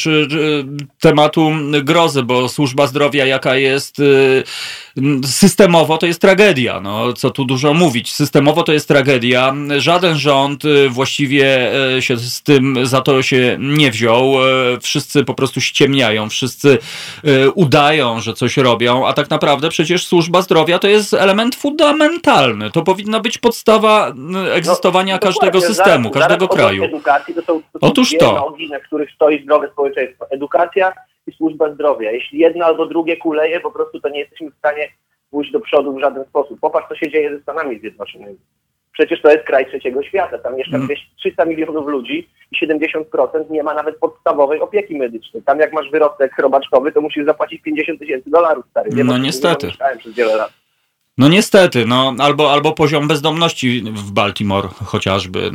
tematu grozy, bo służba zdrowia jaka jest systemowo, to jest tragedia, co tu dużo mówić, systemowo to jest tragedia, żaden rząd właściwie się za to się nie wziął, wszyscy po prostu ściemniają, wszyscy udają, że coś robią, a tak naprawdę przecież służba zdrowia to jest element fundamentalny, to powinna być podstawa egzystowania każdego systemu, każdego kraju. Edukacji to są Otóż dwie nogi, na których stoi zdrowe społeczeństwo. Edukacja i służba zdrowia. Jeśli jedno albo drugie kuleje, po prostu to nie jesteśmy w stanie pójść do przodu w żaden sposób. Popatrz, co się dzieje ze Stanami Zjednoczonymi. Przecież to jest kraj trzeciego świata. Tam mieszka 300 milionów ludzi i 70% nie ma nawet podstawowej opieki medycznej. Tam jak masz wyrostek robaczkowy, to musisz zapłacić $50,000, stary. Niestety. Mieszkałem przez wiele lat. Niestety, albo poziom bezdomności w Baltimore chociażby,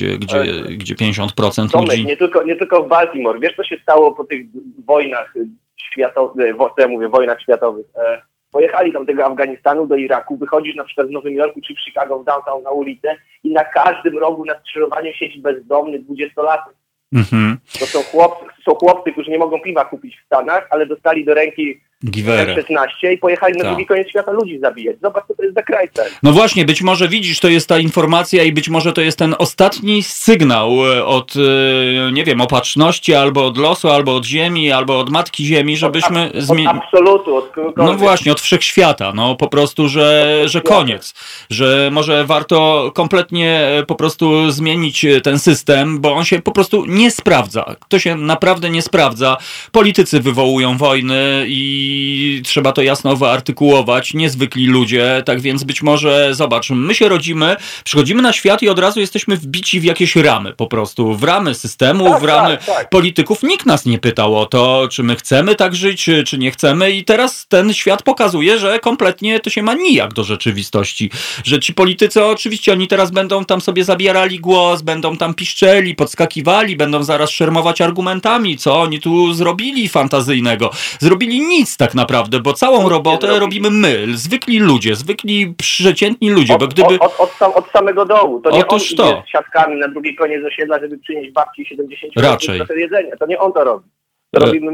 gdzie 50% Tomek, ludzi... nie tylko w Baltimore. Wiesz, co się stało po tych wojnach światowych, wojnach światowych? Pojechali tam tego Afganistanu do Iraku, wychodzisz na przykład w Nowym Jorku czy w Chicago, w downtown na ulicę i na każdym rogu na skrzyżowaniu siedzi bezdomny 20-latek. To są chłopcy, którzy nie mogą piwa kupić w Stanach, ale dostali do ręki F-16 i pojechali na drugi koniec świata ludzi zabijać. Zobacz, co to jest za kraj. No właśnie, być może widzisz, to jest ta informacja i być może to jest ten ostatni sygnał od, opatrzności, albo od losu, albo od ziemi, albo od Matki Ziemi, żebyśmy... Od absolutu, od kogokolwiek. No właśnie, od wszechświata, po prostu, że koniec. Że może warto kompletnie po prostu zmienić ten system, bo on się po prostu nie sprawdza. To się naprawdę nie sprawdza. Politycy wywołują wojny i trzeba to jasno wyartykułować. Niezwykli ludzie, tak więc być może, zobacz, my się rodzimy, przychodzimy na świat i od razu jesteśmy wbici w jakieś ramy po prostu. W ramy systemu, w ramy polityków. Nikt nas nie pytał o to, czy my chcemy tak żyć, czy nie chcemy i teraz ten świat pokazuje, że kompletnie to się ma nijak do rzeczywistości. Że ci politycy, oczywiście oni teraz będą tam sobie zabierali głos, będą tam piszczeli, podskakiwali, będą zaraz szermować argumentami, co oni tu zrobili fantazyjnego. Zrobili nic tak naprawdę, bo całą robotę robimy my, zwykli ludzie, zwykli przeciętni ludzie, bo gdyby... Od samego dołu. To nie Otóż on idzie z siatkami na drugi koniec osiedla, żeby przynieść babci 70 raczej trochę jedzenia. To nie on to robi. To robimy my.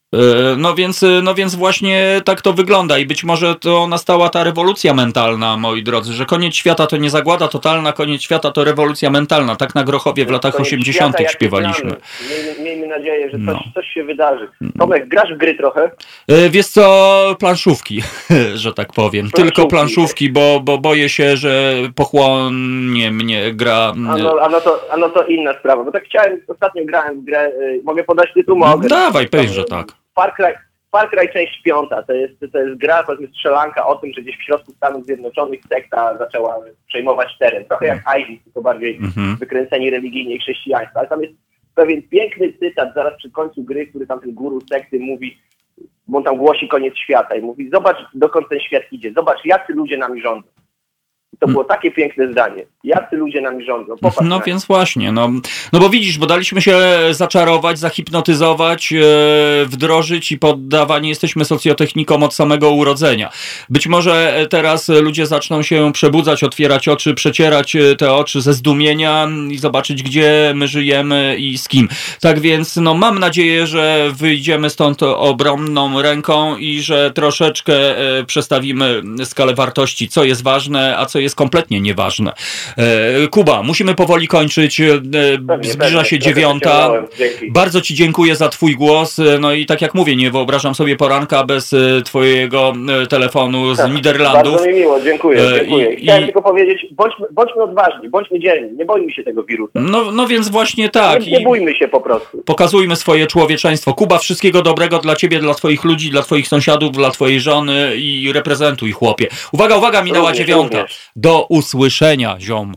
No więc właśnie tak to wygląda i być może to nastała ta rewolucja mentalna, moi drodzy, że koniec świata to nie zagłada totalna, koniec świata to rewolucja mentalna. Tak na Grochowie w latach 80. śpiewaliśmy. Miejmy nadzieję, że coś się wydarzy. Tomek, grasz w gry trochę? Wiesz co, planszówki, że tak powiem. Tylko planszówki, bo boję się, że pochłonie mnie gra. No to inna sprawa, bo tak ostatnio grałem w grę, mogę podać tytuł? Mogę. Dawaj, pewnie, że tak. Far Cry część 5. To jest gra, powiedzmy strzelanka o tym, że gdzieś w środku Stanów Zjednoczonych sekta zaczęła przejmować teren. Trochę jak ISIS, tylko bardziej wykręceni religijnie i chrześcijaństwo. Ale tam jest pewien piękny cytat zaraz przy końcu gry, który tam ten guru sekty mówi, bo on tam głosi koniec świata i mówi: zobacz, dokąd ten świat idzie, zobacz, jacy ludzie nami rządzą. To było takie piękne zdanie. Jacy ludzie nami rządzą. Popatrz no więc właśnie, no bo widzisz, bo daliśmy się zaczarować, zahipnotyzować, wdrożyć i poddawani jesteśmy socjotechnikom od samego urodzenia. Być może teraz ludzie zaczną się przebudzać, otwierać oczy, przecierać te oczy ze zdumienia i zobaczyć, gdzie my żyjemy i z kim. Tak więc mam nadzieję, że wyjdziemy stąd obronną ręką i że troszeczkę przestawimy skalę wartości, co jest ważne, a co jest kompletnie nieważne. Kuba, musimy powoli kończyć. Zbliża się 9. Bardzo Ci dziękuję za Twój głos. No i tak jak mówię, nie wyobrażam sobie poranka bez Twojego telefonu z Niderlandów. Bardzo mi miło, dziękuję. Chciałem tylko powiedzieć, bądźmy odważni, bądźmy dzielni, nie bójmy się tego wirusa. No więc właśnie tak. Nie bójmy się po prostu. Pokazujmy swoje człowieczeństwo. Kuba, wszystkiego dobrego dla Ciebie, dla Twoich ludzi, dla Twoich sąsiadów, dla Twojej żony i reprezentuj, chłopie. Uwaga, minęła 9. Do usłyszenia, ziom.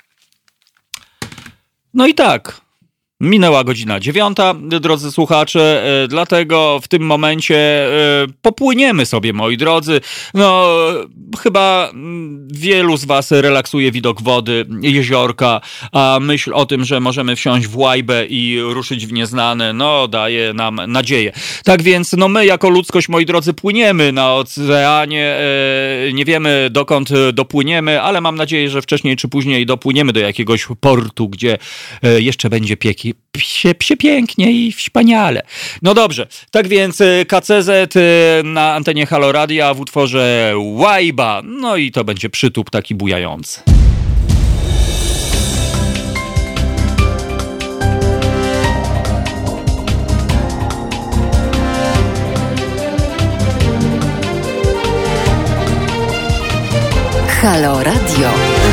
No i tak, minęła godzina 9, drodzy słuchacze, dlatego w tym momencie popłyniemy sobie, moi drodzy. No, chyba wielu z was relaksuje widok wody, jeziorka, a myśl o tym, że możemy wsiąść w łajbę i ruszyć w nieznane, daje nam nadzieję. Tak więc, my jako ludzkość, moi drodzy, płyniemy na oceanie, nie wiemy dokąd dopłyniemy, ale mam nadzieję, że wcześniej czy później dopłyniemy do jakiegoś portu, gdzie jeszcze będzie pięknie i wspaniale. No dobrze, tak więc KCZ na antenie Halo Radia w utworze Łajba. No i to będzie przytup taki bujający. Halo Radio.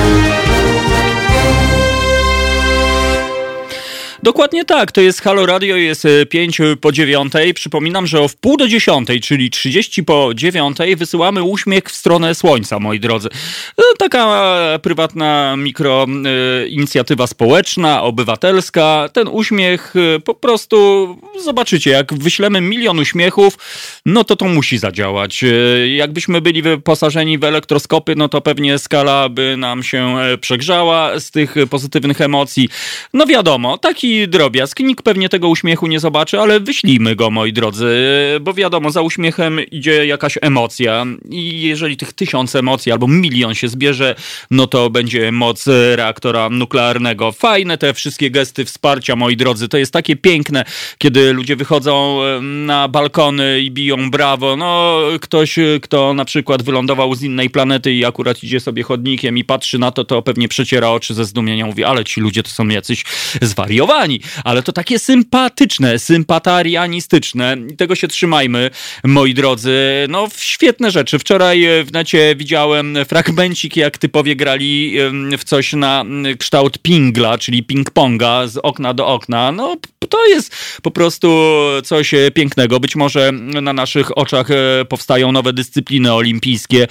Dokładnie tak, to jest Halo Radio, jest 8:55. Przypominam, że o 9:30, czyli 8:30 wysyłamy uśmiech w stronę słońca, moi drodzy. Taka prywatna mikroinicjatywa społeczna, obywatelska. Ten uśmiech po prostu, zobaczycie, jak wyślemy 1 milion uśmiechów, to musi zadziałać. Jakbyśmy byli wyposażeni w elektroskopy, to pewnie skala by nam się przegrzała z tych pozytywnych emocji. No wiadomo, taki drobiazg. Nikt pewnie tego uśmiechu nie zobaczy, ale wyślijmy go, moi drodzy, bo wiadomo, za uśmiechem idzie jakaś emocja i jeżeli tych 1000 emocji albo 1 milion się zbierze, to będzie moc reaktora nuklearnego. Fajne te wszystkie gesty wsparcia, moi drodzy. To jest takie piękne, kiedy ludzie wychodzą na balkony i biją brawo. Ktoś, kto na przykład wylądował z innej planety i akurat idzie sobie chodnikiem i patrzy na to pewnie przeciera oczy ze zdumienia. Mówi, ale ci ludzie to są jacyś zwariowani. Ale to takie sympatyczne, sympatarianistyczne. I tego się trzymajmy, moi drodzy. Świetne rzeczy. Wczoraj w necie widziałem fragmencik, jak typowie grali w coś na kształt pingla, czyli ping-ponga z okna do okna. To jest po prostu coś pięknego. Być może na naszych oczach powstają nowe dyscypliny olimpijskie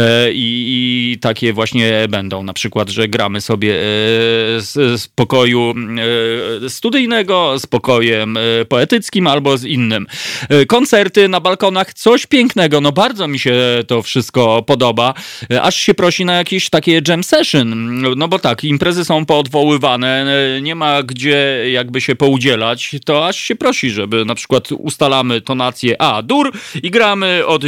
i takie właśnie będą. Na przykład, że gramy sobie z pokoju studyjnego, z pokojem poetyckim albo z innym. Koncerty na balkonach, coś pięknego. Bardzo mi się to wszystko podoba. Aż się prosi na jakieś takie jam session. Bo tak, imprezy są poodwoływane, nie ma gdzie jakby się poudzielać, to aż się prosi, żeby na przykład ustalamy tonację A-dur i gramy od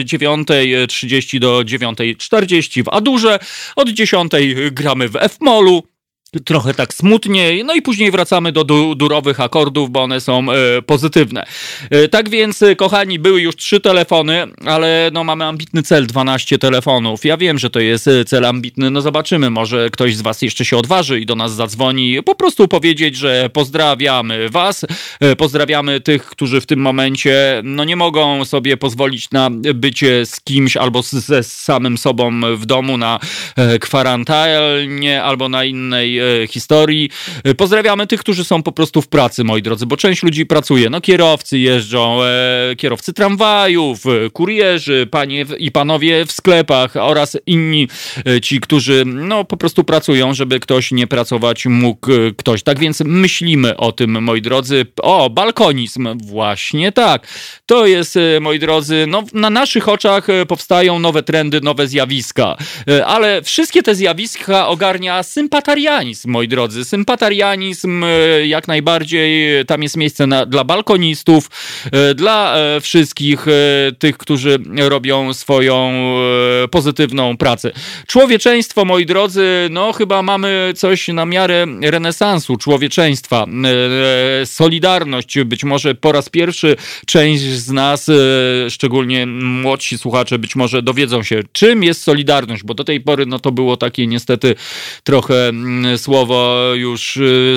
9:30 do 9:40 w A-durze, od 10:00 gramy w F-molu, trochę tak smutniej, no i później wracamy do durowych akordów, bo one są pozytywne. Tak więc, kochani, były już 3 telefony, ale no mamy ambitny cel, 12 telefonów. Ja wiem, że to jest cel ambitny, no zobaczymy, może ktoś z was jeszcze się odważy i do nas zadzwoni, po prostu powiedzieć, że pozdrawiamy was, pozdrawiamy tych, którzy w tym momencie no nie mogą sobie pozwolić na bycie z kimś albo ze samym sobą w domu, na kwarantannie albo na innej historii. Pozdrawiamy tych, którzy są po prostu w pracy, moi drodzy, bo część ludzi pracuje. No kierowcy jeżdżą, kierowcy tramwajów, kurierzy, panie i panowie w sklepach oraz inni ci, którzy no po prostu pracują, żeby ktoś nie pracować mógł ktoś. Tak więc myślimy o tym, moi drodzy. O, balkonizm. Właśnie tak. To jest, moi drodzy, no na naszych oczach powstają nowe trendy, nowe zjawiska. Ale wszystkie te zjawiska ogarnia sympatarianizm, moi drodzy. Sympatarianizm jak najbardziej, tam jest miejsce dla balkonistów, dla wszystkich tych, którzy robią swoją pozytywną pracę. Człowieczeństwo, moi drodzy, no chyba mamy coś na miarę renesansu człowieczeństwa. Solidarność, być może po raz pierwszy część z nas, szczególnie młodsi słuchacze, być może dowiedzą się, czym jest solidarność, bo do tej pory no to było takie niestety trochę słowo już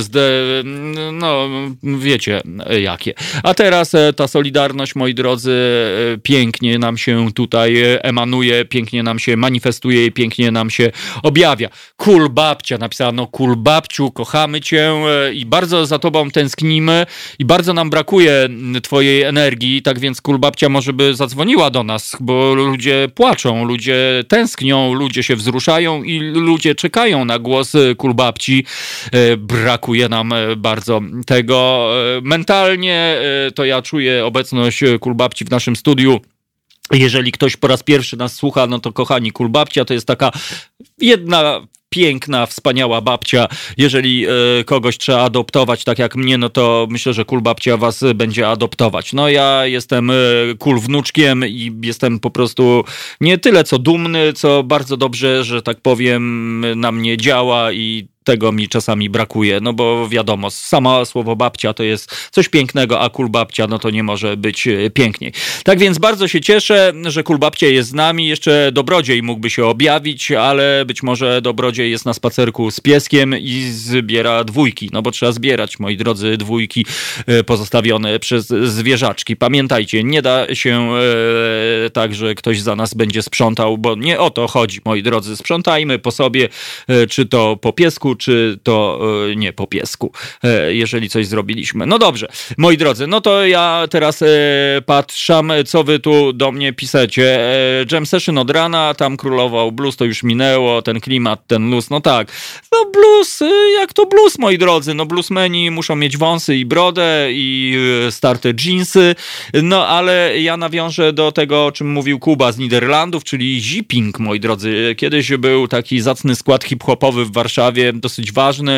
no wiecie jakie. A teraz ta solidarność, moi drodzy, pięknie nam się tutaj emanuje, pięknie nam się manifestuje i pięknie nam się objawia. Kul babcia napisano, kul babciu, kochamy cię i bardzo za tobą tęsknimy i bardzo nam brakuje twojej energii, tak więc kul babcia może by zadzwoniła do nas, bo ludzie płaczą, ludzie tęsknią, ludzie się wzruszają i ludzie czekają na głos kul babci. Brakuje nam bardzo tego. Mentalnie to ja czuję obecność kul babci w naszym studiu. Jeżeli ktoś po raz pierwszy nas słucha, no to kochani, kul babcia to jest taka jedna piękna, wspaniała babcia. Jeżeli kogoś trzeba adoptować, tak jak mnie, no to myślę, że kul babcia was będzie adoptować. No ja jestem kul wnuczkiem i jestem po prostu nie tyle co dumny, co bardzo dobrze, że tak powiem, na mnie działa i tego mi czasami brakuje, no bo wiadomo, samo słowo babcia to jest coś pięknego, a kul babcia, no to nie może być piękniej. Tak więc bardzo się cieszę, że kul babcia jest z nami. Jeszcze Dobrodziej mógłby się objawić, ale być może Dobrodziej jest na spacerku z pieskiem i zbiera dwójki, no bo trzeba zbierać, moi drodzy, dwójki pozostawione przez zwierzaczki. Pamiętajcie, nie da się tak, że ktoś za nas będzie sprzątał, bo nie o to chodzi, moi drodzy. Sprzątajmy po sobie, czy to po piesku, czy to nie po piesku, jeżeli coś zrobiliśmy. No dobrze, moi drodzy, no to ja teraz patrzam, co wy tu do mnie piszecie. Jam session od rana, tam królował blues, to już minęło, ten klimat, ten luz, no tak. No blues, jak to blues, moi drodzy, no bluesmeni muszą mieć wąsy i brodę i starte dżinsy, no ale ja nawiążę do tego, o czym mówił Kuba z Niderlandów, czyli zipping, moi drodzy. Kiedyś był taki zacny skład hip-hopowy w Warszawie, dosyć ważny,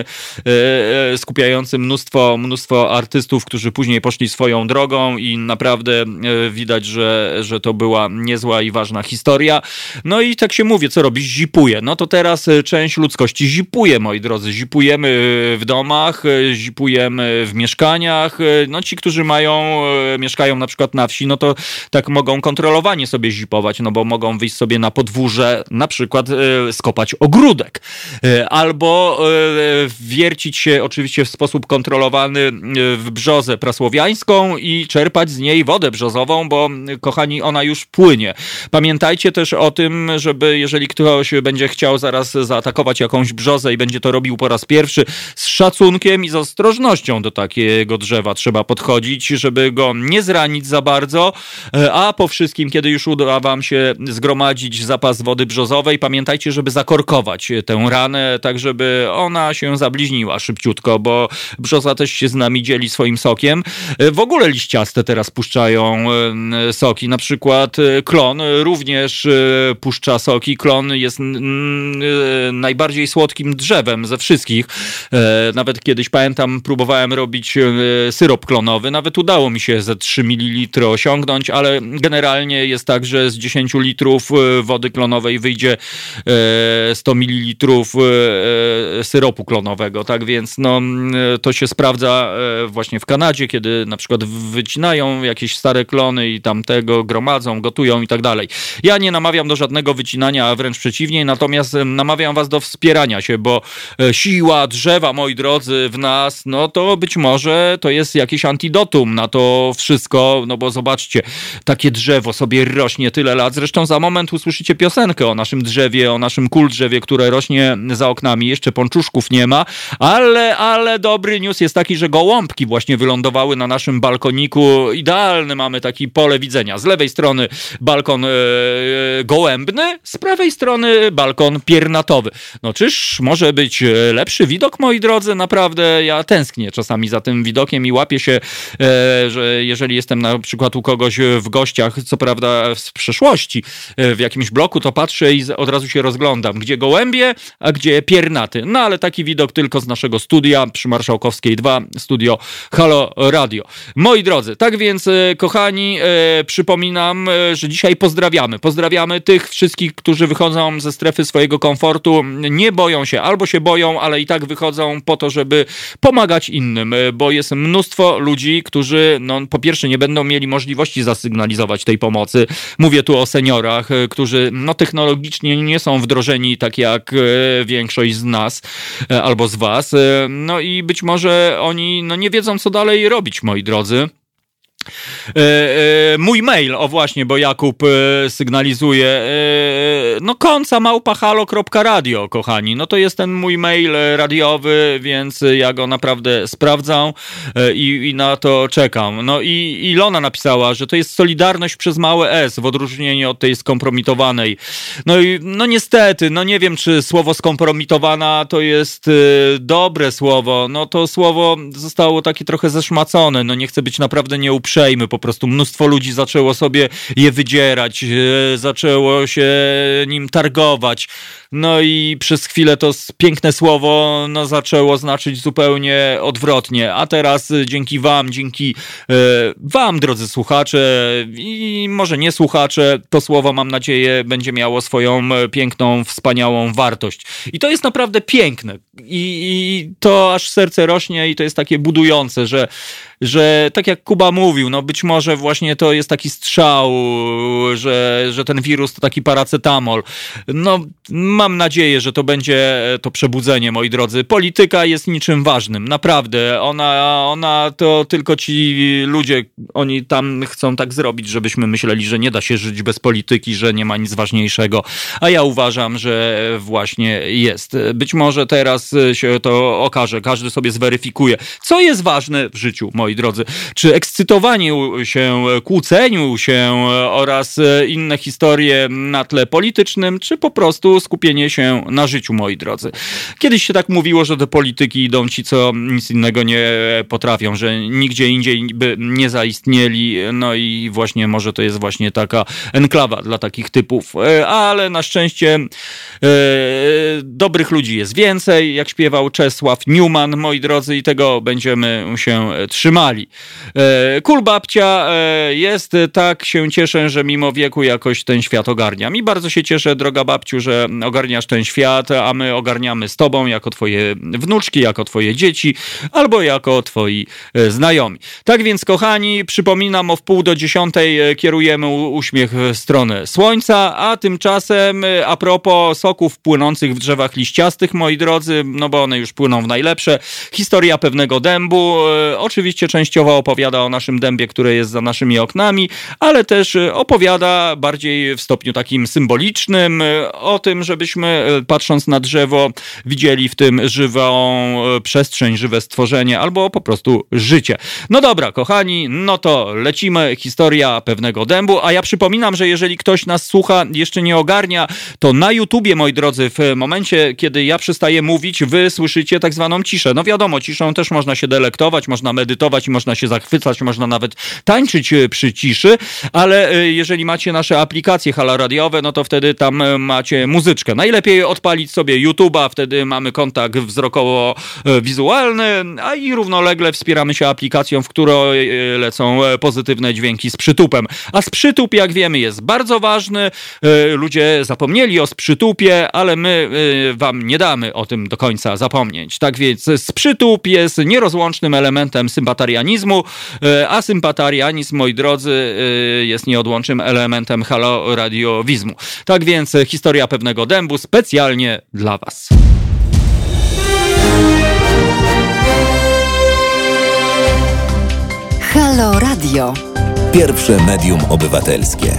skupiający mnóstwo artystów, którzy później poszli swoją drogą i naprawdę widać, że to była niezła i ważna historia. No i tak się mówię, co robisz? Zipuje. No to teraz część ludzkości zipuje, moi drodzy. Zipujemy w domach, zipujemy w mieszkaniach. No ci, którzy mieszkają na przykład na wsi, no to tak mogą kontrolowanie sobie zipować, no bo mogą wyjść sobie na podwórze, na przykład skopać ogródek. Albo wiercić się oczywiście w sposób kontrolowany w brzozę prasłowiańską i czerpać z niej wodę brzozową, bo kochani, ona już płynie. Pamiętajcie też o tym, żeby jeżeli ktoś będzie chciał zaraz zaatakować jakąś brzozę i będzie to robił po raz pierwszy, z szacunkiem i z ostrożnością do takiego drzewa trzeba podchodzić, żeby go nie zranić za bardzo, a po wszystkim, kiedy już uda wam się zgromadzić zapas wody brzozowej, pamiętajcie, żeby zakorkować tę ranę, tak żeby ona się zabliźniła szybciutko, bo brzoza też się z nami dzieli swoim sokiem. W ogóle liściaste teraz puszczają soki, na przykład klon również puszcza soki. Klon jest najbardziej słodkim drzewem ze wszystkich. Nawet kiedyś, pamiętam, próbowałem robić syrop klonowy, nawet udało mi się ze 3 ml osiągnąć, ale generalnie jest tak, że z 10 litrów wody klonowej wyjdzie 100 ml syropu klonowego, tak więc to się sprawdza właśnie w Kanadzie, kiedy na przykład wycinają jakieś stare klony i tamtego gromadzą, gotują i tak dalej. Ja nie namawiam do żadnego wycinania, a wręcz przeciwnie, natomiast namawiam was do wspierania się, bo siła drzewa, moi drodzy, w nas, no to być może to jest jakieś antidotum na to wszystko, no bo zobaczcie, takie drzewo sobie rośnie tyle lat. Zresztą za moment usłyszycie piosenkę o naszym drzewie, o naszym kuldrzewie, które rośnie za oknami. Jeszcze pączuszków nie ma, ale dobry news jest taki, że gołąbki właśnie wylądowały na naszym balkoniku. Idealny mamy taki pole widzenia. Z lewej strony balkon gołębny, z prawej strony balkon piernatowy. No czyż może być lepszy widok, moi drodzy? Naprawdę ja tęsknię czasami za tym widokiem i łapię się, że jeżeli jestem na przykład u kogoś w gościach, co prawda z przeszłości, w jakimś bloku, to patrzę i od razu się rozglądam, gdzie gołębie, a gdzie piernaty. No ale taki widok tylko z naszego studia przy Marszałkowskiej 2, studio Halo Radio. Moi drodzy, tak więc kochani, przypominam, że dzisiaj pozdrawiamy tych wszystkich, którzy wychodzą ze strefy swojego komfortu, nie boją się, albo się boją, ale i tak wychodzą po to, żeby pomagać innym, bo jest mnóstwo ludzi, którzy po pierwsze nie będą mieli możliwości zasygnalizować tej pomocy. Mówię tu o seniorach, którzy technologicznie nie są wdrożeni tak jak większość z nas albo z was. No i być może oni nie wiedzą, co dalej robić, moi drodzy. Mój mail, o właśnie, bo Jakub sygnalizuje, końca@halo.radio, kochani, to jest ten mój mail radiowy, więc ja go naprawdę sprawdzam i na to czekam. No i Ilona napisała, że to jest solidarność przez małe S, w odróżnieniu od tej skompromitowanej. No niestety, nie wiem, czy słowo skompromitowana to jest dobre słowo, to słowo zostało takie trochę zeszmacone, nie chcę być naprawdę nieuprzejmy, po prostu mnóstwo ludzi zaczęło sobie je wydzierać, zaczęło się nim targować, i przez chwilę to piękne słowo zaczęło znaczyć zupełnie odwrotnie, a teraz dzięki wam, drodzy słuchacze i może nie słuchacze, to słowo, mam nadzieję, będzie miało swoją piękną, wspaniałą wartość. I to jest naprawdę piękne i to aż serce rośnie i to jest takie budujące, że tak jak Kuba mówił, być może właśnie to jest taki strzał, że ten wirus to taki paracetamol. Mam nadzieję, że to będzie to przebudzenie, moi drodzy. Polityka jest niczym ważnym, naprawdę. Ona to tylko ci ludzie, oni tam chcą tak zrobić, żebyśmy myśleli, że nie da się żyć bez polityki, że nie ma nic ważniejszego. A ja uważam, że właśnie jest. Być może teraz się to okaże, każdy sobie zweryfikuje, co jest ważne w życiu, moi drodzy. Czy ekscytowaniu się, kłóceniu się oraz inne historie na tle politycznym, czy po prostu skupienie się na życiu, moi drodzy. Kiedyś się tak mówiło, że do polityki idą ci, co nic innego nie potrafią, że nigdzie indziej by nie zaistnieli, i właśnie może to jest właśnie taka enklawa dla takich typów, ale na szczęście dobrych ludzi jest więcej, jak śpiewał Czesław Newman, moi drodzy, i tego będziemy się trzymali. Babcia jest, tak się cieszę, że mimo wieku jakoś ten świat ogarniam. I bardzo się cieszę, droga babciu, że ogarniasz ten świat, a my ogarniamy z tobą jako twoje wnuczki, jako twoje dzieci, albo jako twoi znajomi. Tak więc, kochani, przypominam, o 9:30 kierujemy uśmiech w stronę słońca, a tymczasem a propos soków płynących w drzewach liściastych, moi drodzy, bo one już płyną w najlepsze, historia pewnego dębu, oczywiście częściowo opowiada o naszym dębie, który jest za naszymi oknami, ale też opowiada bardziej w stopniu takim symbolicznym o tym, żebyśmy patrząc na drzewo widzieli w tym żywą przestrzeń, żywe stworzenie albo po prostu życie. No dobra, kochani, to lecimy. Historia pewnego dębu, a ja przypominam, że jeżeli ktoś nas słucha, jeszcze nie ogarnia, to na YouTubie, moi drodzy, w momencie, kiedy ja przestaję mówić, wy słyszycie tak zwaną ciszę. Wiadomo, ciszą też można się delektować, można medytować i można się zachwycać, można nawet tańczyć przy ciszy, ale jeżeli macie nasze aplikacje haloradiowe, to wtedy tam macie muzyczkę. Najlepiej odpalić sobie YouTube'a, wtedy mamy kontakt wzrokowo-wizualny, a i równolegle wspieramy się aplikacją, w której lecą pozytywne dźwięki z przytupem. A sprzytup, jak wiemy, jest bardzo ważny. Ludzie zapomnieli o sprzytupie, ale my my wam nie damy o tym do końca zapomnieć. Tak więc przytup jest nierozłącznym elementem sympatarianizmu, a sympatarianizm, moi drodzy, jest nieodłącznym elementem haloradiowizmu. Tak więc historia pewnego dębu specjalnie dla was. Halo Radio. Pierwsze medium obywatelskie.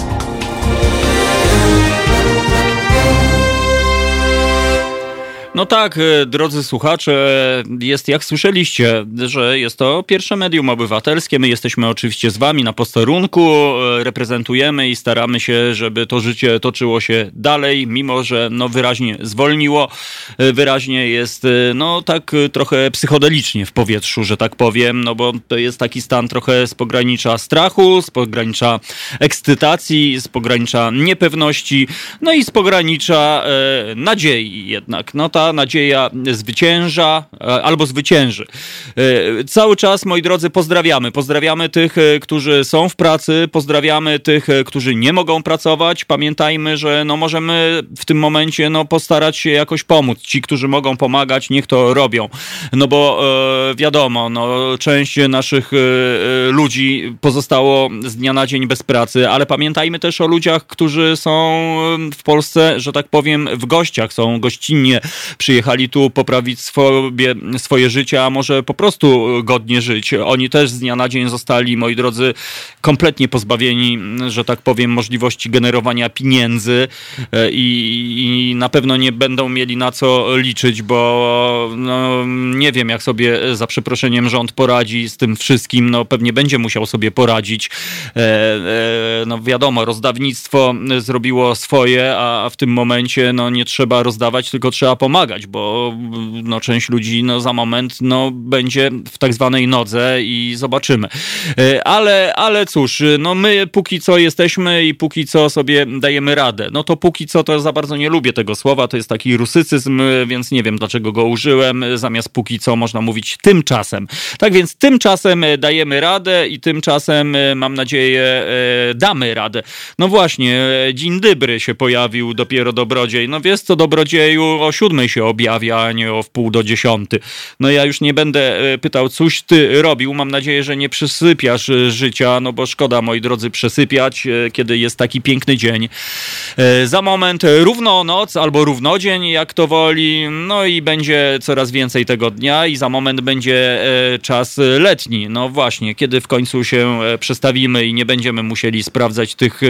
No tak, drodzy słuchacze, jest jak słyszeliście, że jest to pierwsze medium obywatelskie. My jesteśmy oczywiście z wami na posterunku, reprezentujemy i staramy się, żeby to życie toczyło się dalej, mimo że no wyraźnie zwolniło, wyraźnie jest no tak trochę psychodelicznie w powietrzu, że tak powiem, no bo to jest taki stan trochę z pogranicza strachu, z pogranicza ekscytacji, z pogranicza niepewności, no i z pogranicza nadziei jednak. No ta nadzieja zwycięża albo zwycięży. Cały czas, moi drodzy, pozdrawiamy tych, którzy są w pracy, pozdrawiamy tych, którzy nie mogą pracować. Pamiętajmy, że no możemy w tym momencie no postarać się jakoś pomóc. Ci, którzy mogą pomagać, niech to robią. No bo wiadomo, no część naszych ludzi pozostało z dnia na dzień bez pracy, ale pamiętajmy też o ludziach, którzy są w Polsce, że tak powiem, w gościach, są gościnnie, przyjechali tu poprawić swoje życie, a może po prostu godnie żyć. Oni też z dnia na dzień zostali, moi drodzy, kompletnie pozbawieni, że tak powiem, możliwości generowania pieniędzy i na pewno nie będą mieli na co liczyć, bo no, nie wiem, jak sobie za przeproszeniem rząd poradzi z tym wszystkim. No pewnie będzie musiał sobie poradzić. No wiadomo, rozdawnictwo zrobiło swoje, a w tym momencie no nie trzeba rozdawać, tylko trzeba pomagać, bo no, część ludzi no, za moment no, będzie w tak zwanej nodze i zobaczymy. Ale cóż, no my póki co jesteśmy i póki co sobie dajemy radę. No to póki co to za bardzo nie lubię tego słowa, to jest taki rusycyzm, więc nie wiem dlaczego go użyłem. Zamiast póki co można mówić tymczasem. Tak więc tymczasem dajemy radę i tymczasem mam nadzieję damy radę. No właśnie, dzień dobry się pojawił dopiero dobrodziej. No wiesz co, dobrodzieju, o 7 się objawia, a nie o 9:30. No ja już nie będę pytał, cóż ty robił. Mam nadzieję, że nie przysypiasz życia, no bo szkoda, moi drodzy, przesypiać, kiedy jest taki piękny dzień. Za moment równonoc albo równodzień, jak to woli, no i będzie coraz więcej tego dnia i za moment będzie czas letni. No właśnie, kiedy w końcu się przestawimy i nie będziemy musieli sprawdzać tych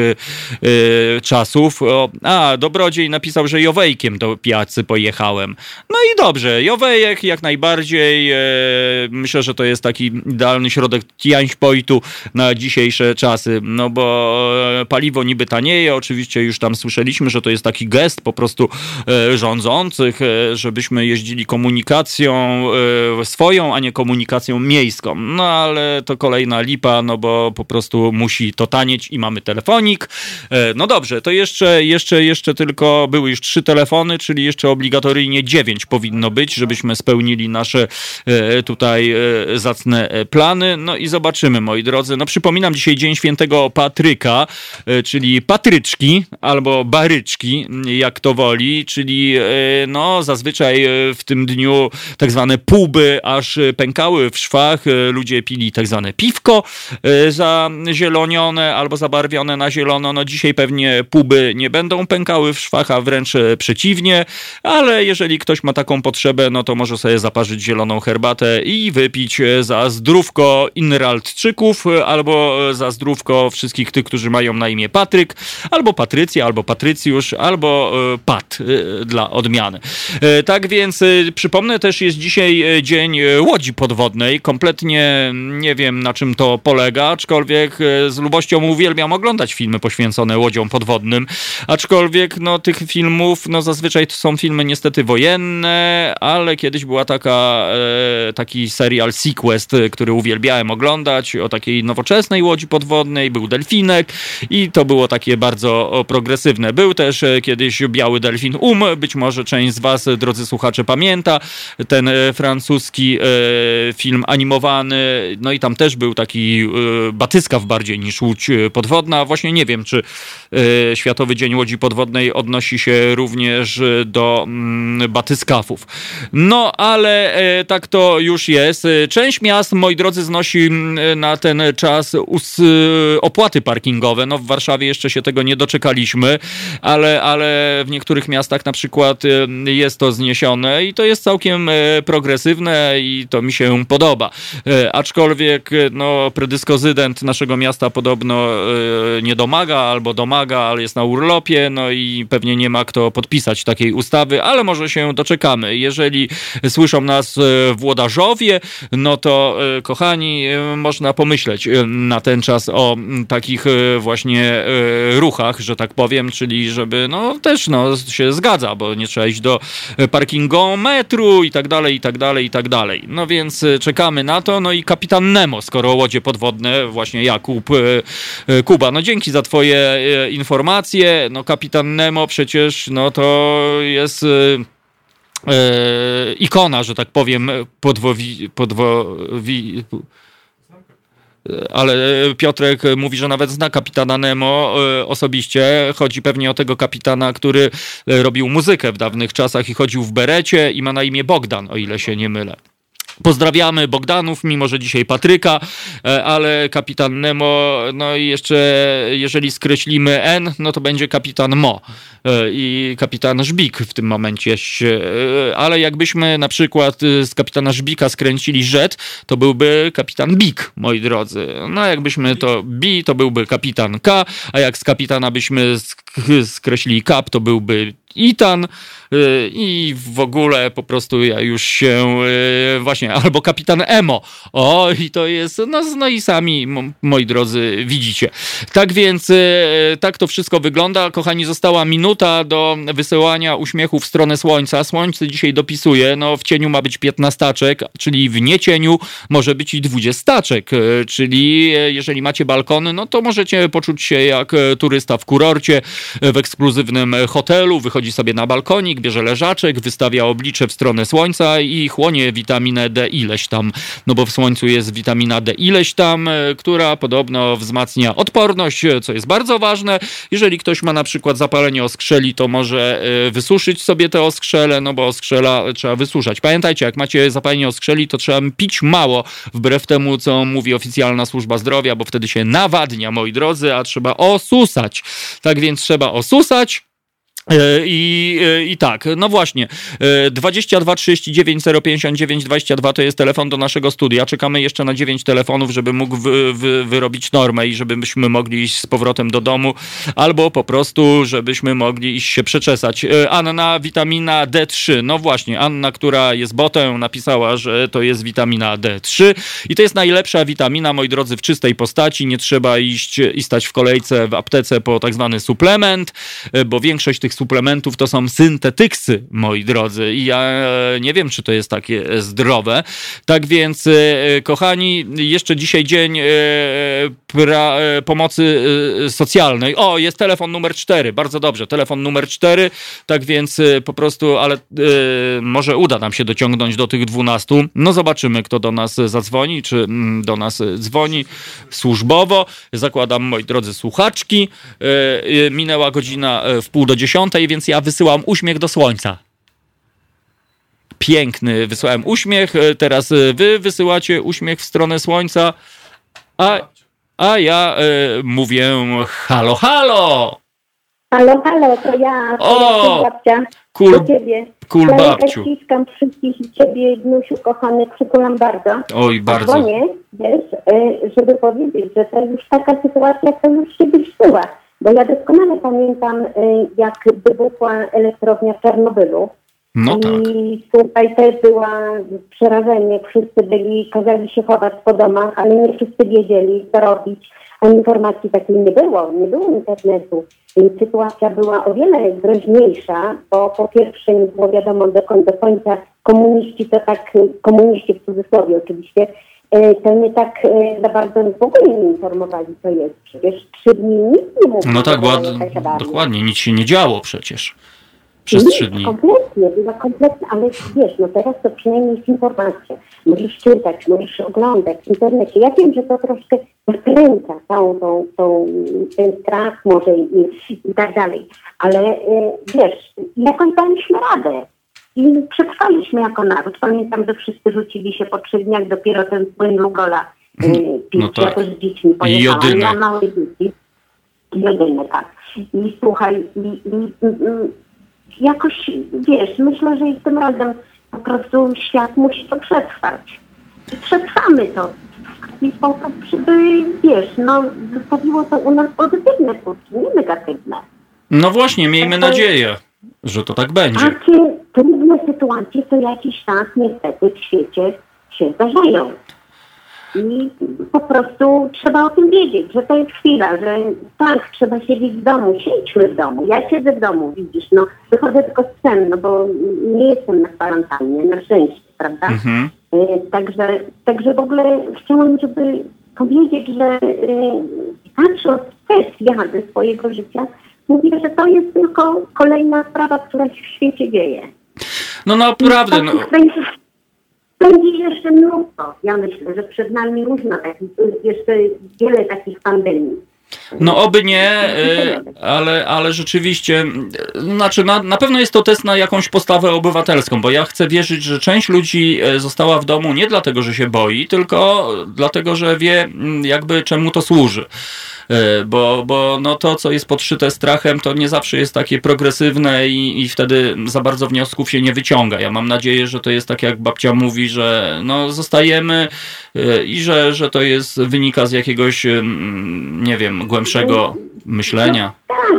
czasów. Dobrodziej napisał, że Jowejkiem do Piacy pojechałem. No i dobrze, Jowejek jak najbardziej. Myślę, że to jest taki idealny środek Tianjpojtu na dzisiejsze czasy, no bo paliwo niby tanieje, oczywiście już tam słyszeliśmy, że to jest taki gest po prostu rządzących, żebyśmy jeździli komunikacją swoją, a nie komunikacją miejską. No ale to kolejna lipa, no bo po prostu musi to tanieć i mamy telefonik. No dobrze, to jeszcze tylko były już 3 telefony, czyli jeszcze obligatoryjnie 9 powinno być, żebyśmy spełnili nasze tutaj zacne plany. No i zobaczymy, moi drodzy. No przypominam, dzisiaj Dzień Świętego Patryka, czyli patryczki albo baryczki, jak to woli, czyli no zazwyczaj w tym dniu tak zwane puby aż pękały w szwach. Ludzie pili tak zwane piwko zazielonione albo zabarwione na zielono. No dzisiaj pewnie puby nie będą pękały w szwach, a wręcz przeciwnie, ale jeżeli ktoś ma taką potrzebę, no to może sobie zaparzyć zieloną herbatę i wypić za zdrówko Inraltczyków albo za zdrówko wszystkich tych, którzy mają na imię Patryk, albo Patrycja, albo Patrycjusz, albo Pat dla odmiany. Tak więc przypomnę też, jest dzisiaj dzień łodzi podwodnej. Kompletnie nie wiem, na czym to polega, aczkolwiek z lubością uwielbiam oglądać filmy poświęcone łodziom podwodnym, aczkolwiek no tych filmów, no zazwyczaj to są filmy niestety czasy wojenne, ale kiedyś była taki serial Sequest, który uwielbiałem oglądać, o takiej nowoczesnej łodzi podwodnej, był delfinek i to było takie bardzo progresywne. Był też kiedyś Biały Delfin być może część z was, drodzy słuchacze, pamięta ten francuski film animowany, no i tam też był taki batyskaw bardziej niż łódź podwodna. Właśnie nie wiem, czy Światowy Dzień Łodzi Podwodnej odnosi się również do batyskafów. No, ale tak to już jest. Część miast, moi drodzy, znosi na ten czas opłaty parkingowe. No, w Warszawie jeszcze się tego nie doczekaliśmy, ale w niektórych miastach na przykład jest to zniesione i to jest całkiem progresywne i to mi się podoba. Aczkolwiek no, predyskozyzent naszego miasta podobno nie domaga albo domaga, ale jest na urlopie, no i pewnie nie ma kto podpisać takiej ustawy, ale może się doczekamy. Jeżeli słyszą nas włodarzowie, no to kochani, można pomyśleć na ten czas o takich właśnie ruchach, że tak powiem, czyli żeby no też no się zgadza, bo nie trzeba iść do parkingometru i tak dalej, i tak dalej, i tak dalej. No więc czekamy na to, no i kapitan Nemo, skoro łodzie podwodne, właśnie Kuba, no dzięki za twoje informacje, no kapitan Nemo przecież, no to jest ikona, że tak powiem, ale Piotrek mówi, że nawet zna kapitana Nemo osobiście. Chodzi pewnie o tego kapitana, który robił muzykę w dawnych czasach i chodził w berecie i ma na imię Bogdan, o ile się nie mylę. Pozdrawiamy Bogdanów, mimo że dzisiaj Patryka, ale kapitan Nemo, no i jeszcze jeżeli skreślimy N, no to będzie kapitan Mo i kapitan Żbik w tym momencie. Ale jakbyśmy na przykład z kapitana Żbika skręcili Z, to byłby kapitan Bik, moi drodzy. No jakbyśmy to B, to byłby kapitan K, a jak z kapitana byśmy skreślili Kap, to byłby Itan i w ogóle po prostu ja już się właśnie, albo kapitan Emo. O, i to jest, no i sami, moi drodzy, widzicie. Tak więc, tak to wszystko wygląda. Kochani, została minuta do wysyłania uśmiechów w stronę słońca. Słońce dzisiaj dopisuje, no w cieniu ma być 15, czyli w niecieniu może być i 20, czyli jeżeli macie balkony, no to możecie poczuć się jak turysta w kurorcie, w ekskluzywnym hotelu, wychodzi sobie na balkonik, bierze leżaczek, wystawia oblicze w stronę słońca i chłonie witaminę D ileś tam, no bo w słońcu jest witamina D ileś tam, która podobno wzmacnia odporność, co jest bardzo ważne. Jeżeli ktoś ma na przykład zapalenie oskrzeli, to może wysuszyć sobie te oskrzele, no bo oskrzela trzeba wysuszać. Pamiętajcie, jak macie zapalenie oskrzeli, to trzeba pić mało, wbrew temu, co mówi oficjalna służba zdrowia, bo wtedy się nawadnia, moi drodzy, a trzeba osusać. Tak więc trzeba osusać. I tak, no właśnie, 22 39 059 22 to jest telefon do naszego studia. Czekamy jeszcze na 9 telefonów, żeby mógł wyrobić normę i żebyśmy mogli iść z powrotem do domu, albo po prostu, żebyśmy mogli iść się przeczesać. Anna, witamina D3. No właśnie, Anna, która jest botem, napisała, że to jest witamina D3 i to jest najlepsza witamina, moi drodzy, w czystej postaci. Nie trzeba iść i stać w kolejce w aptece po tak zwany suplement, bo większość tych suplementów to są syntetyksy, moi drodzy, i ja nie wiem, czy to jest takie zdrowe. Tak więc, kochani, jeszcze dzisiaj dzień pomocy socjalnej. O, jest telefon numer 4, bardzo dobrze, telefon numer 4, tak więc po prostu, ale może uda nam się dociągnąć do tych 12. No zobaczymy, kto do nas zadzwoni, czy do nas dzwoni służbowo. Zakładam, moi drodzy, słuchaczki. Minęła godzina 9:30, więc ja wysyłam uśmiech do słońca. Piękny, wysłałem uśmiech, teraz wy wysyłacie uśmiech w stronę słońca, a ja mówię halo, halo! Halo, halo, to ja, babcia, do ciebie. Babciu. Ściskam wszystkich i ciebie, Dnusiu, kochany, przytulam bardzo. Oj, bardzo. Dzwonię, wiesz, żeby powiedzieć, że to już taka sytuacja, to już kiedyś była. Bo ja doskonale pamiętam, jak wybuchła elektrownia w Czarnobylu. No tak. I tutaj też była przerażenie. Wszyscy kazali się chować po domach, ale nie wszyscy wiedzieli, co robić. a informacji takiej nie było internetu. Sytuacja była o wiele groźniejsza, bo po pierwsze nie było wiadomo do końca, komuniści w cudzysłowie oczywiście, to nie tak za bardzo w ogóle nie informowali, co jest. Przecież 3 dni nic nie mówił. No tak, dokładnie, nic się nie działo przecież. Przez 3 dni. Była kompletnie, ale wiesz, no teraz to przynajmniej jest informacja. Możesz czytać, możesz oglądać w internecie. Ja wiem, że to troszkę wkręca ten strach może i tak dalej. Ale wiesz, jakoś daliśmy radę. I przetrwaliśmy jako naród. Pamiętam, że wszyscy rzucili się po 3 dniach, dopiero ten płyn Lugola pić. tak. Ja to z dziećmi pojechałam. Jodyny. Ja małe dzieci. Jodyny, tak. I słuchaj, jakoś, wiesz, myślę, że i tym razem po prostu świat musi to przetrwać. I przetrwamy to. I po prostu, żeby, wiesz, wychodziło to u nas pozytywne skutki, nie negatywne. No właśnie, miejmy nadzieję, że to tak będzie. Takie trudne sytuacje co jakiś czas niestety w świecie się zdarzają. I po prostu trzeba o tym wiedzieć, że to jest chwila, że tak, trzeba siedzieć w domu, siedźmy w domu. Ja siedzę w domu, widzisz, wychodzę tylko z scen, bo nie jestem na kwarantannie, na szczęście, prawda? Mhm. Także w ogóle chciałam, żeby powiedzieć, że patrząc też ze swojego życia, mówię, że to jest tylko kolejna sprawa, która się w świecie dzieje. No naprawdę, Będzie jeszcze mnóstwo. Ja myślę, że przed nami jeszcze wiele takich pandemii. No oby nie, ale rzeczywiście, znaczy na pewno jest to test na jakąś postawę obywatelską, bo ja chcę wierzyć, że część ludzi została w domu nie dlatego, że się boi, tylko dlatego, że wie jakby czemu to służy. Bo to, co jest podszyte strachem, to nie zawsze jest takie progresywne i wtedy za bardzo wniosków się nie wyciąga. Ja mam nadzieję, że to jest tak, jak babcia mówi, że zostajemy i że to wynika z jakiegoś, nie wiem, głębszego myślenia,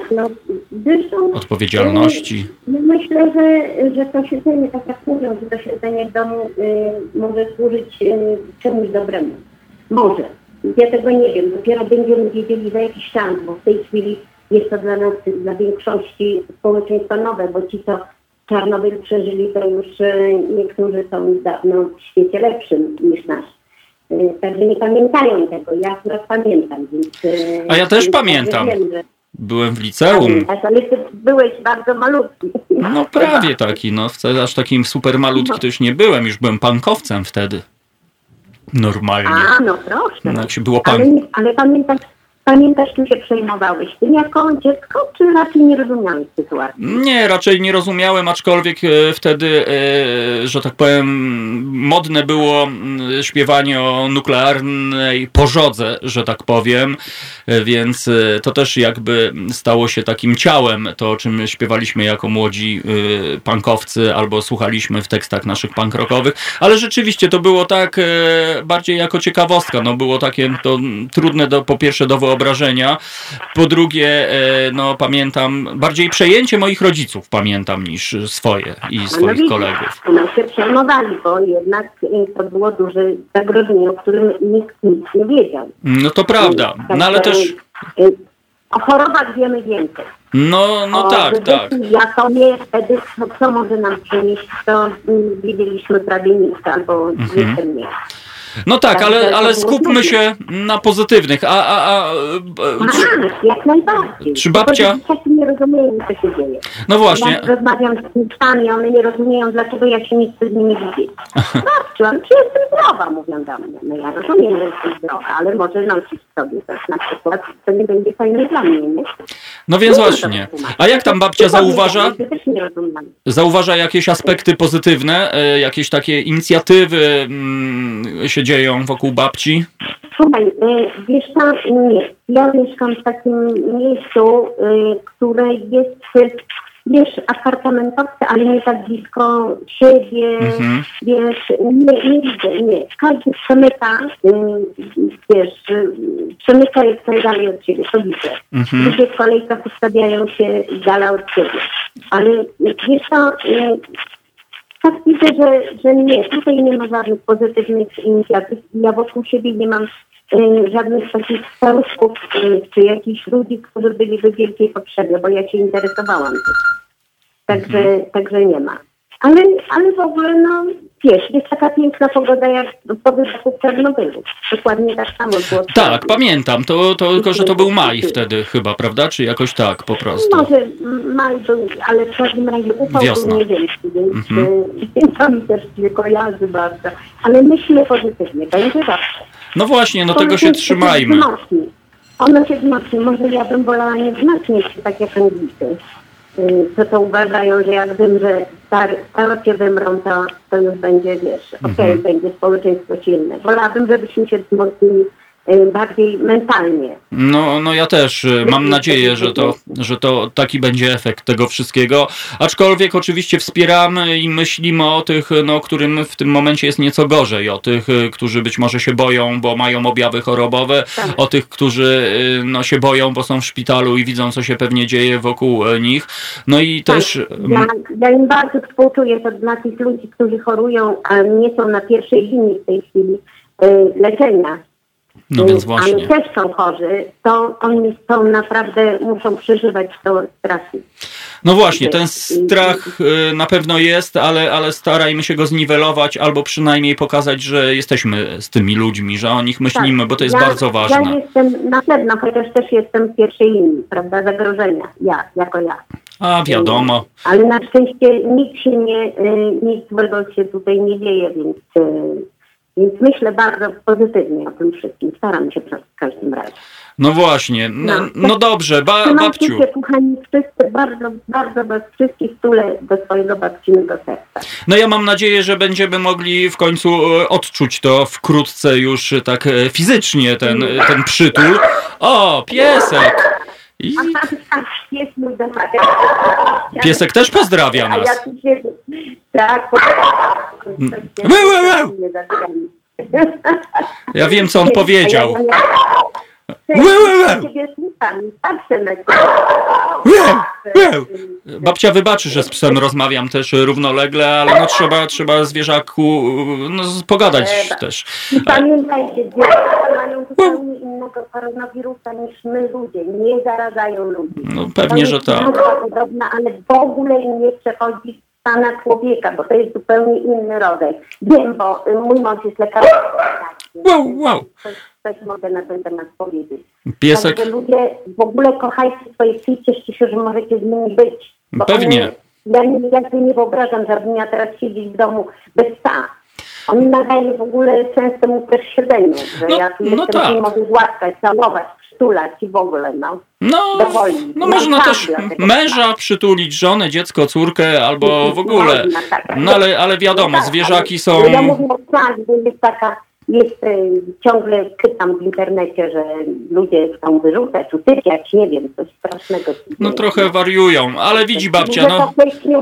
odpowiedzialności. Myślę, że to siedzenie, tak jak mówią, że to siedzenie w domu może służyć czemuś dobremu. Może. Ja tego nie wiem. Dopiero będziemy wiedzieli za jakiś czas, bo w tej chwili jest to dla nas, dla większości społeczeństwa nowe, bo ci, co Czarnobyl przeżyli, to już niektórzy są dawno w świecie lepszym niż nasz. Także nie pamiętają tego. Ja akurat pamiętam. Więc, a ja też pamiętam. Wiem, że byłem w liceum. Ale ty byłeś bardzo malutki. No prawie taki. Wcale aż takim super malutki to już nie byłem. Już byłem punkowcem wtedy. Normalnie. No proszę. Jak się było ale pamiętasz, czym się przejmowałeś? Ty jako dziecko, czy raczej nie rozumiałeś sytuacji? Nie, raczej nie rozumiałem, aczkolwiek wtedy, że tak powiem, modne było śpiewanie o nuklearnej pożodze, że tak powiem, więc to też jakby stało się takim ciałem, to o czym śpiewaliśmy jako młodzi punkowcy albo słuchaliśmy w tekstach naszych punk rockowych, ale rzeczywiście to było tak bardziej jako ciekawostka, było takie to trudne po pierwsze do wyobrażenia, po drugie pamiętam bardziej przejęcie moich rodziców pamiętam niż swoje i swoich kolegów. Się przejmowali, bo jednak to było duże zagrożenie, o którym nikt nic nie wiedział. No to prawda, ale też o chorobach wiemy więcej. Tak. Ja sobie wtedy, co może nam przynieść, to wiedzieliśmy prawie nic, albo jeszcze mniej. No tak, ale skupmy się na pozytywnych. Jak najbardziej. Czy babcia... Dzieciaki nie rozumieją, co się dzieje. No właśnie. Ja rozmawiam z dziewczynami, one nie rozumieją, dlaczego ja się nie chcę z nimi widzieć. Babciu, ale czy jestem zdrowa, mówią do mnie. Ja rozumiem, że jestem zdrowa, ale może nosić sobie coś na przykład, to nie będzie fajne dla mnie, nie? No więc właśnie. A jak tam babcia zauważa jakieś aspekty pozytywne, jakieś takie inicjatywy się dzieją wokół babci? Słuchaj, wiesz co, nie. Ja mieszkam w takim miejscu, które jest, wiesz, apartamentowce, ale nie tak blisko siebie, wiesz, nie widzę, nie. Każdy przemyka, wiesz, przemyka jak najdalej od siebie, to widzę. Ludzie w kolejkach ustawiają się z dala od siebie. Ale wiesz co, tak widzę, że nie, tutaj nie ma żadnych pozytywnych inicjatyw. Ja wokół siebie nie mam żadnych takich staruszków czy jakichś ludzi, którzy byli w wielkiej potrzebie, bo ja się interesowałam tym. Także nie ma. Ale w ogóle, no wiesz, jest taka piękna pogoda jak po wybuchu w Czarnobylu. Dokładnie tak samo było. Tak, pamiętam. To tylko, że to był maj wtedy chyba, prawda? Czy jakoś tak po prostu? Może maj był, ale w każdym razie upał był niewielki, więc to mi też nie kojarzy bardzo. Ale myślę pozytywnie, będzie zawsze. No właśnie, no tego się trzymajmy. Ono się wzmocni. Może ja bym wolała nie wzmocnić się tak jak Anglicy. To uważają, że jak wymrze, starocie wymrą, to już będzie, wiesz, będzie społeczeństwo silne. Wolałabym, żebyśmy się wzmocnili bardziej mentalnie. No ja też mam nadzieję, że to taki będzie efekt tego wszystkiego. Aczkolwiek oczywiście wspieramy i myślimy o tych, którym w tym momencie jest nieco gorzej. O tych, którzy być może się boją, bo mają objawy chorobowe. Tak. O tych, którzy się boją, bo są w szpitalu i widzą, co się pewnie dzieje wokół nich. No i tak, też... Ja im bardzo współczuję to dla tych ludzi, którzy chorują, a nie są na pierwszej linii w tej chwili leczenia. No więc właśnie. Ale też są chorzy, to oni są naprawdę, muszą przeżywać to strasznie. No właśnie, ten strach na pewno jest, ale starajmy się go zniwelować albo przynajmniej pokazać, że jesteśmy z tymi ludźmi, że o nich myślimy, bo to jest bardzo ważne. Ja jestem na pewno, chociaż też jestem w pierwszej linii, prawda, zagrożenia. Ja. A wiadomo. Ale na szczęście nic złego się tutaj nie dzieje, więc myślę bardzo pozytywnie o tym wszystkim. Staram się w każdym razie. No właśnie. No dobrze, babciu. Się, kochani, wszyscy, bardzo, bardzo was wszystkich tule do swojego babcinego serca. No ja mam nadzieję, że będziemy mogli w końcu odczuć to wkrótce już tak fizycznie, ten przytul. O, piesek! Jest mój domawian. Piesek też pozdrawia nas. Ja tu siedzę. Tak. Ja wiem, co on powiedział. Babcia wybaczy, że z psem rozmawiam też równolegle, ale trzeba zwierzaku pogadać też. I pamiętajcie, dzieci mają zupełnie innego koronawirusa niż my ludzie. Nie zarażają ludzi. No pewnie, że tak. Podobna, ale w ogóle nie przechodzi stana człowieka, bo to jest zupełnie inny rodzaj. Wiem, bo mój mąż jest lekarzem. Wow. Coś mogę na ten temat powiedzieć. Piesek. Także ludzie, w ogóle kochajcie swoje psy, cieszcie się, że możecie z nimi być. Pewnie. Ja nie wyobrażam, żebym ja teraz siedzieć w domu bez psa. On nadaje w ogóle często mu też siedzeniu, że ja tu jestem, nie mogę głaskać, całować, przytulać i w ogóle, można też męża przytulić, żonę, dziecko, córkę, albo w ogóle. No ale wiadomo, zwierzaki są... Ja mówię o psach, że jest taka... ciągle czytam w internecie, że ludzie chcą wyrzucać, usypiać, nie wiem, coś strasznego. No trochę wariują, ale widzi babcia, to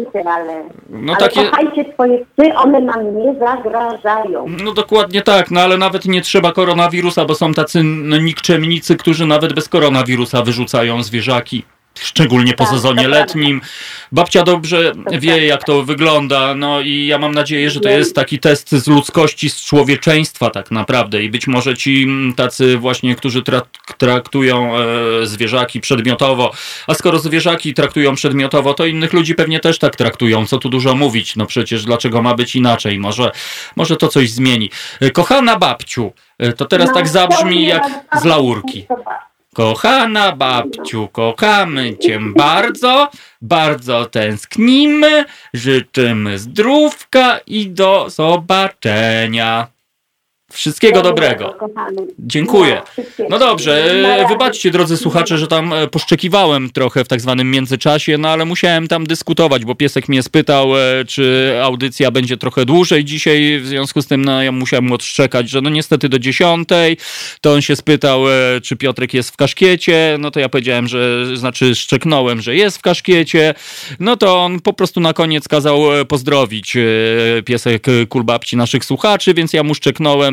kochajcie swoje psy, one nam nie zagrażają. No dokładnie tak, ale nawet nie trzeba koronawirusa, bo są tacy nikczemnicy, którzy nawet bez koronawirusa wyrzucają zwierzaki. Szczególnie po sezonie letnim. Babcia dobrze wie, jak to wygląda, i ja mam nadzieję, że to jest taki test z ludzkości, z człowieczeństwa tak naprawdę i być może ci tacy właśnie, którzy traktują zwierzaki przedmiotowo, a skoro zwierzaki traktują przedmiotowo, to innych ludzi pewnie też tak traktują, co tu dużo mówić, przecież dlaczego ma być inaczej, może to coś zmieni. Kochana babciu, to teraz tak zabrzmi jak z laurki. Kochana babciu, kochamy cię bardzo, bardzo tęsknimy, życzymy zdrówka i do zobaczenia. Wszystkiego dobrego. Dziękuję. No dobrze, wybaczcie drodzy słuchacze, że tam poszczekiwałem trochę w tak zwanym międzyczasie, ale musiałem tam dyskutować, bo piesek mnie spytał, czy audycja będzie trochę dłużej dzisiaj, w związku z tym ja musiałem odszczekać, że niestety do 10:00, to on się spytał, czy Piotrek jest w kaszkiecie, to ja powiedziałem, szczeknąłem, że jest w kaszkiecie, to on po prostu na koniec kazał pozdrowić piesek Kulbabci naszych słuchaczy, więc ja mu szczeknąłem,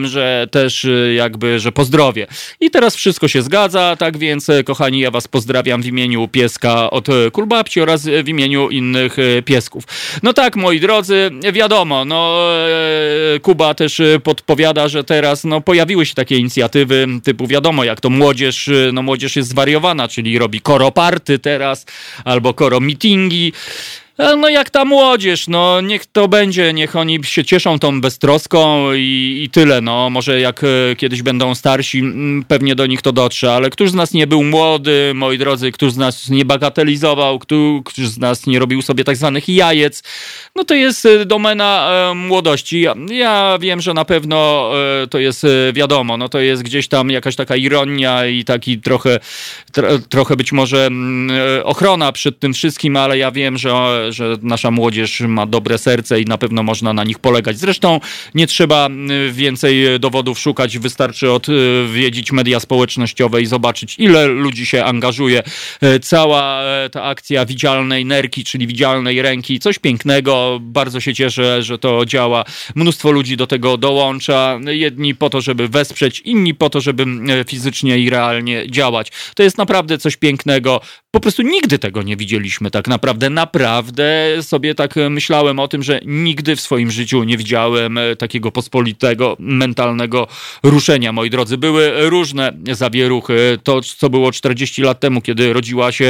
że też jakby, że pozdrowię. I teraz wszystko się zgadza, tak więc kochani, ja was pozdrawiam w imieniu pieska od Kulbabci oraz w imieniu innych piesków. No tak, moi drodzy, wiadomo, no Kuba też podpowiada, że teraz no pojawiły się takie inicjatywy typu wiadomo, jak to młodzież, no młodzież jest zwariowana, czyli robi koroparty teraz, albo koromitingi. No jak ta młodzież, no niech to będzie, niech oni się cieszą tą beztroską i tyle, no może jak kiedyś będą starsi, pewnie do nich to dotrze, ale któż z nas nie był młody, moi drodzy, któż z nas nie bagatelizował, któż z nas nie robił sobie tak zwanych jajec, no to jest domena młodości. Ja wiem, że na pewno to jest wiadomo, no to jest gdzieś tam jakaś taka ironia i taki trochę być może ochrona przed tym wszystkim, ale ja wiem, że nasza młodzież ma dobre serce i na pewno można na nich polegać. Zresztą nie trzeba więcej dowodów szukać, wystarczy odwiedzić media społecznościowe i zobaczyć, ile ludzi się angażuje. Cała ta akcja widzialnej nerki, czyli widzialnej ręki, coś pięknego. Bardzo się cieszę, że to działa. Mnóstwo ludzi do tego dołącza. Jedni po to, żeby wesprzeć, inni po to, żeby fizycznie i realnie działać. To jest naprawdę coś pięknego. Po prostu nigdy tego nie widzieliśmy tak naprawdę. Naprawdę sobie tak myślałem o tym, że nigdy w swoim życiu nie widziałem takiego pospolitego, mentalnego ruszenia, moi drodzy. Były różne zawieruchy. To, co było 40 lat temu, kiedy rodziła się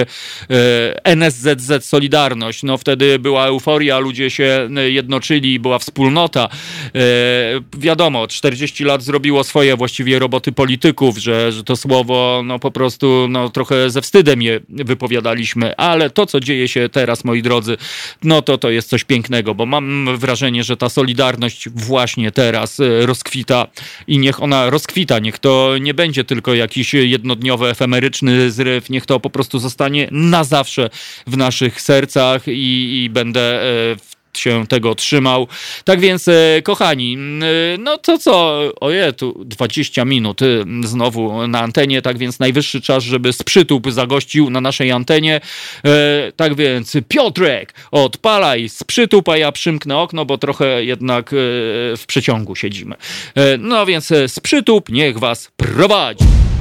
NSZZ Solidarność. No wtedy była euforia, ludzie się jednoczyli, była wspólnota. Wiadomo, 40 lat zrobiło swoje właściwie roboty polityków, że to słowo no po prostu no, trochę ze wstydem je wypowiadaliśmy, ale to, co dzieje się teraz, moi drodzy, no to jest coś pięknego, bo mam wrażenie, że ta solidarność właśnie teraz rozkwita i niech ona rozkwita, niech to nie będzie tylko jakiś jednodniowy, efemeryczny zryw, niech to po prostu zostanie na zawsze w naszych sercach i będę się tego trzymał. Tak więc, kochani, no to co? Tu 20 minut znowu na antenie, tak więc najwyższy czas, żeby Sprzytup zagościł na naszej antenie. Tak więc, Piotrek, odpalaj Sprzytup, a ja przymknę okno, bo trochę jednak w przeciągu siedzimy. No więc Sprzytup, niech was prowadzi.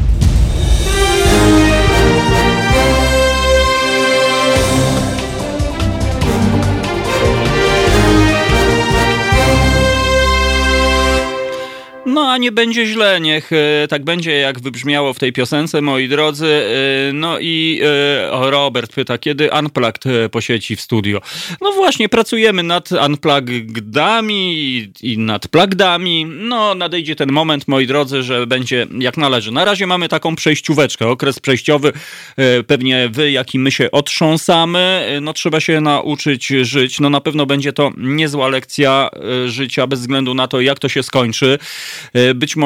No a nie będzie źle, niech tak będzie, jak wybrzmiało w tej piosence, moi drodzy. No i Robert pyta, kiedy Unplugged posieci w studio. No właśnie, pracujemy nad Unpluggedami i nad Pluggedami. No nadejdzie ten moment, moi drodzy, że będzie jak należy. Na razie mamy taką przejścióweczkę, okres przejściowy. Pewnie wy, jak i my się otrząsamy. No trzeba się nauczyć żyć. No na pewno będzie to niezła lekcja życia, bez względu na to, jak to się skończy. Być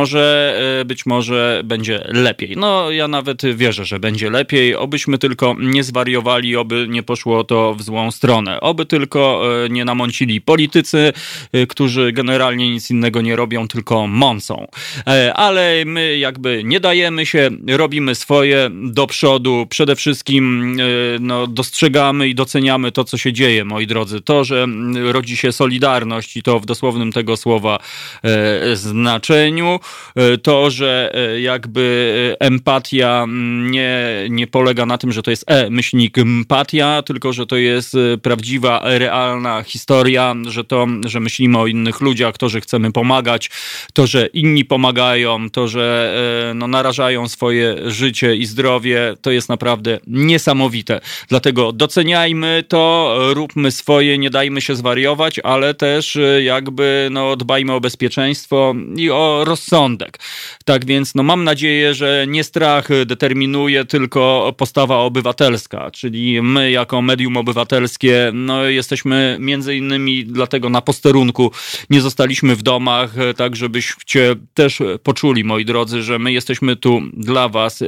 może będzie lepiej. No ja nawet wierzę, że będzie lepiej. Obyśmy tylko nie zwariowali, oby nie poszło to w złą stronę. Oby tylko nie namącili politycy, którzy generalnie nic innego nie robią, tylko mącą. Ale my jakby nie dajemy się, robimy swoje do przodu. Przede wszystkim no, dostrzegamy i doceniamy to, co się dzieje, moi drodzy. To, że rodzi się solidarność i to w dosłownym tego słowa znaczeniu. To, że jakby empatia nie polega na tym, że to jest empatia, tylko że to jest prawdziwa, realna historia, że myślimy o innych ludziach, to, że chcemy pomagać, to, że inni pomagają, to, że no, narażają swoje życie i zdrowie, to jest naprawdę niesamowite. Dlatego doceniajmy to, róbmy swoje, nie dajmy się zwariować, ale też jakby no, dbajmy o bezpieczeństwo i o rozsądek. Tak więc no, mam nadzieję, że nie strach determinuje, tylko postawa obywatelska, czyli my jako medium obywatelskie no, jesteśmy między innymi dlatego na posterunku, nie zostaliśmy w domach, tak żebyście też poczuli, moi drodzy, że my jesteśmy tu dla was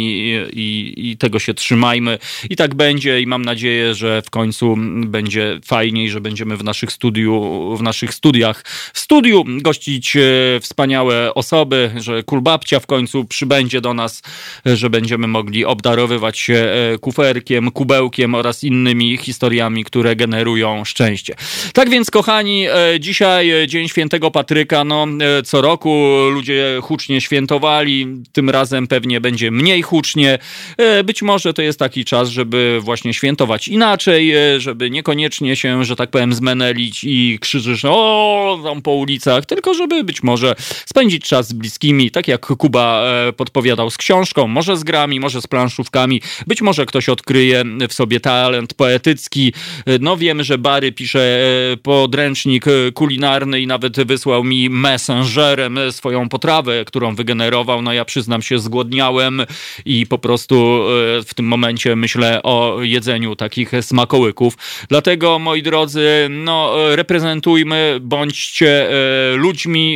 i tego się trzymajmy. I tak będzie i mam nadzieję, że w końcu będzie fajniej, że będziemy w naszych studiach gościć wspaniałych wspaniałe osoby, że Kulbabcia w końcu przybędzie do nas, że będziemy mogli obdarowywać się kuferkiem, kubełkiem oraz innymi historiami, które generują szczęście. Tak więc, kochani, dzisiaj Dzień Świętego Patryka. Co roku ludzie hucznie świętowali, tym razem pewnie będzie mniej hucznie. Być może to jest taki czas, żeby właśnie świętować inaczej, żeby niekoniecznie się, że tak powiem, zmenelić i krzyczysz tam po ulicach, tylko żeby być może spędzić czas z bliskimi, tak jak Kuba podpowiadał, z książką, może z grami, może z planszówkami. Być może ktoś odkryje w sobie talent poetycki. Wiem, że Bary pisze podręcznik kulinarny i nawet wysłał mi messengerem swoją potrawę, którą wygenerował. Ja przyznam się, zgłodniałem i po prostu w tym momencie myślę o jedzeniu takich smakołyków. Dlatego, moi drodzy, reprezentujmy, bądźcie ludźmi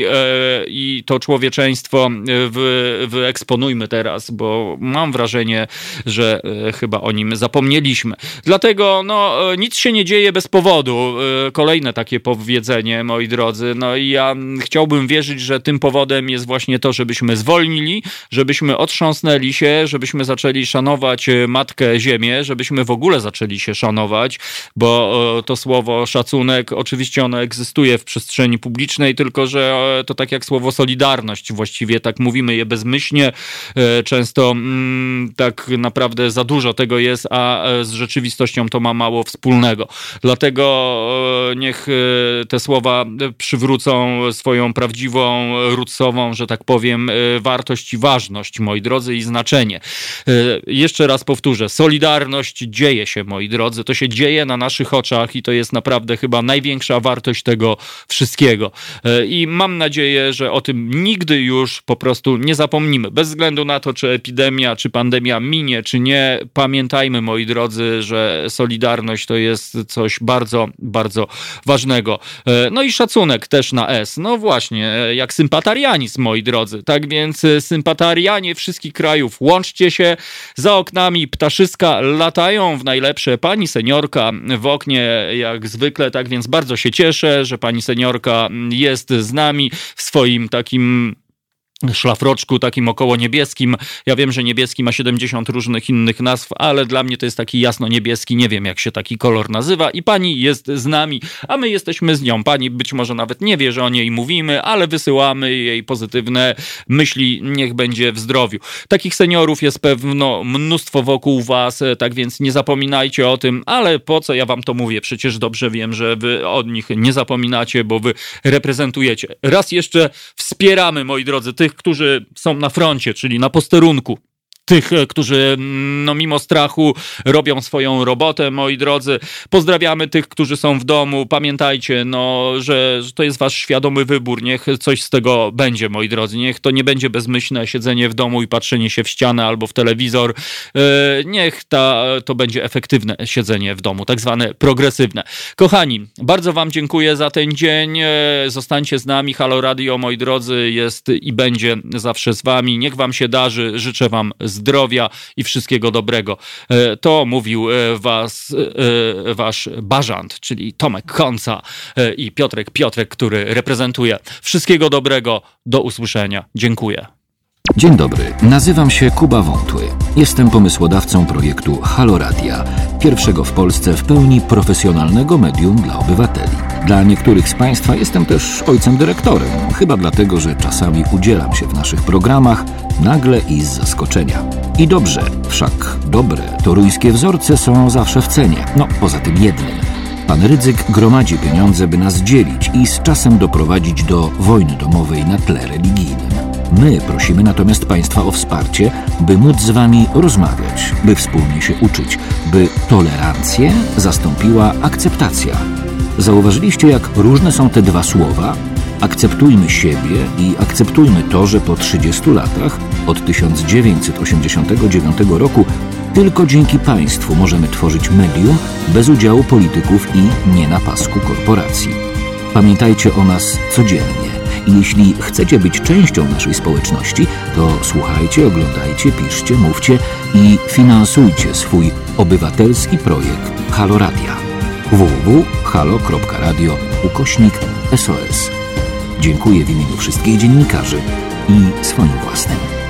i to człowieczeństwo wyeksponujmy teraz, bo mam wrażenie, że chyba o nim zapomnieliśmy. Dlatego, nic się nie dzieje bez powodu. Kolejne takie powiedzenie, moi drodzy. I ja chciałbym wierzyć, że tym powodem jest właśnie to, żebyśmy zwolnili, żebyśmy otrząsnęli się, żebyśmy zaczęli szanować Matkę Ziemię, żebyśmy w ogóle zaczęli się szanować, bo to słowo szacunek, oczywiście ono egzystuje w przestrzeni publicznej, tylko że to tak jak słowo solidarność, właściwie tak mówimy je bezmyślnie, często tak naprawdę za dużo tego jest, a z rzeczywistością to ma mało wspólnego. Dlatego niech te słowa przywrócą swoją prawdziwą, rootsową, że tak powiem, wartość i ważność, moi drodzy, i znaczenie. Jeszcze raz powtórzę, solidarność dzieje się, moi drodzy, to się dzieje na naszych oczach i to jest naprawdę chyba największa wartość tego wszystkiego. I mam nadzieję, że o tym nigdy już po prostu nie zapomnimy. Bez względu na to, czy epidemia, czy pandemia minie, czy nie, pamiętajmy, moi drodzy, że solidarność to jest coś bardzo, bardzo ważnego. I szacunek też na S. Właśnie, jak sympatarianizm, moi drodzy. Tak więc sympatarianie wszystkich krajów, łączcie się. Za oknami ptaszyska latają w najlepsze. Pani seniorka w oknie jak zwykle, tak więc bardzo się cieszę, że pani seniorka jest z nami w swoim takim szlafroczku takim około niebieskim. Ja wiem, że niebieski ma 70 różnych innych nazw, ale dla mnie to jest taki jasno niebieski, nie wiem jak się taki kolor nazywa i pani jest z nami, a my jesteśmy z nią. Pani być może nawet nie wie, że o niej mówimy, ale wysyłamy jej pozytywne myśli, niech będzie w zdrowiu. Takich seniorów jest pewno mnóstwo wokół was, tak więc nie zapominajcie o tym, ale po co ja wam to mówię? Przecież dobrze wiem, że wy od nich nie zapominacie, bo wy reprezentujecie. Raz jeszcze wspieramy, moi drodzy, tych, którzy są na froncie, czyli na posterunku. Tych, którzy mimo strachu robią swoją robotę, moi drodzy. Pozdrawiamy tych, którzy są w domu. Pamiętajcie, że to jest wasz świadomy wybór. Niech coś z tego będzie, moi drodzy. Niech to nie będzie bezmyślne siedzenie w domu i patrzenie się w ścianę albo w telewizor. Niech to będzie efektywne siedzenie w domu, tak zwane progresywne. Kochani, bardzo wam dziękuję za ten dzień. Zostańcie z nami. Halo Radio, moi drodzy, jest i będzie zawsze z wami. Niech wam się darzy. Życzę wam zdrowia i wszystkiego dobrego. To mówił wasz bażant, czyli Tomek Konca i Piotrek, który reprezentuje. Wszystkiego dobrego, do usłyszenia. Dziękuję. Dzień dobry, nazywam się Kuba Wątły. Jestem pomysłodawcą projektu Halo Radia, pierwszego w Polsce w pełni profesjonalnego medium dla obywateli. Dla niektórych z Państwa jestem też ojcem dyrektorem, chyba dlatego, że czasami udzielam się w naszych programach nagle i z zaskoczenia. I dobrze, wszak dobre toruńskie wzorce są zawsze w cenie, poza tym jednym. Pan Rydzyk gromadzi pieniądze, by nas dzielić i z czasem doprowadzić do wojny domowej na tle religijnym. My prosimy natomiast Państwa o wsparcie, by móc z Wami rozmawiać, by wspólnie się uczyć, by tolerancję zastąpiła akceptacja. Zauważyliście, jak różne są te dwa słowa? Akceptujmy siebie i akceptujmy to, że po 30 latach, od 1989 roku, tylko dzięki państwu możemy tworzyć medium bez udziału polityków i nie na pasku korporacji. Pamiętajcie o nas codziennie. I jeśli chcecie być częścią naszej społeczności, to słuchajcie, oglądajcie, piszcie, mówcie i finansujcie swój obywatelski projekt Halo Radia. www.halo.radio/SOS. Dziękuję w imieniu wszystkich dziennikarzy i swoim własnym.